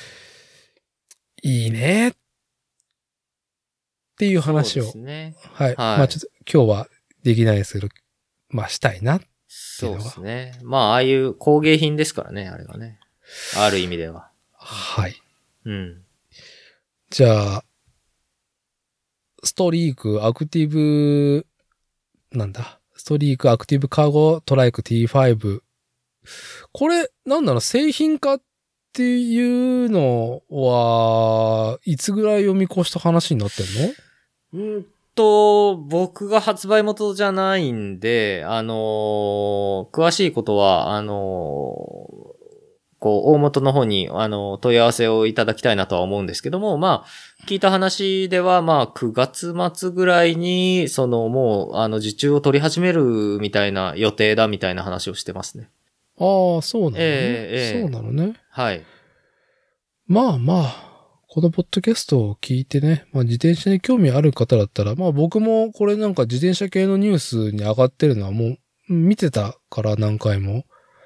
いいねっていう話を。 そうですね。 はい。 はい。 まあ、ちょっと今日はできないですけど、まあ、したいなっていうそうのが。 ですね。まあ、ああいう工芸品ですからね、あれはね。ある意味では。 はい。 うん。 じゃあ、ストリークアクティブ、なんだ。ストリークアクティブカーゴトライク ティーファイブ。これ、なんだろう、製品化っていうのは、いつぐらい読み越した話になってんの？ うんと、僕が発売元じゃないんで、あのー詳しいことは、あのーこう、大元の方に、あの、問い合わせをいただきたいなとは思うんですけども、まあ、聞いた話では、まあ、くがつ末ぐらいに、その、もう、あの、受注を取り始めるみたいな予定だみたいな話をしてますね。 ああ、そうなのね。 ええええそうなのね。 はい。 まあまあ、このポッドキャストを聞いてね、まあ自転車に興味ある方だったら、まあ僕もこれなんか自転車系のニュースに上がってるのはもう見てたから何回も。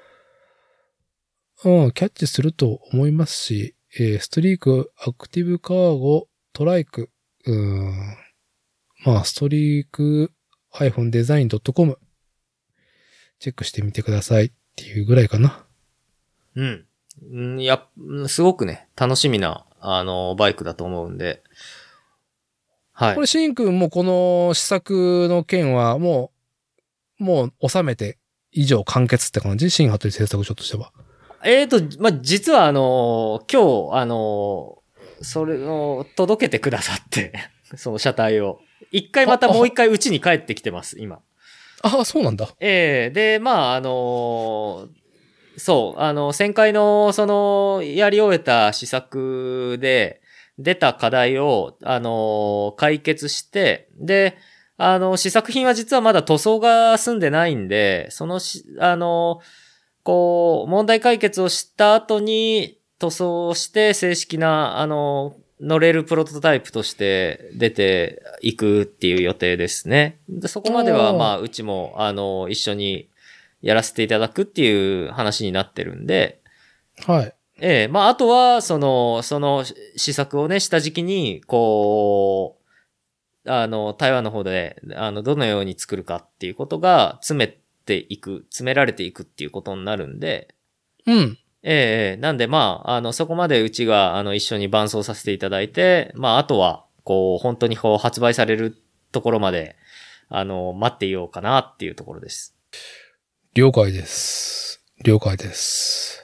うん、キャッチすると思いますし、えーストリークアクティブカーゴトライク、うーん、まあストリーク デザインドットコム チェックしてみてくださいっていうぐらいかな。 うん。うんいや、すごくね、楽しみな、あの、バイクだと思うんで。はい。 これシンくんもこの試作の件はもう、もう収めて以上完結って感じ？新ハトリ製作所としては。 えーと、まあ、実はあの、今日、あの、それを届けてくださって、その車体を。一回またもう一回うちに帰ってきてます、今。 ああ、そうなんだ。 ええで、まあ、あの、そう、あの、旋回の、その、やり終えた試作で、出た課題を、あの、解決して、で、あの、試作品は実はまだ塗装が済んでないんで、そのし、あの、こう、問題解決をした後に塗装をして正式な、あの、乗れるプロトタイプとして出ていくっていう予定ですね。でそこまでは、 おーまあ、うちも、あの、一緒にやらせていただくっていう話になってるんで、 はい。 ええ、まあ、あとは、その、その試作をね、した時期に、こう、あの、台湾の方で、あの、どのように作るかっていうことが詰めていく、詰められていくっていうことになるんで、 うん。 ええ、ええなんでまあ、あの、そこまでうちが、あの、一緒に伴走させていただいて、まあ、あとは、こう、本当にこう、発売されるところまで、あの、待っていようかなっていうところです。 了解です。了解です。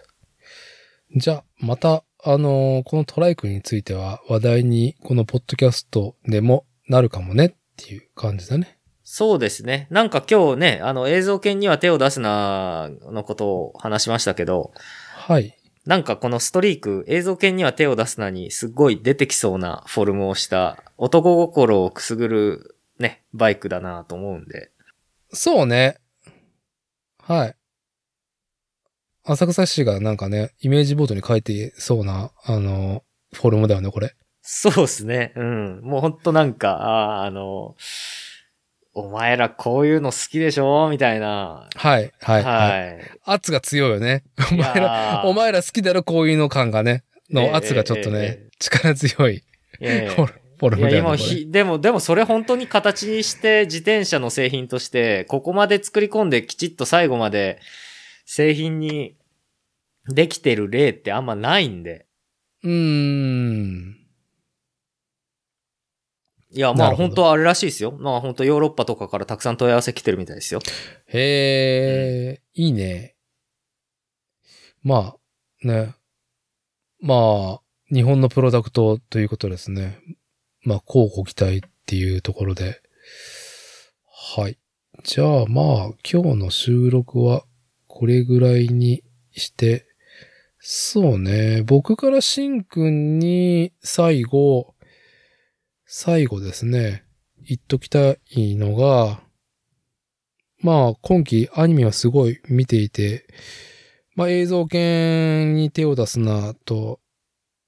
じゃあ、また、あのーこのトライクについては話題にこのポッドキャストでもなるかもねっていう感じだね。 そうですね。なんか今日ね、あの、映像犬には手を出すな、のことを話しましたけど、 はい。 なんかこのストリーク、映像犬には手を出すなにすっごい出てきそうなフォルムをした男心をくすぐるね、バイクだなと思うんで。 そうね。はい。浅草市がなんかね、イメージボードに書いてそうな、あの、フォルムだよね、これ。 そうですね。うん。もうほんとなんか、あ、あの、お前らこういうの好きでしょみたいな。 はい、はい、はい。 はい。 圧が強いよね。おいや前ら、 ーお前ら好きだろ、こういうの感がね。の圧がちょっとえええねえ、 力強いええフォルフォルいや、今ムだよね、これ。 ひ、でも、でもそれ本当に形にして自転車の製品として、ここまで作り込んできちっと最後まで製品にできてる例ってあんまないんで。 うーん。 いや、まあなるほど本当はあれらしいですよ。まあ本当ヨーロッパとかからたくさん問い合わせ来てるみたいですよ。 へえ、いいね。まあ、ね。まあ、日本のプロダクトということですね。まあ、交互期待っていうところで。はい。じゃあ、まあ、今日の収録はこれぐらいにして、そうね。僕からしんくんに最後、最後ですね。言っときたいのが、まあ、今期アニメはすごい見ていて、まあ、映像系に手を出すなと、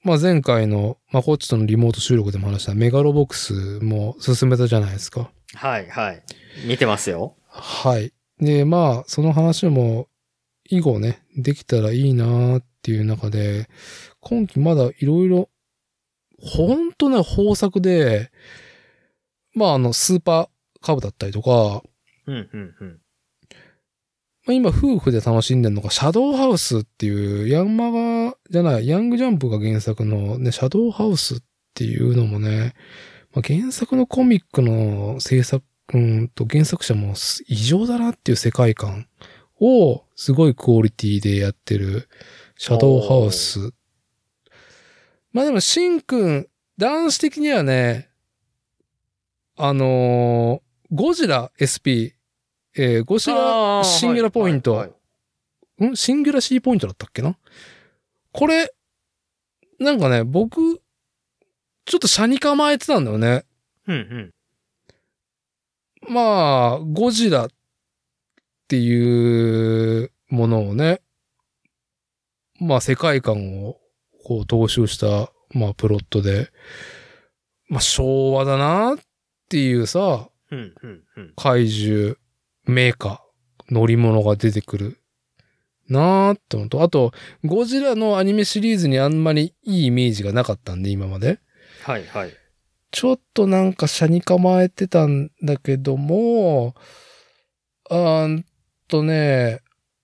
まあ前回の、まあこっちとのリモート収録でも話したメガロボックスも進めたじゃないですか。 はいはい。見てますよ。 はい。で、まあその話も以後ね、できたらいいなーっていう中で、今期まだいろいろ、ほんとね、豊作で、まああの、スーパーカブだったりとか、 うんうんうん。 まあ、今夫婦で楽しんでるのが、シャドウハウスっていう、ヤンマガ、じゃない、ヤングジャンプが原作のね、シャドウハウスっていうのもね、まあ、原作のコミックの制作、うんと原作者も異常だなっていう世界観をすごいクオリティでやってるシャドウハウス。まあでも、シンくん、男子的にはね、あのー、ゴジラ エスピー、えー、ゴジラシンギュラポイント、 はいはいはい、 んシンギュラシーポイントだったっけなこれ、なんかね、僕、ちょっと車に構えてたんだよね。 うんうん。まあ、ゴジラっていうものをね、まあ世界観をこう踏襲した、まあプロットで、まあ昭和だなっていうさ、 うんうんうん、 怪獣、メーカー、乗り物が出てくるなーってのと、あと、ゴジラのアニメシリーズにあんまりいいイメージがなかったんで、今まで。 はいはい。 ちょっとなんか車に構えてたんだけども、あーんとね、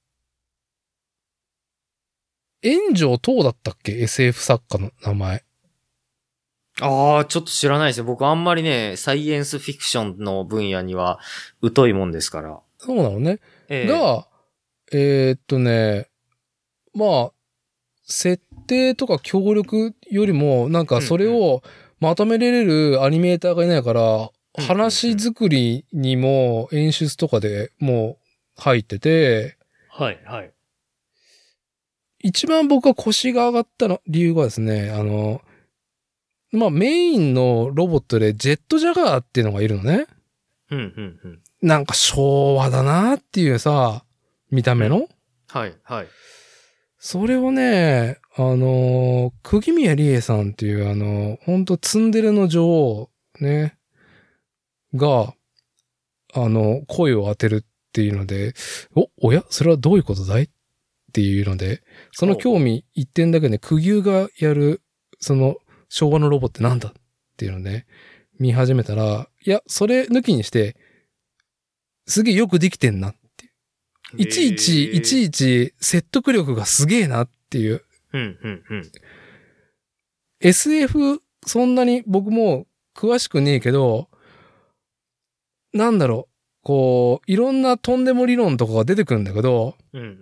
炎上等だったっけ エスエフ 作家の名前。 ああ、ちょっと知らないですよ。僕あんまりね、サイエンスフィクションの分野には疎いもんですから。 そうなのね。 えー、 が、えー、っとね、まあ、設定とか協力よりも、なんかそれをまとめれるアニメーターがいないから、うんうん、話作りにも演出とかでもう入ってて、 はいはい。 一番僕が腰が上がったの理由がですね、あの、まあメインのロボットでジェットジャガーっていうのがいるのね。 うんうんうん。 なんか昭和だなっていうさ、見た目の。うん、 はいはい。 それをね、あの、釘宮理恵さんっていうあの、ほんとツンデレの女王、ね、が、あの、声を当てるっていうので、お、おやそれはどういうことだいっていうので、その興味一点だけね、釘生がやる、その、昭和のロボってなんだっていうので、ね、見始めたら、いや、それ抜きにして、すげえよくできてんなっていう。いちいち、いちいち説得力がすげえなっていう。 うんうんうん。 エスエフ、そんなに僕も詳しくねえけど、なんだろう、こう、いろんなとんでも理論とかが出てくるんだけど、 うんうんうん。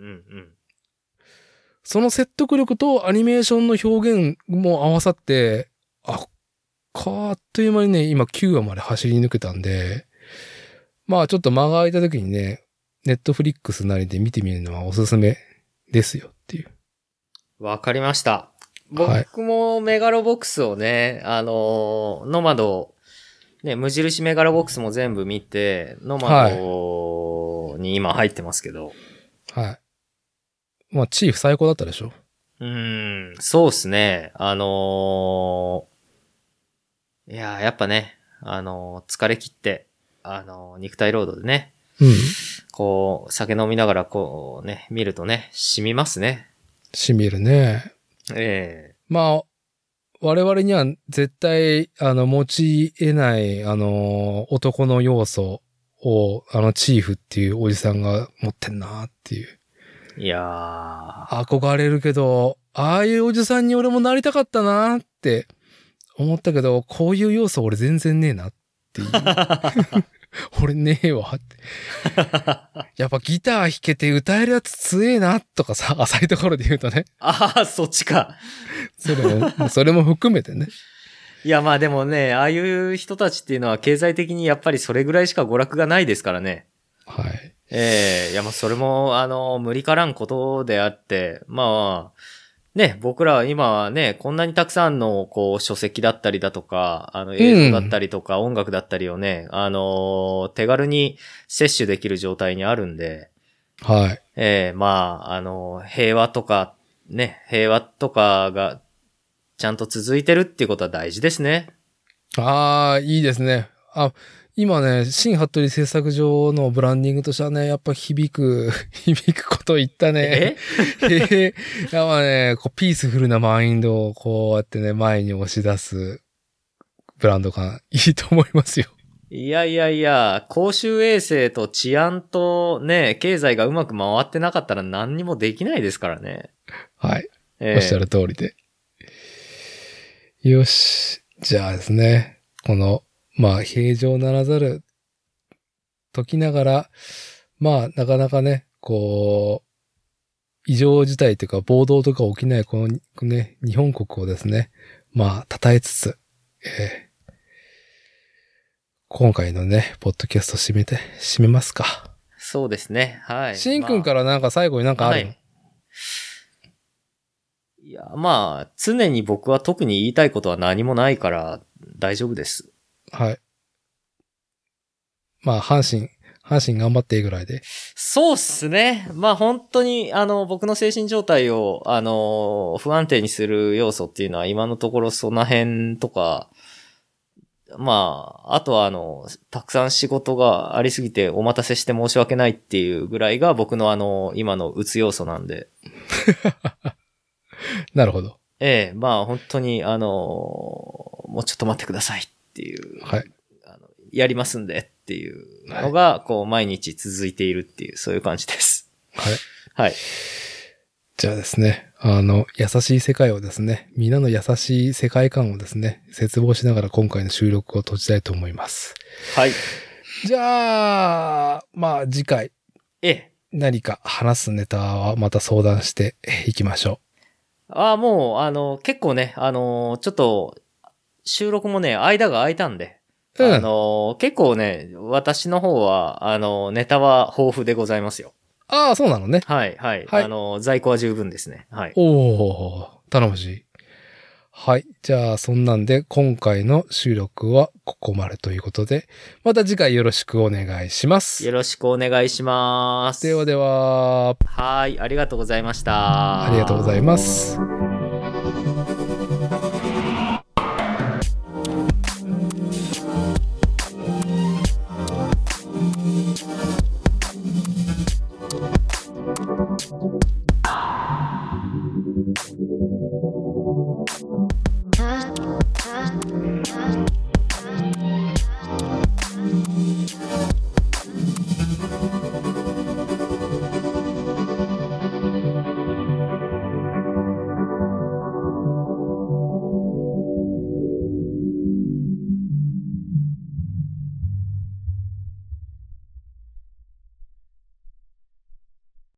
その説得力とアニメーションの表現も合わさって、あ、かあっという間にね、今きゅうわまで走り抜けたんで、まあちょっと間が空いた時にね、ネットフリックスなりで見てみるのはおすすめですよっていう。 わかりました。僕もメガロボックスをね、はい、あの、ノマド、ね、無印メガロボックスも全部見て、ノマドに今入ってますけど。 はい。はいまあ、チーフ最高だったでしょ。 うーん、そうっすね。あのー、いや、やっぱね、あのー、疲れ切って、あのー、肉体労働でね。 うん。 こう、酒飲みながらこうね、見るとね、染みますね。 染みるね。 ええー。 まあ、我々には絶対、あの、持ち得ない、あの、男の要素を、あの、チーフっていうおじさんが持ってんなっていう。 いやー。 憧れるけど、ああいうおじさんに俺もなりたかったなって思ったけど、こういう要素俺全然ねえなっていう。俺ねえわって。やっぱギター弾けて歌えるやつ強えなとかさ、浅いところで言うとね。 ああ、そっちか。 それも、それも含めてね。 いや、まあでもね、ああいう人たちっていうのは経済的にやっぱりそれぐらいしか娯楽がないですからね。 はい。 ええー、いや、まあそれも、あの、無理からんことであって、まあ、ね、僕らは今はね、こんなにたくさんの、こう、書籍だったりだとか、あの、映像だったりとか、音楽だったりをね、うん、あの、手軽に摂取できる状態にあるんで、 はい。 ええー、まあ、あの、平和とか、ね、平和とかが、 ちゃんと続いてるっていうことは大事ですね。 ああ、いいですね。あ、今ね、新服部製作所のブランディングとしてはね、やっぱ響く、響くこと言ったね。 えへへ。やっぱね、こう、ピースフルなマインドをこうやってね、前に押し出すブランド感、いいと思いますよ。 いやいやいや、公衆衛生と治安とね、経済がうまく回ってなかったら何にもできないですからね。 はい。 えーおっしゃる通りで。よし。じゃあですね、この、まあ、平常ならざる時ながら、まあ、なかなかね、こう、異常事態というか暴動とか起きないこのね、日本国をですね、まあ、称えつつ、えー今回のね、ポッドキャスト締めて、締めますか。 そうですね。はい。 しんくんからなんか最後になんかあるの、 はい。いや、まあ、常に僕は特に言いたいことは何もないから大丈夫です。 はい。まあ、阪神、阪神頑張っていいぐらいで。 そうっすね。まあ本当に、あの、僕の精神状態を、あの、不安定にする要素っていうのは今のところその辺とか、まあ、あとはあの、たくさん仕事がありすぎてお待たせして申し訳ないっていうぐらいが僕のあの、今のうつ要素なんで。 なるほど。 ええ、まあ本当にあの、もうちょっと待ってくださいっていう。 はい。 あのやりますんでっていうのが、こう毎日続いているっていう、そういう感じです。 はい。 はい。 じゃあですね、あの、優しい世界をですね、みんなの優しい世界観をですね、切望しながら今回の収録を閉じたいと思います。 はい。 じゃあ、まあ次回、 ええ。 何か話すネタはまた相談していきましょああ、もう、あの、結構ね、あの、ちょっと、収録もね、間が空いたんで、 う。うん。 あの、結構ね、私の方は、あの、ネタは豊富でございますよ。 ああ、そうなのね。 はい、はい。 はいあの、在庫は十分ですね。はい。 おお、頼もしい。はい。じゃあ、そんなんで、今回の収録はここまでということで、また次回よろしくお願いします。 よろしくお願いします。 ではでは、 はい、ありがとうございました。 ありがとうございます。